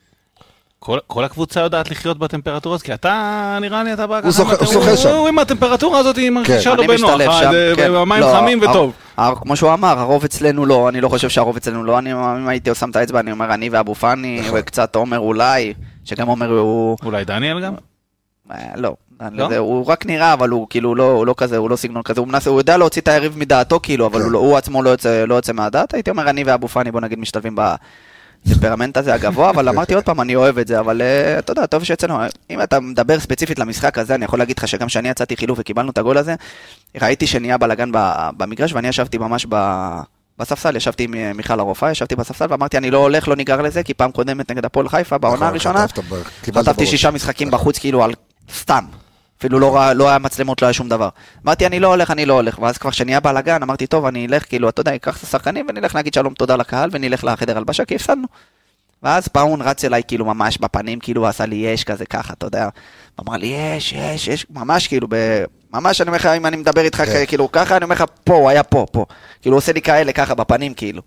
Speaker 4: כל הקבוצה יודעת לחיות בטמפרטורות, כי אתה, נראה לי, אתה בא ככה,
Speaker 1: הוא שוחה שם.
Speaker 4: הוא עם הטמפרטורה הזאת, היא מרגישה לו בנוח, מים חמים וטוב.
Speaker 5: כמו שהוא אמר, הרוב אצלנו לא, אני לא חושב שהרוב אצלנו לא, אם הייתי שם את האצבע, אני אומר, אני ואבו פני, וקצת עומר אולי, שגם עומר הוא...
Speaker 4: אולי דניאל גם?
Speaker 5: לא, הוא רק נראה, אבל הוא כאילו לא כזה, הוא לא סגנון כזה, הוא יודע להוציא את היריב מדעתו, כאילו, אבל הוא עצמו לא יוצא מהדעת, הייתי אומר, אני ואבו פני, בוא נגיד, משתלבים הטמפרמנט הזה הגבוה, אבל אמרתי עוד פעם, אני אוהב את זה, אבל אתה יודע, טוב שאצלנו, אם אתה מדבר ספציפית למשחק הזה, אני יכול להגיד לך שגם שאני יצאתי חילוף וקיבלנו את הגול הזה, ראיתי שנהיה בלגן במגרש, ואני ישבתי ממש בספסל, ישבתי עם מיכל הרופאה, ישבתי בספסל, ואמרתי, אני לא הולך, לא ניגר לזה, כי פעם קודמת נגד הפועל חיפה, בעונה הראשונה, חטפתי 6 משחקים בחוץ, כאילו על סתם. אפילו לא היה מצלמות, לא היה שום דבר. אמרתי, אני לא הולך, ואז כבר שנהיה בלגן, אמרתי, טוב, אני אלך, כאילו, אתה יודע, אקח את השחקנים, ונלך להגיד שלום תודה לקהל, ונלך לחדר הלבשה, כי הפסדנו. ואז פאון רץ אליי, כאילו, ממש בפנים, כאילו, עשה לי יש כזה ככה, אתה יודע. אמר לי, יש, ממש, כאילו, ממש, אני אומר לך, אם אני מדבר איתך, כאילו, ככה, אני אומר לך, פה, הוא היה פה. כאילו, עושה לי כאלה, ככה, בפנים, כאילו.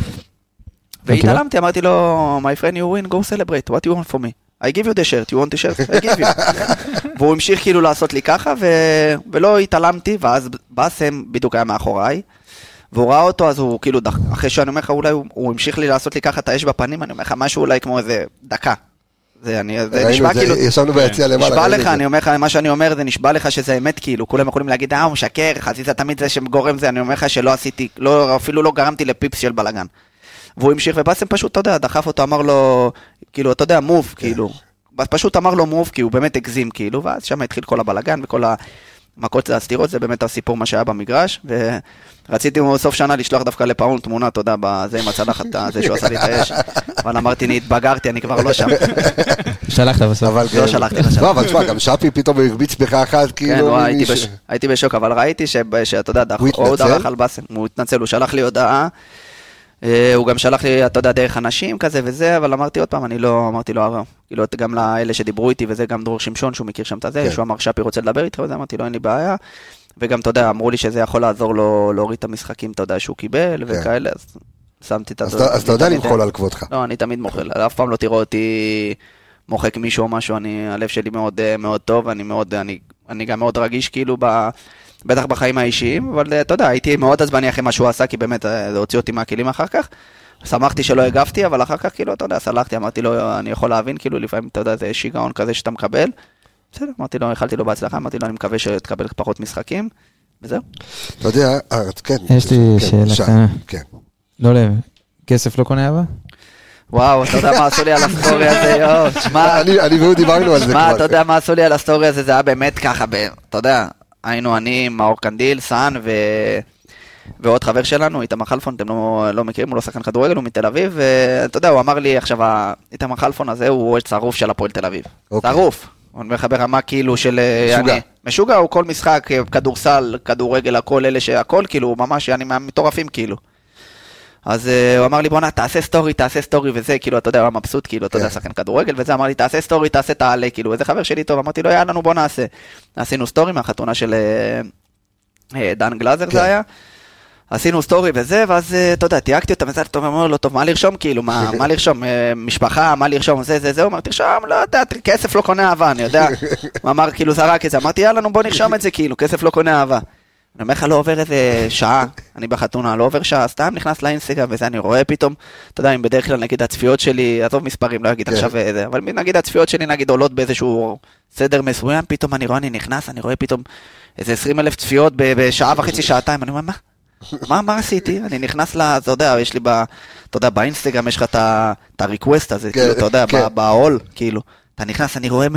Speaker 5: והתעלמתי, אמרתי לו, my friend, you win, go celebrate, what you want for me? I give you the shirt, you want the shirt? I give you. והוא המשיך כאילו לעשות לי ככה, ולא התעלמתי, ואז בסם בדיוק היה מאחוריי, והוא ראה אותו, אז הוא כאילו, אחרי שאני אומר לך, אולי הוא המשיך לי לעשות לי ככה את האש בפנים, אני אומר לך, משהו אולי כמו איזה דקה. זה נשבע כאילו,
Speaker 1: ישבנו ביציע למעלה.
Speaker 5: נשבע לך, אני אומר לך, מה שאני אומר, זה נשבע לך שזה אמת כאילו, כולם יכולים להגיד, הוא משקר, חזיזה תמיד זה שמגורם זה, אני אומר לך שלא עשיתי, אפילו לא גרמתי לפיפס של בלגן. והוא המשיך, ובאסם פשוט, אתה יודע, דחף אותו, אמר לו, כאילו, אתה יודע, מוב, כאילו. פשוט אמר לו מוב, כי הוא באמת הגזים, כאילו, ואז שם התחיל כל הבלגן, וכל המכות הסתירות, זה באמת הסיפור מה שהיה במגרש, ורציתי בסוף שנה לשלוח דווקא לפאון תמונה, אתה יודע, בזה עם הצלחת, זה שהוא עשה לי את האש, אבל אמרתי, התבגרתי, אני כבר לא שם.
Speaker 3: שלחת בסוף.
Speaker 5: לא שלחתי.
Speaker 1: לא, אבל תשמע, גם שפי פתאום הרביץ בך אחת, כאילו...
Speaker 5: כן, הייתי בשוק, אבל ראיתי שאתה יודע, הוא דרך על בסם, הוא התנצל, הוא שלח לי הודעה, הוא גם שלח לי, אתה יודע, דרך אנשים כזה וזה, אבל אמרתי עוד פעם, אני לא, אמרתי לו, כאילו, גם לאלה שדיברו איתי וזה, גם דרור שמשון, שהוא מכיר שם את זה, שהוא אמר, שפי רוצה לדבר איתך וזה, אמרתי לו, אין לי בעיה, וגם, אתה יודע, אמרו לי שזה יכול לעזור לו להוריד את המשחקים, אתה יודע, שהוא קיבל וכאלה, אז שמתי את זה.
Speaker 1: אז אתה יודע למחול על כבודך.
Speaker 5: לא, אני תמיד מוחל, אף פעם לא תראו אותי מוחק מישהו או משהו, הלב שלי מאוד מאוד טוב, אני גם מאוד רגיש, כאילו, בטח בחיים האישיים, אבל אתה יודע, הייתי מאוד עצבני אחרי מה שהוא עשה, כי באמת זה הוציא אותי מהכלים אחר כך. שמחתי שלא הגבתי, אבל אחר כך, כאילו, אתה יודע, סלחתי, אמרתי לו, אני יכול להבין, כאילו, לפעמים, אתה יודע, זה שיגעון כזה שאתה מקבל. בסדר, אמרתי לו, החלתי לו בהצלחה, אמרתי לו, אני מקווה שתקבל פחות משחקים, וזהו.
Speaker 1: אתה יודע, כן.
Speaker 3: יש לי שאלה קטנה.
Speaker 1: כן.
Speaker 3: לא לב, כסף לא קונה אבא?
Speaker 5: וואו, אתה יודע מה עשו לי על הסטורי הזה, יואו, תשמע.
Speaker 1: אני והוא דיברנו על זה כבר.
Speaker 5: מה, אתה יודע מה עשו לי על הסטורי הזה, זה היה באמת ככה, אתה יודע, היינו אני, מאור קנדיל, סן ועוד חבר שלנו, איתמר חלפון, אתם לא מכירים, הוא לא שחקן כדורגל, הוא מתל אביב, ואתה יודע, הוא אמר לי עכשיו, איתמר חלפון הזה הוא צרוף של הפועל תל אביב. צרוף. הוא אומר לך ברמה כאילו של... משוגע, הוא כל משחק, כדורסל, כדורגל, הכל אלה שהכל, כאילו, ממש, אני מטורפים כאילו. אז הוא אמר לי, בוא תעשה סטורי וזה, כאילו, אתה יודע, הוא מבסוט, כאילו, אתה יודע, שחקן כדורגל וזה, אמר לי, תעשה סטורי, תעשה תעלה, כאילו, איזה חבר שלי טוב, אמרתי לו, יאללה, בוא נעשה. עשינו סטורי מהחתונה של דן גלאזר זה היה, עשינו סטורי וזה, ואז, אתה יודע, תייגתי אותם, וזה, טוב, אמרו לו, טוב, מה לרשום, כאילו, מה לרשום, משפחה, מה לרשום, זה, הוא אמר, תרשום, לא יודע, כסף לא קונה אהבה, אני יודע, הוא אמר, כאילו, זרק את זה, אמרתי, יאללה, בוא נרשום את זה, כאילו, כסף לא קונה אהבה. אני אומר לך, לא עובר איזה שעה, אני בחתונה, לא עובר שעה, סתם נכנס לאינסטגרם, וזה אני רואה פתאום, אתה יודע, אם בדרך כלל נגיד הצפיות שלי, עזוב מספרים, לא אגיד עכשיו זה, אבל נגיד הצפיות שלי נגיד עולות באיזשהו סדר מסוים, פתאום אני רואה, אני נכנס, אני רואה פתאום איזה 20,000 צפיות בשעה וחצי, שעתיים, אני אומר, מה עשיתי? אני נכנס אתה יודע, יש לי אתה יודע, באינסטגרם יש לך את הריקווסט הזה, כאילו, אתה יודע, בעול, כאילו, אתה נכנס, אני רואה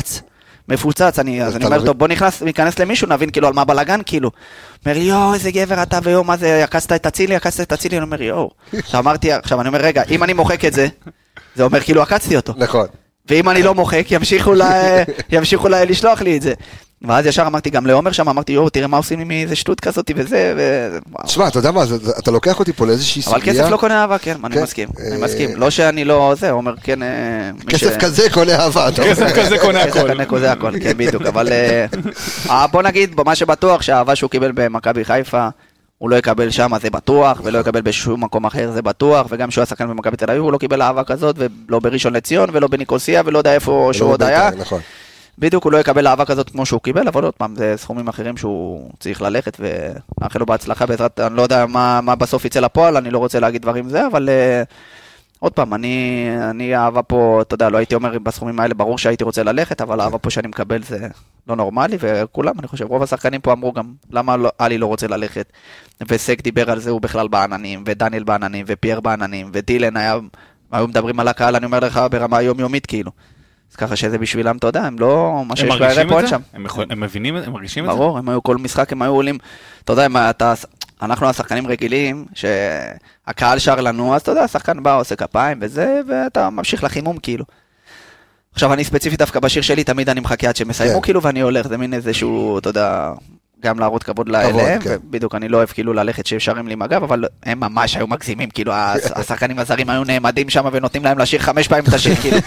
Speaker 5: מפוצץ, אז אני אומר, טוב, בוא ניכנס למישהו, נבין כאילו על מה בלגן, כאילו. אומר, יואו, איזה גבר אתה ויואו, מה זה, יקצת את הצילי, אני אומר, יואו. עכשיו אני אומר, רגע, אם אני מוחק את זה, זה אומר כאילו הקצתי אותו.
Speaker 1: נכון.
Speaker 5: ואם אני לא מוחק, ימשיכו לשלוח לי את זה. ואז ישר אמרתי גם לעומר שם, אמרתי, יואו, תראה מה עושים לי מאיזה שטות כזאת וזה,
Speaker 1: תשמע, אתה יודע מה, אתה לוקח אותי פה לאיזושהי סוגיה.
Speaker 5: אבל כסף לא קונה אהבה, כן, אני מסכים. לא שאני לא, זה, עומר, כן.
Speaker 1: כסף כזה קונה אהבה.
Speaker 4: כסף כזה קונה הכל.
Speaker 5: כסף כזה הכל, כן, בדיוק, אבל בוא נגיד, מה שבטוח, שהאהבה שהוא קיבל במכבי חיפה, הוא לא יקבל שם, זה בטוח, ולא יקבל בשום מקום אחר, זה בטוח, וגם שהוא השחקן במכבי תל אביב, הוא לא קיבל אהבה כזאת, ולא בראשון לציון, ולא בניקוסיה, ולא יודע איפה שהוא עוד היה. בדיוק הוא לא יקבל אהבה כזאת כמו שהוא קיבל, אבל עוד פעם, זה סכומים אחרים שהוא צריך ללכת, ואחרי לו בהצלחה בעזרת, אני לא יודע מה בסוף יצא לפועל, אני לא רוצה להגיד דברים זה, אבל עוד פעם, אני אהבה פה, אתה יודע, לא הייתי אומר בסכומים האלה, ברור שהייתי רוצה ללכת, אבל האהבה פה שאני מקבל זה לא נורמלי, וכולם, אני חושב, רוב השחקנים פה אמרו גם, למה אלי לא רוצה ללכת, וסק דיבר על זה, הוא בכלל בעננים, ודניאל בעננים, ופייר בעננים, ודילן היו מדברים על הקהל, אני אומר לך, ברמה יומיומית, כאילו. אז ככה שזה בשבילם, אתה יודע, הם לא, מה שיש בערב פה שם.
Speaker 4: הם מבינים, הם מרגישים את זה?
Speaker 5: ברור, הם היו כל משחק, הם היו עולים, אתה יודע, אנחנו השחקנים רגילים, שהקהל שר לנו, אז אתה יודע, השחקן בא, עושה כפיים וזה, ואתה ממשיך לחימום, כאילו. עכשיו, אני ספציפית דווקא בשיר שלי, תמיד אני מחכה עד שמסיימו, כאילו, ואני הולך, זה מין איזשהו, אתה יודע, גם להראות כבוד לאליהם, ובדיוק אני לא אוהב כאילו ללכת ששרים לי מגב, אבל הם ממש היו מגזימים, כאילו השחקנים הזרים היו נעמדים שם ונותנים להם לשיר 5 פעמים את השיר, כאילו,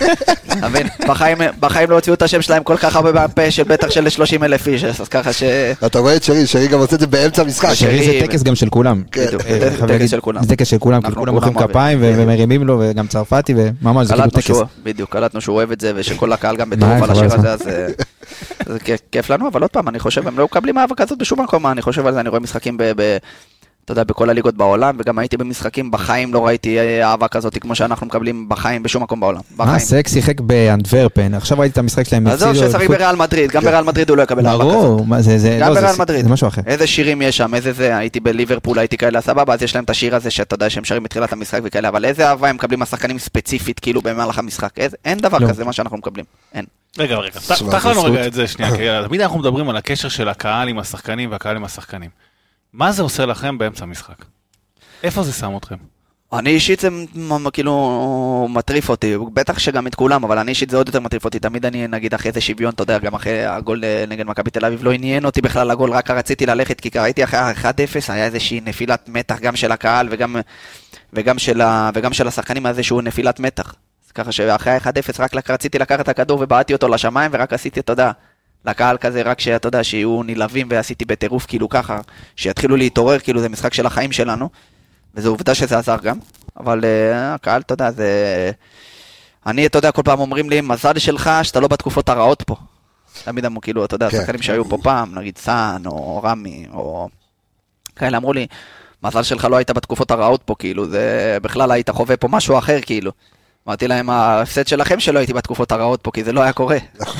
Speaker 5: בחיים לא הוציאו את השם שלהם כל כך הרבה בפה של בטח של 30,000 איש, אז ככה ש...
Speaker 1: אתה רואה את שרי גם עושה את זה באמצע המשחק.
Speaker 3: שרי זה טקס גם של כולם.
Speaker 5: טקס של כולם.
Speaker 3: זה טקס של כולם, כולם מוחאים כפיים ומרימים לו, וגם צרפתי, וממש זה כאילו טקס.
Speaker 5: בדיוק, קלטנו שהוא אוהב את זה, ושכל הקהל גם בטרוף על השיר הזה, אז זה כיף לנו, אבל עוד פעם, אני חושב, הם לא מקבלים אהבה כזאת בשום מקום, אני חושב על זה, אני רואה משחקים אתה יודע, בכל הליגות בעולם, וגם הייתי במשחקים, בחיים לא ראיתי אהבה כזאת, כמו שאנחנו מקבלים בחיים בשום מקום בעולם.
Speaker 3: סק שיחק באנטוורפן, עכשיו ראיתי את המשחק שלהם.
Speaker 5: עזוב ששחק בריאל מדריד, גם בריאל מדריד הוא לא יקבל אהבה כזאת. גם בריאל מדריד.
Speaker 3: זה משהו אחר.
Speaker 5: איזה שירים יש שם, איזה זה, הייתי בליברפול, הייתי כאלה סבבה, אז יש להם את השיר הזה שאתה יודע שהם שרים מתחילת המשחק וכאלה, אבל איזה אהבה הם מקבלים השחקנים ספציפית כאילו במהלך המשחק? אין דבר כזה מה שאנחנו מקבלים. אין.
Speaker 4: רגע, פתח לנו רגע את זה שנייה, תמיד אנחנו מדברים על הקשר של הקהל עם השחקנים והקהל עם השחקנים. מה זה עושה לכם באמצע המשחק? איפה זה שם אתכם?
Speaker 5: אני אישית זה כאילו מטריף אותי, בטח שגם את כולם, אבל אני אישית זה עוד יותר מטריף אותי, תמיד אני נגיד אחרי איזה שוויון, אתה יודע, גם אחרי הגול נגד מכבי תל אביב, לא עניין אותי בכלל הגול, רק רציתי ללכת, כי ראיתי אחרי 1-0, היה איזושהי נפילת מתח גם של הקהל וגם של השחקנים, איזשהו נפילת מתח. אז ככה שאחרי 1-0 רק רציתי לקחת את הכדור ובעטתי אותו לשמיים, ורק עשיתי, אתה יודע, לקהל כזה, רק שאתה יודע, שיהיו נלהבים ועשיתי בטירוף כאילו ככה, שיתחילו להתעורר, כאילו זה משחק של החיים שלנו, וזו עובדה שזה עזר גם, אבל הקהל, אתה יודע, זה... אני, אתה יודע, כל פעם אומרים לי, מזל שלך שאתה לא בתקופות הרעות פה. תמיד אמרו, כאילו, אתה יודע, השחקנים שהיו פה פעם, נגיד סן, או רמי, או... כאלה אמרו לי, מזל שלך לא היית בתקופות הרעות פה, כאילו, זה בכלל היית חווה פה משהו אחר, כאילו. אמרתי להם, ההפסד שלכם שלא הייתי בתקופות הרעות פה, כי זה לא היה קורה.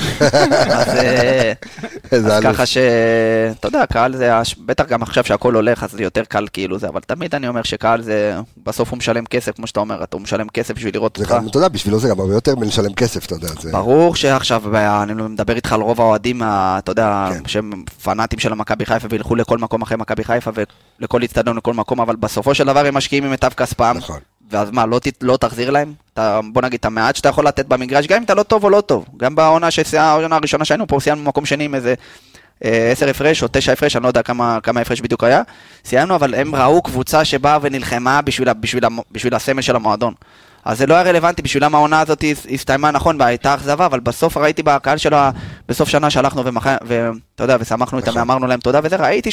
Speaker 5: אז ככה ש... אתה יודע, קהל זה... בטח גם עכשיו שהכל הולך, אז זה יותר קל כאילו זה, אבל תמיד אני אומר שקהל זה... בסוף הוא משלם כסף, כמו שאתה אומר, הוא משלם כסף בשביל לראות אותך.
Speaker 1: אתה יודע, בשבילו זה גם הרבה יותר מלשלם כסף, אתה יודע.
Speaker 5: ברור שעכשיו, אני מדבר איתך על רוב האוהדים, אתה יודע, שהם פנאטים של המכבי חיפה, וילכו לכל מקום אחרי מכבי חיפה, ולכל הצטדיון לכל מקום, אבל בסופו של דבר הם משקיעים ממיטב כספם. ואז מה, לא תחזיר להם? בוא נגיד, את המעט שאתה יכול לתת במגרש, גם אם אתה לא טוב או לא טוב. גם בעונה הראשונה שהיינו פה, סיימנו במקום שני עם איזה 10 הפרש או 9 הפרש, אני לא יודע כמה הפרש בדיוק היה. סיימנו, אבל הם ראו קבוצה שבאה ונלחמה בשביל הסמל של המועדון. אז זה לא היה רלוונטי, בשבילם העונה הזאת הסתיימה נכון, והייתה אכזבה, אבל בסוף ראיתי בקהל שלה, בסוף שנה שהלכנו ואתה יודע, ושמחנו איתם, ואמרנו להם תודה, וזה ראיתי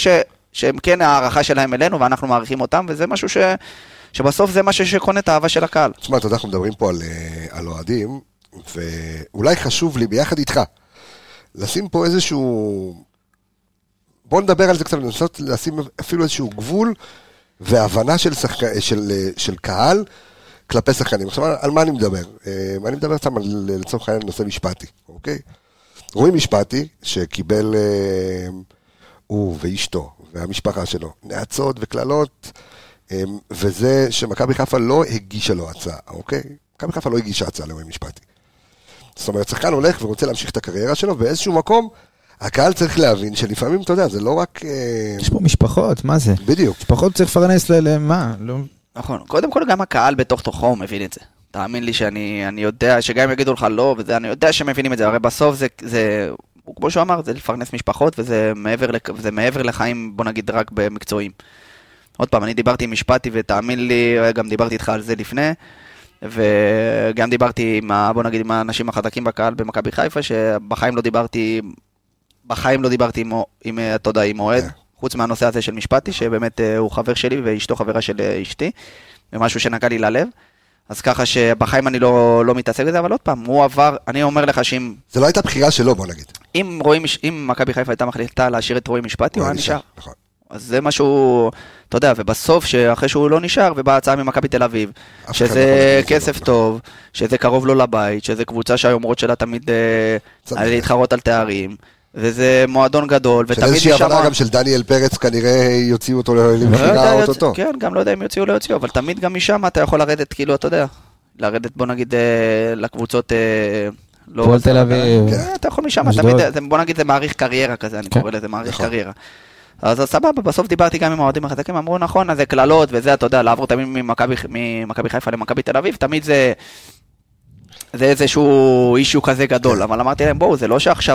Speaker 5: שהם כן הערכה שלהם אלינו, ואנחנו מעריכים אותם, וזה משהו שבסוף זה משהו שקונה את האהבה של הקהל.
Speaker 1: תשמע, אתה יודע, אנחנו מדברים פה על אוהדים, ואולי חשוב לי ביחד איתך, לשים פה איזשהו, בוא נדבר על זה קצת, לנסות לשים אפילו איזשהו גבול, והבנה של קהל, כלפי שחקנים. עכשיו, על מה אני מדבר? אני מדבר סתם לצורך העניין נושא משפטי, אוקיי? רואים משפטי שקיבל הוא ואשתו והמשפחה שלו, נעצות וכללות, וזה שמכבי חיפה לא הגישה לו הצעה, אוקיי? מכבי חיפה לא הגישה הצעה לרואים משפטי. זאת אומרת, שחקן הולך ורוצה להמשיך את הקריירה שלו, באיזשהו מקום, הקהל צריך להבין שלפעמים, אתה יודע, זה לא רק...
Speaker 3: יש פה משפחות, מה זה?
Speaker 1: בדיוק.
Speaker 3: משפחות צריך לפרנס למה? לא...
Speaker 5: נכון, קודם כל גם הקהל בתוך תוכו מבין את זה. תאמין לי שאני יודע שגם אם יגידו לך לא, וזה, אני יודע שמבינים את זה, הרי בסוף זה כמו שהוא אמר, זה לפרנס משפחות, וזה מעבר לחיים, בוא נגיד, רק במקצועים. עוד פעם, אני דיברתי עם משפטי, ותאמין לי, גם דיברתי איתך על זה לפני, וגם דיברתי עם, בוא נגיד, עם האנשים החזקים בקהל במכבי חיפה, שבחיים לא דיברתי עם אוהד, חוץ מהנושא הזה של משפטי, שבאמת הוא חבר שלי, ואשתו חברה של אשתי, ומשהו שנגע לי ללב. אז ככה שבחיים אני לא מתעסק בזה, אבל עוד פעם, הוא עבר, אני אומר לך שאם...
Speaker 1: זה לא הייתה בחירה שלו, בוא נגיד.
Speaker 5: אם מכבי חיפה הייתה מחליטה להשאיר את רועי משפטי, הוא היה נשאר.
Speaker 1: נכון.
Speaker 5: אז זה משהו, אתה יודע, ובסוף, שאחרי שהוא לא נשאר, ובאה הצעה ממכבי תל אביב, שזה כסף טוב, שזה קרוב לו לבית, שזה קבוצה שהיומרות שלה תמיד להתחרות על תארים, וזה מועדון גדול, ותמיד
Speaker 1: של איזושהי הבנה גם של דניאל פרץ, כנראה יוציאו אותו למחירה אותו.
Speaker 5: כן, גם לא יודע אם יוציאו או לא יוציאו, אבל תמיד גם משם אתה יכול לרדת, כאילו, אתה יודע, לרדת, בוא נגיד, לקבוצות...
Speaker 3: פועל תל אביב.
Speaker 5: אתה יכול משם, בוא נגיד, זה מעריך קריירה כזה, אני קורא לזה מעריך קריירה. אז סבבה, בסוף דיברתי גם עם האוהדים החזקים, אמרו נכון, אז זה כללות וזה, אתה יודע, לעבור תמיד ממכבי חיפה למכבי תל אביב, תמיד זה איזשהו אישיו כזה גדול, אבל אמרתי להם, בואו, זה לא שעכשיו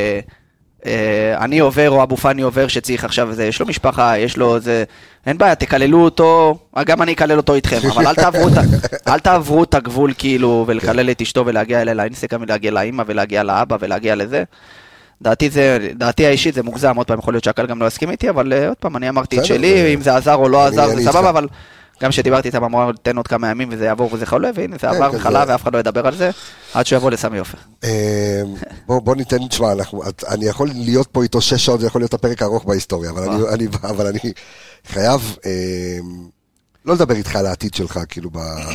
Speaker 5: אני עובר או אבו פני עובר שצריך עכשיו, יש לו משפחה, יש לו זה, אין בעיה, תקללו אותו, גם אני אקלל אותו איתכם, אבל אל תעברו את הגבול כאילו, ולקלל את אשתו ולהגיע אליי לאינסטגרם, ולהגיע לאמא ולהגיע לאבא ולהגיע לזה. דעתי האישית זה מוגזם, עוד פעם יכול להיות שהקהל גם לא יסכים איתי, אבל עוד פעם אני אמרתי את שלי, אם זה עזר או לא עזר, זה סבבה, אבל גם שדיברתי איתם אמרו, תן עוד כמה ימים וזה יעבור וזה חולה, והנה זה עבר וחלה ואף אחד לא ידבר על זה, עד שיבוא לסמי עופר.
Speaker 1: בוא ניתן, תשמע, אני יכול להיות פה איתו 6 שעות, זה יכול להיות הפרק הארוך בהיסטוריה, אבל אני חייב לא לדבר איתך על העתיד שלך, כאילו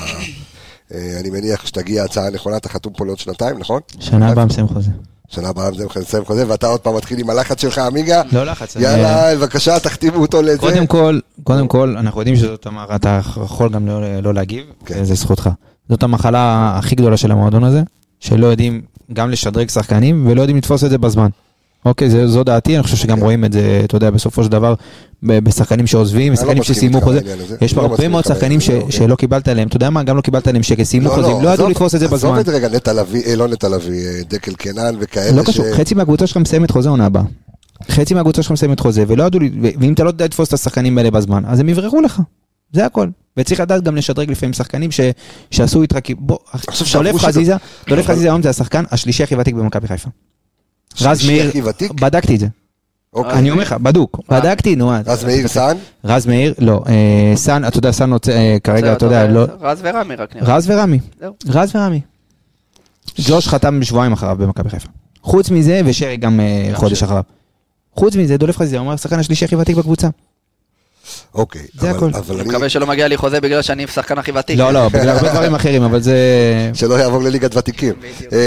Speaker 1: אני מניח שתגיע הצעה נכונה, אתה חתום פה לעוד 2 נכון?
Speaker 3: שנה הבאה מסיים חוזה.
Speaker 1: שנה הבאה מסיים חוזה, ואתה עוד פעם מתחיל עם הלחץ שלך, אמיגה.
Speaker 3: לא לחץ.
Speaker 1: יאללה, בבקשה, תכתיבו אותו לזה.
Speaker 3: קודם כל, אנחנו יודעים שזאת המחלה, אתה יכול גם לא להגיב, זה זכותך. זאת המחלה הכי גדולה של המועדון הזה, שלא יודעים גם לשדרג שחקנים, ולא יודעים לתפוס את זה בזמן. אוקיי, זו דעתי, אני חושב שגם רואים את זה, אתה יודע, בסופו של דבר, בשחקנים שעוזבים, בשחקנים שסיימו חוזה. יש פה הרבה מאוד שחקנים שלא קיבלת עליהם, אתה יודע מה, גם לא קיבלת עליהם שסיימו חוזים, לא ידעו לתפוס את זה בזמן.
Speaker 1: עזוב את רגע, לא נטע לביא, דקל קנן וכאלה.
Speaker 3: לא קשור, חצי מהקבוצה שלך מסיימת חוזה עונה הבאה. חצי מהקבוצה שלך מסיימת חוזה, ולא ידעו, ואם אתה לא יודע לתפוס את השחקנים האלה בזמן, אז הם יברחו לך. זה הכל. וצריך לדעת גם לשדרג לפעמים שחקנים שעשו איתך, בוא, דולף חזיזה היום זה השחקן השלישי הכי ותיק במכבי חיפה. רז מאיר, בדקתי את זה. אני אומר לך, בדקתי, נו.
Speaker 1: רז מאיר, סן?
Speaker 3: רז מאיר, לא. סן, אתה יודע, סן כרגע, אתה יודע, לא.
Speaker 5: רז ורמי רק נראה.
Speaker 3: רז ורמי. ג'וש חתם בשבועיים אחריו במכבי חיפה. חוץ מזה, ושרי גם חודש אחריו. חוץ מזה, דולף חזיזה, אומר, השחקן השלישי הכי ותיק בקבוצה.
Speaker 1: אוקיי.
Speaker 3: זה הכל.
Speaker 5: אני מקווה שלא מגיע לי חוזה בגלל שאני שחקן הכי ותיק.
Speaker 3: לא, בגלל הרבה דברים אחרים, אבל זה...
Speaker 1: שלא יעבור לליגת ותיקים.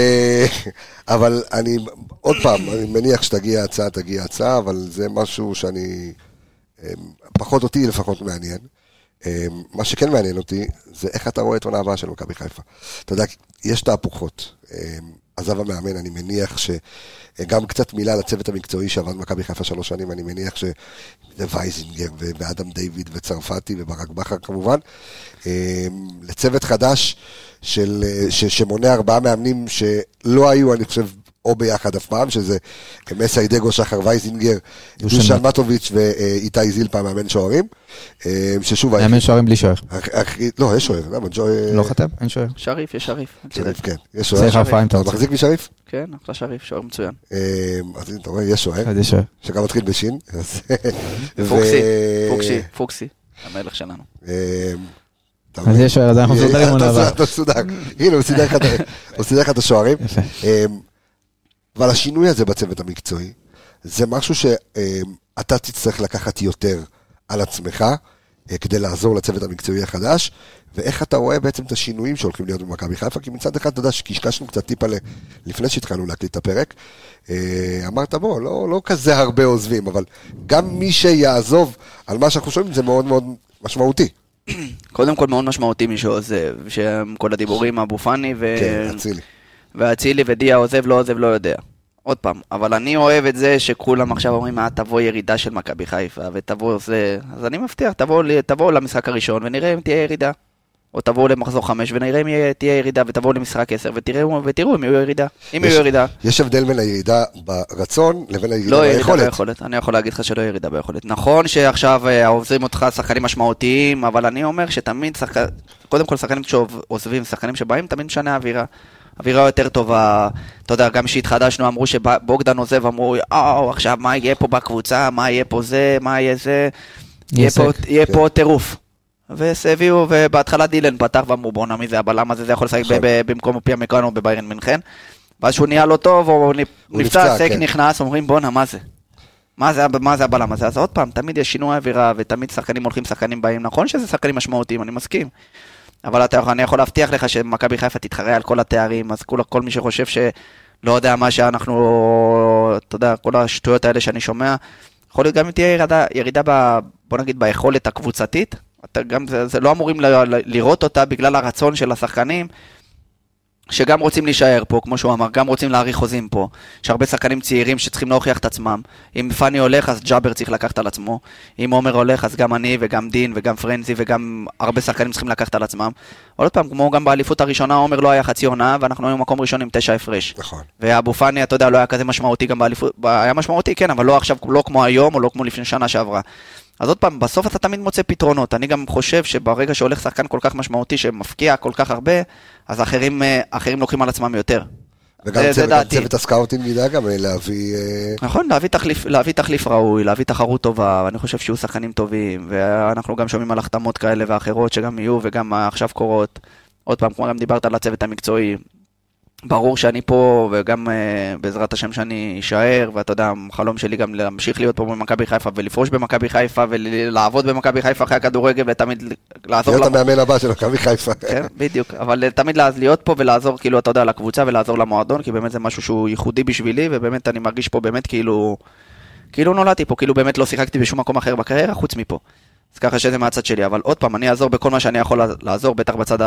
Speaker 1: אבל אני, עוד פעם, אני מניח שתגיע הצעה, אבל זה משהו שאני, פחות אותי לפחות מעניין. מה שכן מעניין אותי, זה איך אתה רואה את עונה הבאה של מכבי חיפה. אתה יודע, יש תהפוכות. עזב המאמן, אני מניח שגם קצת מילה לצוות המקצועי שעבד מכבי חיפה 3 שנים, אני מניח שזה וייזינגר ואדם דיוויד וצרפתי וברק בכר כמובן, לצוות חדש שמונה 4 מאמנים שלא היו, אני חושב, או ביחד אף פעם, שזה מסי דגו, שחר וייזינגר, דושן מטוביץ' ואיתי זילפה, מאמן שוערים, ששוב...
Speaker 3: מאמן שוערים בלי שוער.
Speaker 1: לא, יש שוער, למה?
Speaker 3: לא חתם? אין שוער.
Speaker 5: שריף, יש שריף.
Speaker 1: שריף, כן. יש
Speaker 3: צריך
Speaker 1: שוער.
Speaker 3: הרפאה אם אתה
Speaker 1: אתה מחזיק משריף?
Speaker 5: כן, אחלה שריף, שוער מצוין.
Speaker 1: אז אתה רואה, יש שוער,
Speaker 3: יש שוער.
Speaker 1: שגם מתחיל בשין.
Speaker 5: פוקסי, המלך שלנו.
Speaker 3: אז יש שוער, אז אנחנו מסודרים מול הבא.
Speaker 1: אתה מסודר. הנה, הוא סידר לך את השוערים. אבל השינוי הזה בצוות המקצועי, זה משהו שאתה תצטרך לקחת יותר על עצמך, כדי לעזור לצוות המקצועי החדש, ואיך אתה רואה בעצם את השינויים שהולכים להיות במכבי חיפה, כי מצד אחד, אתה יודע, שקשקשנו קצת טיפה לפני שהתחלנו להקליט את הפרק, אמרת בוא, לא כזה הרבה עוזבים, אבל גם מי שיעזוב על מה שאנחנו שומעים, זה מאוד מאוד משמעותי.
Speaker 5: קודם כל מאוד משמעותי מי שעוזב, שכל הדיבורים אבו פאני והצילי ודיה עוזב, לא עוזב, לא יודע. עוד פעם, אבל אני אוהב את זה שכולם עכשיו אומרים, תבוא ירידה של מכבי חיפה, ותבוא זה, אז אני מבטיח, תבוא למשחק הראשון ונראה אם תהיה ירידה. או תבואו למחזור 5 ונראה אם תהיה ירידה, ותבואו למשחק 10 ותראו אם יהיו ירידה. אם יהיו ירידה.
Speaker 1: יש הבדל בין הירידה ברצון לבין הירידה ביכולת.
Speaker 5: לא ירידה ביכולת, אני יכול להגיד לך שלא ירידה ביכולת. נכון שעכשיו עוזבים אותך שחקנים משמעותיים, אבל אני אומר שתמיד קודם כל שחקנים שעוזבים, שחקנים שבאים, תמיד משנה האווירה. אווירה יותר טובה, אתה יודע, גם שהתחדשנו, אמרו שבוגדן עוזב, אמרו, עכשיו מה יהיה פה בקבוצה, מה יהיה פה זה, מה יהיה זה, יהיה פה טירוף. והביאו, ובהתחלה דילן פתח ואמרו, בוא נעמי זה הבלם הזה, זה יכול לשחק במקום פיה מקרנו בביירן מינכן, ואז שהוא נהיה לא טוב, הוא נפצע, סק נכנס, אומרים בוא מה זה? מה זה הבלם הזה? אז עוד פעם, תמיד יש שינוי אווירה, ותמיד שחקנים הולכים, שחקנים באים, נכון שזה שחקנים משמעותיים, אני מסכים, אבל אני יכול להבטיח לך שמכבי חיפה תתחרה על כל התארים, אז כל מי שחושב שלא יודע מה שאנחנו, אתה יודע, כל השטויות האלה שאני שומע, יכול להיות גם אם תהיה ירידה בוא נגיד ביכולת הקבוצתית, זה לא אמורים לראות אותה בגלל הרצון של השחקנים, שגם רוצים להישאר פה, כמו שהוא אמר, גם רוצים להאריך חוזים פה. יש הרבה שחקנים צעירים שצריכים להוכיח את עצמם. אם פני הולך, אז ג'אבר צריך לקחת על עצמו. אם עומר הולך, אז גם אני וגם דין וגם פרנזי וגם הרבה שחקנים צריכים לקחת על עצמם. עוד פעם, כמו גם באליפות הראשונה, עומר לא היה חצי עונה, ואנחנו היינו מקום ראשון עם 9 הפרש.
Speaker 1: נכון.
Speaker 5: ואבו פני, אתה יודע, לא היה כזה משמעותי גם באליפות, היה משמעותי, כן, אבל לא עכשיו, לא כמו היום, או לא כמו לפני שנה שעברה. אז עוד פעם, בסוף אתה תמיד מוצא פתרונות. אני גם חושב שברגע שהולך שחקן כל כך משמעותי, שמפקיע כל כך הרבה, אז אחרים לוקחים על עצמם יותר.
Speaker 1: וגם צוות הסקאוטים ידע גם להביא...
Speaker 5: נכון, להביא תחליף ראוי, להביא תחרות טובה, ואני חושב שיהיו שחקנים טובים, ואנחנו גם שומעים על החתמות כאלה ואחרות שגם יהיו וגם עכשיו קורות. עוד פעם, כמו גם דיברת על הצוות המקצועי, ברור שאני פה, וגם בעזרת השם שאני אשאר, ואתה יודע, החלום שלי גם להמשיך להיות פה במכבי חיפה, ולפרוש במכבי חיפה, ולעבוד במכבי חיפה אחרי הכדורגל, ותמיד לעזור...
Speaker 1: להיות המאמן הבא של מכבי חיפה.
Speaker 5: כן, בדיוק, אבל תמיד להיות פה ולעזור, כאילו, אתה יודע, לקבוצה, ולעזור למועדון, כי באמת זה משהו שהוא ייחודי בשבילי, ובאמת אני מרגיש פה באמת כאילו נולדתי פה, כאילו באמת לא שיחקתי בשום מקום אחר בקריירה, חוץ מפה. אז ככה שזה מהצד שלי, אבל עוד פעם, אני אעזור בכל מה שאני יכול לעזור, בטח בצד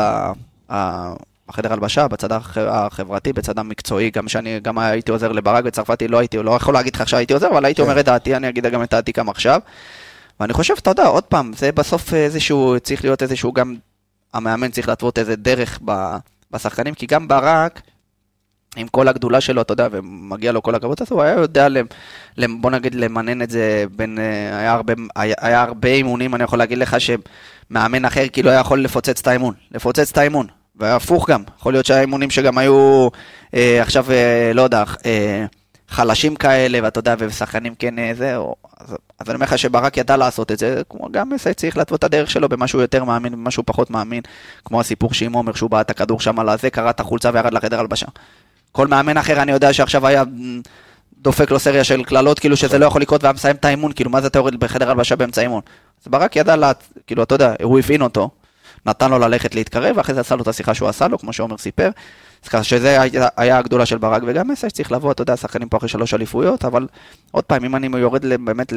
Speaker 5: החדר הלבשה, בצד החברתי, בצד המקצועי, גם הייתי עוזר לברק בצרפתי, לא יכול להגיד לך שהייתי עוזר, אבל הייתי אומר את דעתי, אני אגיד גם את דעתי כמה עכשיו, ואני חושב, אתה יודע, עוד פעם, זה בסוף איזשהו, צריך להיות איזשהו, גם המאמן צריך להתוות איזה דרך בשחקנים, כי גם ברק, עם כל הגדולה שלו, אתה יודע, ומגיע לו כל הכבוד, אז הוא היה יודע, בוא נגיד, למנן את זה בין, היה הרבה אימונים, אני יכול להגיד לך שמאמן אחר כאילו היה יכול לפוצץ את האימון, והפוך גם, יכול להיות שהאימונים שגם היו עכשיו, לא יודע, חלשים כאלה, ואתה יודע, ושחקנים כן זה, אז אני אומר לך שברק ידע לעשות את זה, כמו גם צריך להתוות את הדרך שלו במשהו יותר מאמין, במשהו פחות מאמין, כמו הסיפור שעם עומר, שהוא בא את הכדור שם על הזה, קרא את החולצה וירד לחדר הלבשה. כל מאמן אחר אני יודע שעכשיו היה דופק לו סריה של כללות, כאילו שזה לא יכול לקרות, והיה מסיים את האימון, כאילו מה זה אתה יורד בחדר הלבשה באמצע האימון? אז ברק ידע, כאילו אתה יודע, הוא הפעין אותו, נתן לו ללכת להתקרב, ואחרי זה עשה לו את השיחה שהוא עשה לו, כמו שעומר סיפר, אז ככה שזה היה הגדולה של ברק, וגם מסע שצריך לבוא, אתה יודע, שחקנים פה אחרי 3 אליפויות, אבל עוד פעם, אם אני יורד באמת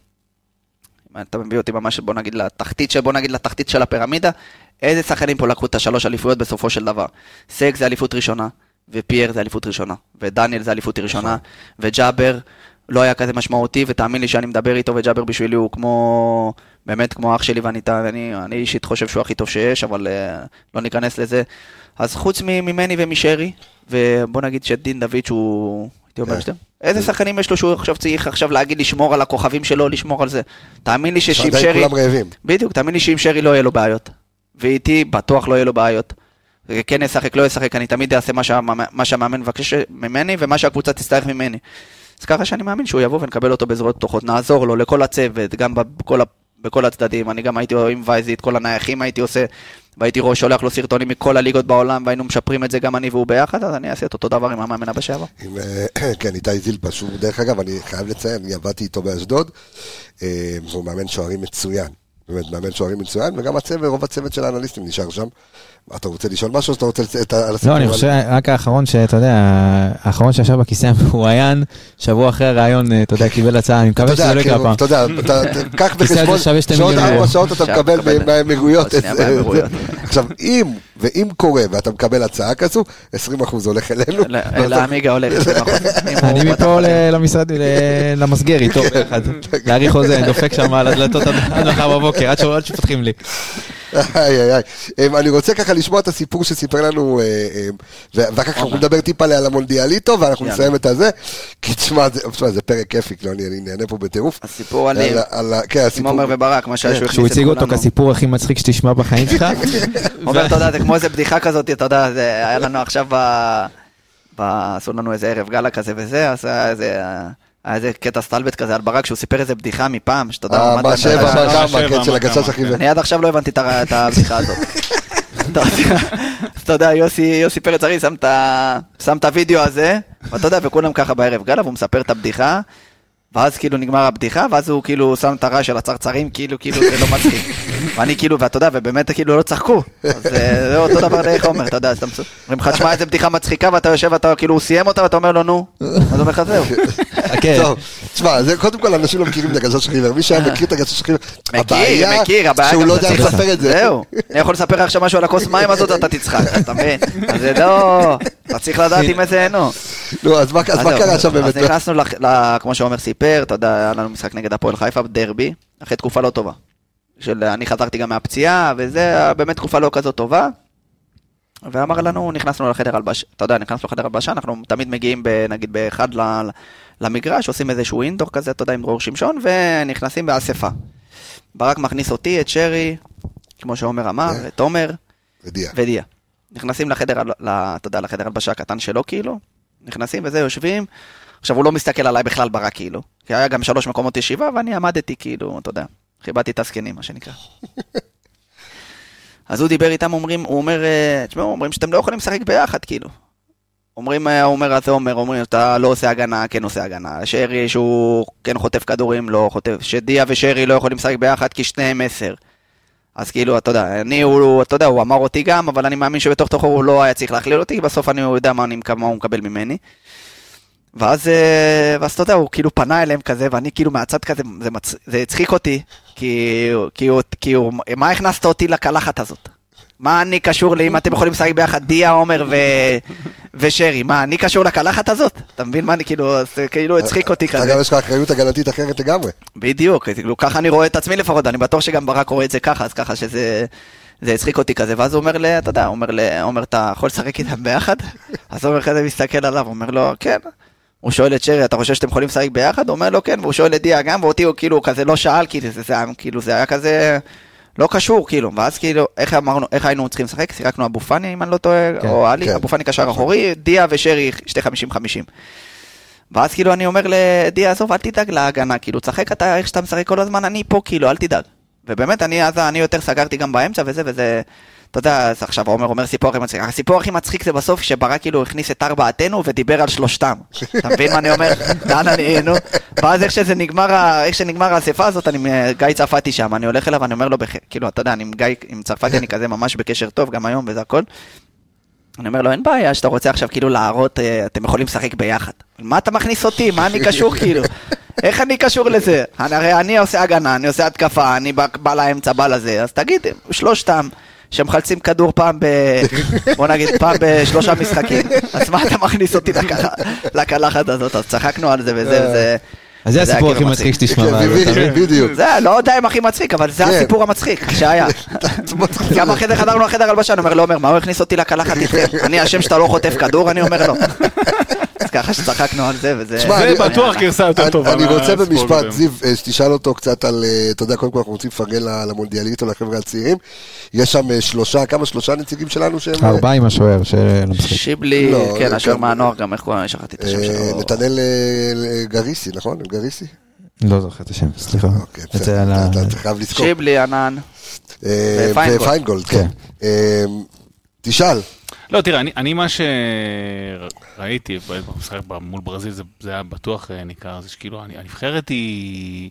Speaker 5: אתה מביא אותי ממש, בוא נגיד, לתחתית של הפירמידה, איזה שחקנים פה לקחו את 3 אליפויות בסופו של דבר? סק זה אליפות ראשונה, ופייר זה אליפות ראשונה, ודניאל זה אליפות ראשונה, וג'אבר לא היה כזה משמעותי, ותאמין לי שאני מדבר איתו, וג'אבר בשבילי הוא כמו באמת כמו אח שלי, ואני אישית חושב שהוא הכי טוב שיש, אבל לא ניכנס לזה. אז חוץ ממני ומשרי, ובוא נגיד שדין דוד שהוא, הייתי אומר שאתם, איזה שחקנים יש לו שהוא עכשיו צריך עכשיו להגיד לשמור על הכוכבים שלו, לשמור על זה. תאמין לי שאם שרי, בדיוק, תאמין לי שאם שרי לא יהיה לו בעיות, ואיתי בטוח לא יהיה לו בעיות. כן ישחק, לא ישחק, אני תמיד אעשה מה שהמאמן מבקש ממני, ומה שהקבוצה תצטרך ממני. אז ככה שאני מאמין שהוא יבוא ונקבל אותו בזרועות פתוחות, נעזור לו לכל הצוות, גם בכל הצדדים. אני גם הייתי עם וייזי, את כל הנייחים הייתי עושה, והייתי שולח לו סרטונים מכל הליגות בעולם, והיינו משפרים את זה גם אני והוא ביחד, אז אני אעשה את אותו דבר עם המאמן הבא שעבר.
Speaker 1: כן, איתי זילפה, שהוא דרך אגב, אני חייב לציין, אני עבדתי איתו באשדוד, הוא מאמן שוערים מצוין. באמת, מאמן שוערים מצוין, וגם רוב הצוות של האנליסטים נשאר שם. אתה רוצה לשאול משהו, שאתה רוצה על הסיפור?
Speaker 3: לא, אני חושב, רק האחרון שאתה יודע, האחרון שישב בכיסא הוא עיין, שבוע אחרי הרעיון, אתה יודע, קיבל הצעה, אני מקווה שזה לא יקרה פעם.
Speaker 1: אתה יודע, קח בחשבון, שעוד 4 שעות אתה מקבל מהאמירויות. עכשיו, אם קורה ואתה מקבל הצעה כזו, 20% הולך אלינו.
Speaker 5: לעמיגה הולך 20%.
Speaker 3: אני מפה למשרד, למסגר איתו, להאריך חוזה, דופק שם על הדלתות עד מחר בבוקר, עד שפתחים לי.
Speaker 1: אני רוצה ככה לשמוע את הסיפור שסיפר לנו, ואחר כך אנחנו נדבר טיפה על המונדיאליטו, ואנחנו נסיים את הזה, כי תשמע, זה פרק כיפי, אני נהנה פה בטירוף.
Speaker 5: הסיפור על עם עומר וברק, מה שהשהו הכניס את
Speaker 3: שהוא הציג אותו כסיפור הכי מצחיק שתשמע בחיים שלך.
Speaker 5: עומר, אתה יודע, זה כמו איזה בדיחה כזאת, אתה יודע, היה לנו עכשיו, עשו לנו איזה ערב גלה כזה וזה, אז היה איזה קטע סטלבט כזה על ברק, שהוא סיפר איזה בדיחה מפעם, שאתה יודע,
Speaker 1: מה שבע, של הגשש הכי
Speaker 5: אני עד עכשיו לא הבנתי את הבדיחה הזאת. אתה יודע, יוסי פרץ הרי שם את הוידאו הזה, ואתה יודע, וכולם ככה בערב גלה, והוא מספר את הבדיחה, ואז כאילו נגמר הבדיחה, ואז הוא כאילו שם את הרעש של הצרצרים, כאילו זה לא מצחיק. ואני כאילו, ואתה יודע, ובאמת כאילו לא צחקו. אז זה אותו דבר דרך אומר, אתה יודע, אז אתה אומרים לך, תשמע איזה בדיחה מצחיקה, ואתה יושב, אתה כאילו סיים אותה, ואתה אומר לו, נו, אז אומר לך זהו.
Speaker 1: טוב, תשמע, אנשים לא מכירים את הגשש חיוור, מי שהיה מכיר את הגשש חיוור,
Speaker 5: מכיר,
Speaker 1: שהוא לא יודע לספר את זה.
Speaker 5: זהו, אני יכול לספר לך עכשיו משהו על הכוס מים הזאת, אתה תצחק, אתה מבין? אז זה לא, אתה צריך לדעת עם איזה אינו.
Speaker 1: נו, אז מה קרה עכשיו באמת?
Speaker 5: אז נכנסנו, כמו שעומר סיפר, אתה יודע, היה לנו משחק נגד הפועל חיפה בדרבי, אחרי תקופה לא טובה. אני חזרתי גם מהפציעה, וזה באמת תקופה לא כזאת טובה. ואמר לנו, נכנסנו לחדר הלבשה, אתה יודע, נכנסנו לחדר הלבשה, אנחנו תמיד מגיעים, נגיד, באחד למגרש, עושים איזשהו אינדור כזה, אתה יודע, עם דרור שמשון, ונכנסים באספה. ברק מכניס אותי, את שרי, כמו שעומר אמר, את עומר, ודיה. נכנסים לחדר, אתה יודע, לחדר הלבשה הקטן שלו, כאילו, נכנסים וזה, יושבים, עכשיו הוא לא מסתכל עליי בכלל ברק, כאילו, כי היה גם 3 מקומות ישיבה, ואני עמדתי, כאילו, אתה יודע, חיבדתי את הסקנים, מה שנקרא. אז הוא דיבר איתם, הוא אומר, תשמעו, אומרים שאתם לא יכולים לשחק ביחד, כאילו. אומרים, אומרים, אתה לא עושה הגנה, כן עושה הגנה. שרי שהוא כן חוטף כדורים, לא חוטף. שדיה ושרי לא יכולים לשחק ביחד, כי שניהם 10. אז כאילו, אתה יודע, אתה יודע, הוא אמר אותי גם, אבל אני מאמין שבתוך תוכו הוא לא היה צריך להכליל אותי, בסוף אני יודע מה הוא מקבל ממני. ואז אתה יודע, הוא כאילו פנה אליהם כזה, ואני כאילו מהצד כזה, זה הצחיק אותי, כי מה הכנסת אותי לקלחת הזאת? מה אני קשור לי, אם אתם יכולים לשחק ביחד, דיה, עומר ושרי, מה אני קשור לקלחת הזאת? אתה מבין מה אני כאילו הצחיק אותי כזה.
Speaker 1: אתה גם יש לך אחריות הגנתית אחרת לגמרי.
Speaker 5: בדיוק, ככה אני רואה את עצמי לפחות, אני בטוח שגם ברק רואה את זה ככה, אז ככה שזה הצחיק אותי כזה, ואז הוא אומר לי, אתה יודע, אומר, אתה יכול לשחק איתם ביחד? אז עומר כזה מסתכל עליו, אומר לו, כן. הוא שואל את שרי, אתה חושב שאתם יכולים לשחק ביחד? הוא אומר לו, כן, והוא שואל את דיה גם, ואותי הוא כאילו כזה לא שאל, כאילו זה היה כזה לא קשור, כאילו, ואז כאילו, איך היינו צריכים לשחק? שיחקנו אבו פאני, אם אני לא טועה, או עלי, אבו פאני קשר אחורי, דיה ושרי, 250-50. ואז כאילו אני אומר לדיה, עזוב, אל תדאג להגנה, כאילו, צחק אתה, איך שאתה משחק כל הזמן, אני פה, כאילו, אל תדאג. ובאמת, אני יותר סגרתי גם באמצע וזה, אתה יודע, עכשיו אומר סיפור הכי מצחיק. הסיפור הכי מצחיק זה בסוף שברק כאילו הכניס את 4 ודיבר על 3. אתה מבין מה אני אומר? ואז איך שנגמר האספה הזאת, גיא צרפתי שם, אני הולך אליו, אני אומר לו, כאילו, אתה יודע, עם צרפתי אני כזה ממש בקשר טוב, גם היום וזה הכל. אני אומר לו, אין בעיה, שאתה רוצה עכשיו כאילו להראות, אתם יכולים לשחק ביחד. מה אתה מכניס אותי? מה אני קשור כאילו? איך אני קשור לזה? הרי אני עושה הגנה, אני עושה התקפה, אני בא לאמצע, בא לזה, אז תגיד, 3 שמחלצים כדור בוא נגיד פעם ב3 משחקים, אז מה אתה מכניס אותי לקלחת הזאת? אז צחקנו על זה וזה,
Speaker 3: אז זה הסיפור הכי מצחיק שתשמע.
Speaker 1: בדיוק.
Speaker 5: זה לא יודע אם הכי מצחיק, אבל זה הסיפור המצחיק שהיה. גם אחרי חזרנו לחדר הלבשה, אני אומר לו, מה הוא הכניס אותי לקלחת איתכם? אני השם שאתה לא חוטף כדור, אני אומר לו. אז ככה שצחקנו על זה, וזה...
Speaker 4: זה בטוח גרסה יותר טובה.
Speaker 1: אני רוצה במשפט, זיו, שתשאל אותו קצת על, אתה יודע, קודם כל אנחנו רוצים לפרגן למונדיאלית או לחבר'ה הצעירים. יש שם שלושה נציגים שלנו שהם...
Speaker 3: 4 עם השוער שלא משחק.
Speaker 5: שיבלי, כן, השוער מהנוער, גם איך קוראים, שכחתי את השם שלו.
Speaker 1: נתנאל גריסי, נכון? גריסי?
Speaker 3: לא זוכר את השם, סליחה.
Speaker 1: אוקיי, בסדר, אתה חייב לזכור.
Speaker 5: שיבלי, ענן.
Speaker 1: ופיינגולד, כן. תשאל.
Speaker 4: לא, תראה, אני מה שראיתי במשחק מול ברזיל, זה היה בטוח ניכר, זה שכאילו, הנבחרת היא...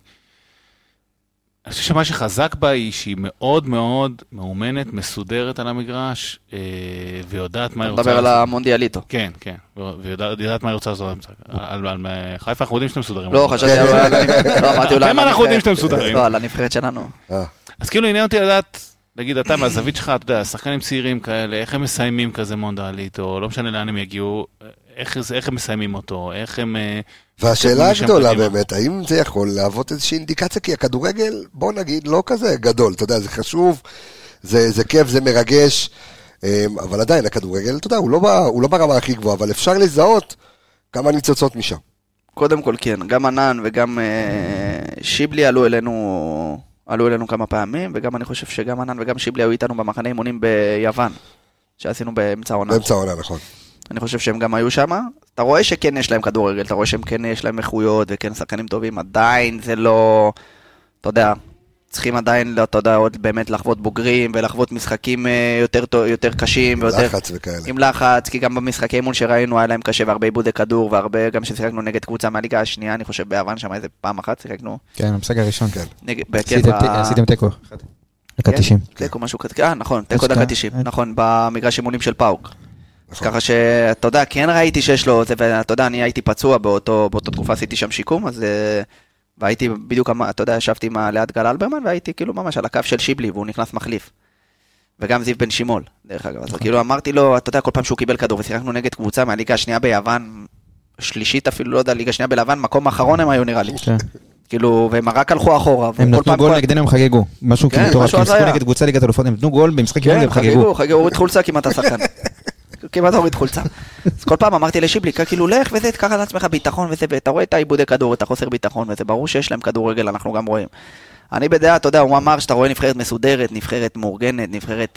Speaker 4: אני חושב שמה שחזק בה היא שהיא מאוד מאוד מאומנת, מסודרת על המגרש, ויודעת מה היא רוצה...
Speaker 5: מדבר על המונדיאליטו.
Speaker 4: כן, כן, ויודעת מה היא רוצה לעשות במשחק. על חיפה אנחנו יודעים שאתם מסודרים.
Speaker 5: לא, חשבתי על... לא, אמרתי אולי...
Speaker 4: אנחנו יודעים שאתם מסודרים.
Speaker 5: לא, על הנבחרת שלנו.
Speaker 4: אז כאילו עניין אותי לדעת, נגיד אתה מהזווית שלך, אתה יודע, שחקנים צעירים כאלה, איך הם מסיימים כזה מונדיאלית, או לא משנה לאן הם יגיעו, איך הם מסיימים אותו, איך הם...
Speaker 1: והשאלה הגדולה באמת, האם זה יכול להוות איזושהי אינדיקציה, כי הכדורגל, בוא נגיד, לא כזה גדול, אתה יודע, זה חשוב, זה כיף, זה מרגש, אבל עדיין הכדורגל, אתה יודע, הוא לא ברמה הכי גבוהה, אבל אפשר לזהות כמה ניצוצות משם.
Speaker 5: קודם כל כן, גם ענן וגם שיבלי עלו אלינו כמה פעמים, וגם אני חושב שגם ענן וגם שיבלי היו איתנו במחנה אימונים ביוון, שעשינו באמצע העונה.
Speaker 1: באמצע העונה, נכון.
Speaker 5: אני חושב שהם גם היו שם. אתה רואה שכן יש להם כדורגל, אתה רואה שהם כן יש להם איכויות, וכן שחקנים טובים, עדיין זה לא, אתה יודע, צריכים עדיין, אתה יודע, עוד באמת לחוות בוגרים, ולחוות משחקים יותר קשים,
Speaker 1: לחץ וכאלה.
Speaker 5: עם לחץ, כי גם במשחקי אימון שראינו, היה להם קשה, והרבה איבודי כדור, והרבה, גם ששיחקנו נגד קבוצה מהליגה השנייה, אני חושב ביוון שם איזה פעם אחת שיחקנו.
Speaker 3: כן, המשחק הראשון.
Speaker 5: עשיתם
Speaker 3: תיקו. דקה 90.
Speaker 5: תיקו משהו כזה, נכון, תיקו דקה 90, נכון, במגרש אימונים של פאוק. אז ככה שאתה יודע, כן ראיתי שיש לו, ואתה יודע, אני הייתי פצוע באותו תקופה, עשיתי שם שיקום, אז והייתי בדיוק, אתה יודע, ישבתי ליד גל אלברמן, והייתי כאילו ממש על הקו של שיבלי, והוא נכנס מחליף. וגם זיו בן שימול, דרך אגב. אז כאילו אמרתי לו, אתה יודע, כל פעם שהוא קיבל כדור, ושיחקנו נגד קבוצה מהליגה השנייה ביוון, שלישית אפילו, לא יודע, ליגה השנייה ביוון, מקום האחרון הם היו נראה לי. כאילו, והם רק הלכו אחורה.
Speaker 3: הם נתנו גול נגדנו, הם חגגו. משהו כאילו מטורף, הם שיחקו נגד קבוצה ליגת אלופות, הם נתנו גול במשחק אימון, הם חגגו.
Speaker 5: חגגו, הוריד חולצה כמעט השחקן. כמעט הוריד חולצה. אז כל פעם אמרתי לשיבלי, כאילו, לך וזה, תקח על עצמך ביטחון וזה, ואתה רואה את העיבודי כדור, את החוסר ביטחון, וזה ברור שיש להם כדורגל, אנחנו גם רואים. אני בדעה, אתה יודע, הוא אמר שאתה רואה נבחרת מסודרת, נבחרת מאורגנת, נבחרת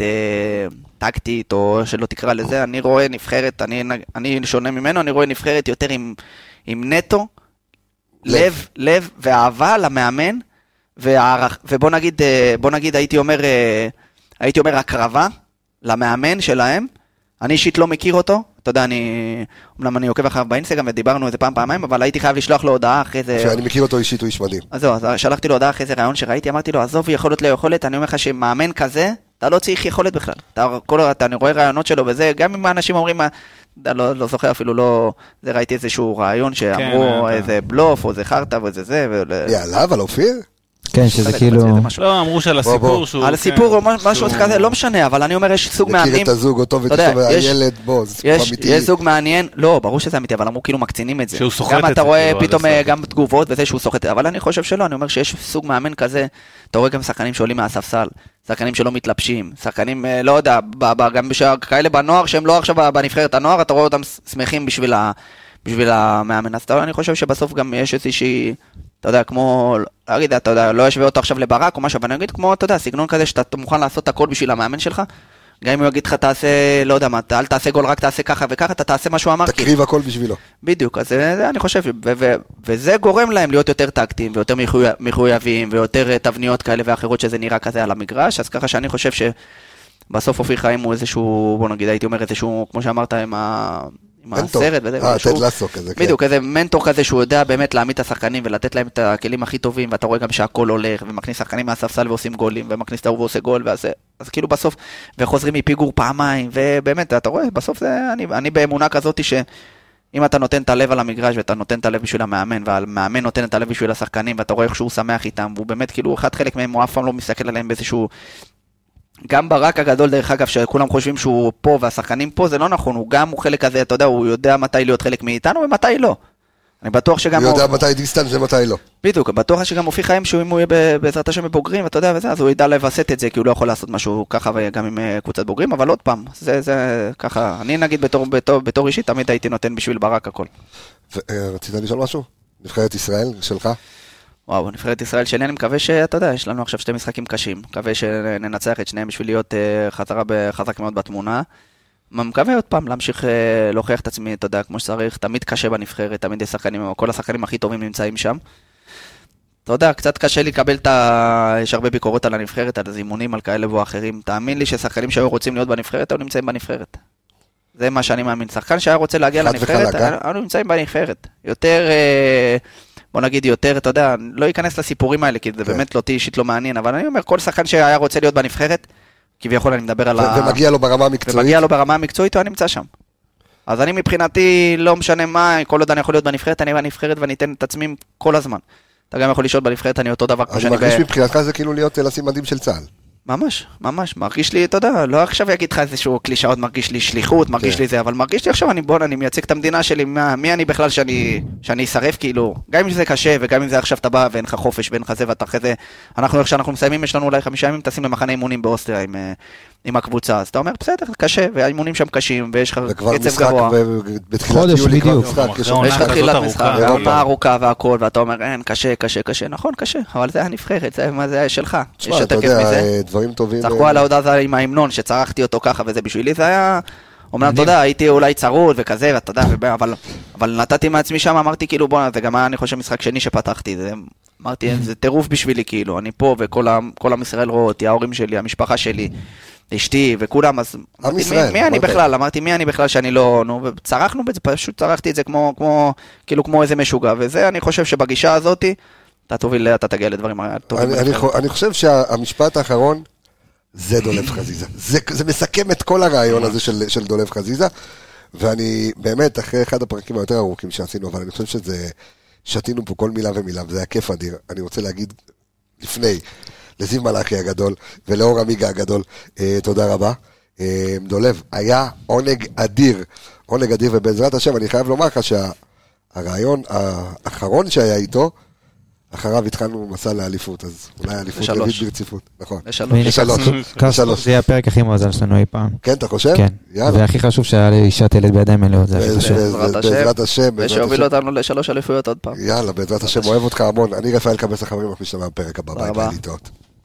Speaker 5: טקטית, או שלא תקרא לזה, אני רואה נבחרת, אני שונה ממנו, אני רואה נבחרת יותר עם נטו, לב ואהבה למאמן, ובוא נגיד, הייתי אומר הקרבה למאמן שלהם, אני אישית לא מכיר אותו, אתה יודע, אמנם אני עוקב אחריו באינסטגרם ודיברנו איזה פעמיים, אבל הייתי חייב לשלוח לו הודעה אחרי זה...
Speaker 1: שאני מכיר אותו אישית, הוא איש מדהים.
Speaker 5: אז זהו, שלחתי לו הודעה אחרי זה רעיון שראיתי, אמרתי לו, עזוב יכולת לא יכולת, אני אומר לך שמאמן כזה, אתה לא צריך יכולת בכלל. אני רואה רעיונות שלו וזה, גם אם האנשים אומרים, לא זוכר אפילו לא... זה ראיתי איזשהו רעיון שאמרו איזה בלוף או איזה חרטה ואיזה זה.
Speaker 1: יאללה, אבל אופיר?
Speaker 3: כן, שזה כאילו...
Speaker 4: לא, אמרו שעל הסיפור שהוא...
Speaker 5: על הסיפור או משהו כזה, לא משנה, אבל אני אומר, יש סוג מעניינים...
Speaker 1: מכיר את הזוג, אותו ותשוב, הילד, בוא, זה סיפור אמיתי.
Speaker 5: יש זוג מעניין, לא, ברור שזה אמיתי, אבל אמרו כאילו מקצינים את זה.
Speaker 4: שהוא סוחט את זה.
Speaker 5: גם אתה רואה פתאום גם תגובות וזה שהוא סוחט את זה, אבל אני חושב שלא, אני אומר שיש סוג מאמן כזה, אתה רואה גם שחקנים שעולים מהספסל, שחקנים שלא מתלבשים, שחקנים, לא יודע, גם כאלה בנוער, שהם לא עכשיו בנבחרת הנוער, אתה רואה אותם שמחים בשביל המאמן. אז אני חושב שבסוף גם יש איזושהי, אתה יודע, כמו, להגיד, אתה יודע, לא ישווה אותו עכשיו לברק או משהו, אבל אני אגיד כמו, אתה יודע, סגנון כזה שאתה מוכן לעשות הכל בשביל המאמן שלך, גם אם הוא יגיד לך, תעשה, לא יודע מה, אל תעשה גול, רק תעשה ככה וככה, אתה תעשה מה שהוא אמר.
Speaker 1: תקריב הכל בשבילו.
Speaker 5: בדיוק, אז זה אני חושב, וזה גורם להם להיות יותר טקטיים, ויותר מחויבים, ויותר תבניות כאלה ואחרות שזה נראה כזה על המגרש, אז ככה שאני חושב שבסוף אופיר חיים הוא איזשהו, בוא נגיד, הייתי אומר איזשהו, כמו שאמרת, עם הסרט וזה,
Speaker 1: תד לסו כזה,
Speaker 5: בדיוק, איזה מנטור כזה שהוא יודע באמת להעמיד את השחקנים ולתת להם את הכלים הכי טובים, ואתה רואה גם שהכל הולך, ומכניס שחקנים מהספסל ועושים גולים, ומכניס את ההוא ועושה גול, אז כאילו בסוף, וחוזרים מפיגור פעמיים, ובאמת, אתה רואה, בסוף זה, אני באמונה כזאת שאם אתה נותן את הלב על המגרש, ואתה נותן את הלב בשביל המאמן, והמאמן נותן את הלב בשביל השחקנים, ואתה רואה איך שהוא שמח איתם, והוא באמת כאילו חלק מהם, הוא אף פעם לא מסתכל עליהם באיזשהו גם ברק הגדול, דרך אגב, שכולם חושבים שהוא פה והשחקנים פה, זה לא נכון, הוא חלק כזה, אתה יודע, הוא יודע מתי להיות חלק מאיתנו ומתי לא. אני בטוח שגם...
Speaker 1: הוא יודע מתי דיסטנס ומתי לא.
Speaker 5: בדיוק, בטוח שגם מופיע חיים שהוא אם הוא יהיה בעזרת השם בבוגרים, ואתה יודע, וזה, אז הוא ידע לבסט את זה, כי הוא לא יכול לעשות משהו ככה וגם עם קבוצת בוגרים, אבל עוד פעם, זה ככה, אני נגיד בתור אישית, תמיד הייתי נותן בשביל ברק הכל.
Speaker 1: רצית לשאול משהו? נבחרת ישראל שלך?
Speaker 5: וואו, נבחרת ישראל שלי, אני מקווה שאתה יודע, יש לנו עכשיו 2 משחקים קשים, מקווה שננצח את שניהם בשביל להיות חזק מאוד בתמונה. מקווה עוד פעם להמשיך להוכיח את עצמי, אתה יודע, כמו שצריך, תמיד קשה בנבחרת, תמיד יש שחקנים, כל השחקנים הכי טובים נמצאים שם. אתה יודע, קצת קשה לי לקבל יש הרבה ביקורות על הנבחרת, על זימונים, על כאלה ואחרים. תאמין לי ששחקנים שהיו רוצים להיות בנבחרת, היו נמצאים בנבחרת. זה מה שאני מאמין. שחקן שהיה רוצה להגיע לנבחרת, היו נמצאים בנבחרת. יותר, בוא נגיד יותר, אתה יודע, לא ייכנס לסיפורים האלה, כי זה באמת לא אישית לא מעניין, אבל אני אומר, כל שחקן שהיה רוצה להיות בנבחרת, כביכול אני מדבר על
Speaker 1: ומגיע לו ברמה המקצועית.
Speaker 5: ומגיע לו ברמה המקצועית, הוא נמצא שם. אז אני מבחינתי, לא משנה מה, כל עוד אני יכול להיות בנבחרת, אני בנבחרת ואני אתן את עצמי כל הזמן. אתה גם יכול לשאול בנבחרת, אני אותו דבר כמו שאני...
Speaker 1: אני מרגיש מבחינתך זה כאילו להיות לשים מדים של צה"ל.
Speaker 5: ממש, ממש, מרגיש לי, אתה יודע, לא עכשיו יגיד לך איזשהו קלישאות, מרגיש לי שליחות, מרגיש לי זה, אבל מרגיש לי עכשיו, אני מייצג את המדינה שלי, מי אני בכלל שאני אשרף, כאילו, גם אם זה קשה, וגם אם זה עכשיו אתה בא, ואין לך חופש, ואין לך זה, ואתה אחרי זה, איך שאנחנו מסיימים, יש לנו אולי 5 ימים, טסים למחנה אימונים באוסטריה עם הקבוצה, אז אתה אומר, בסדר, קשה, והאימונים שם קשים, ויש לך קצב גבוה.
Speaker 3: חודש בדיוק.
Speaker 5: יש לך תחילת משחק, עונה ארוכה והכל, ואתה אומר, אין, קשה, נכון, קשה, אבל זה הנבחרת, זה היה שלך.
Speaker 1: תשמע, אתה יודע, דברים טובים.
Speaker 5: צחקו על ההודעה הזה עם ההמנון, שצרחתי אותו ככה, וזה בשבילי, זה היה... אומנם, אתה יודע, הייתי אולי צרוד וכזה, ואתה יודע, אבל נתתי מעצמי שם, אמרתי כאילו, בוא, זה גם היה, אני חושב, משחק שני שפתחתי, אמרתי, זה טירוף בשבילי, כאילו, אני פה, וכל עם ישראל רואה אותי, ההורים שלי, המשפחה שלי, אשתי, וכולם, אז מי אני בכלל? אמרתי, מי אני בכלל שאני לא... נו, וצרחנו בזה, פשוט צרחתי את זה כמו איזה משוגע, וזה, אני חושב שבגישה הזאת, אתה תגיע לדברים טובים.
Speaker 1: אני חושב שהמשפט האחרון, זה דולב חזיזה. זה מסכם את כל הרעיון הזה של דולב חזיזה, ואני באמת, אחרי אחד הפרקים היותר ארוכים שעשינו, אבל אני חושב שזה, שתינו פה כל מילה ומילה, וזה היה כיף אדיר. אני רוצה להגיד לפני, לזיו מלאכי הגדול, ולאור עמיגה הגדול, תודה רבה. דולב, היה עונג אדיר, ובעזרת השם, אני חייב לומר לך שהרעיון האחרון שהיה איתו, אחריו התחלנו מסע לאליפות, אז אולי האליפות יביא ברציפות, נכון.
Speaker 3: ב3. זה יהיה הפרק הכי מאוזן שלנו אי פעם.
Speaker 1: כן, אתה חושב?
Speaker 3: כן. והכי חשוב שהיה לי אישת ילד בידיים מלאות.
Speaker 1: בעזרת השם.
Speaker 5: ושהוביל אותנו ל3 אליפויות עוד פעם.
Speaker 1: יאללה, בעזרת השם, אוהב אותך המון. אני רפאל קבס החברים, אנחנו נשתמע בפרק הבא. ביי, להתראות.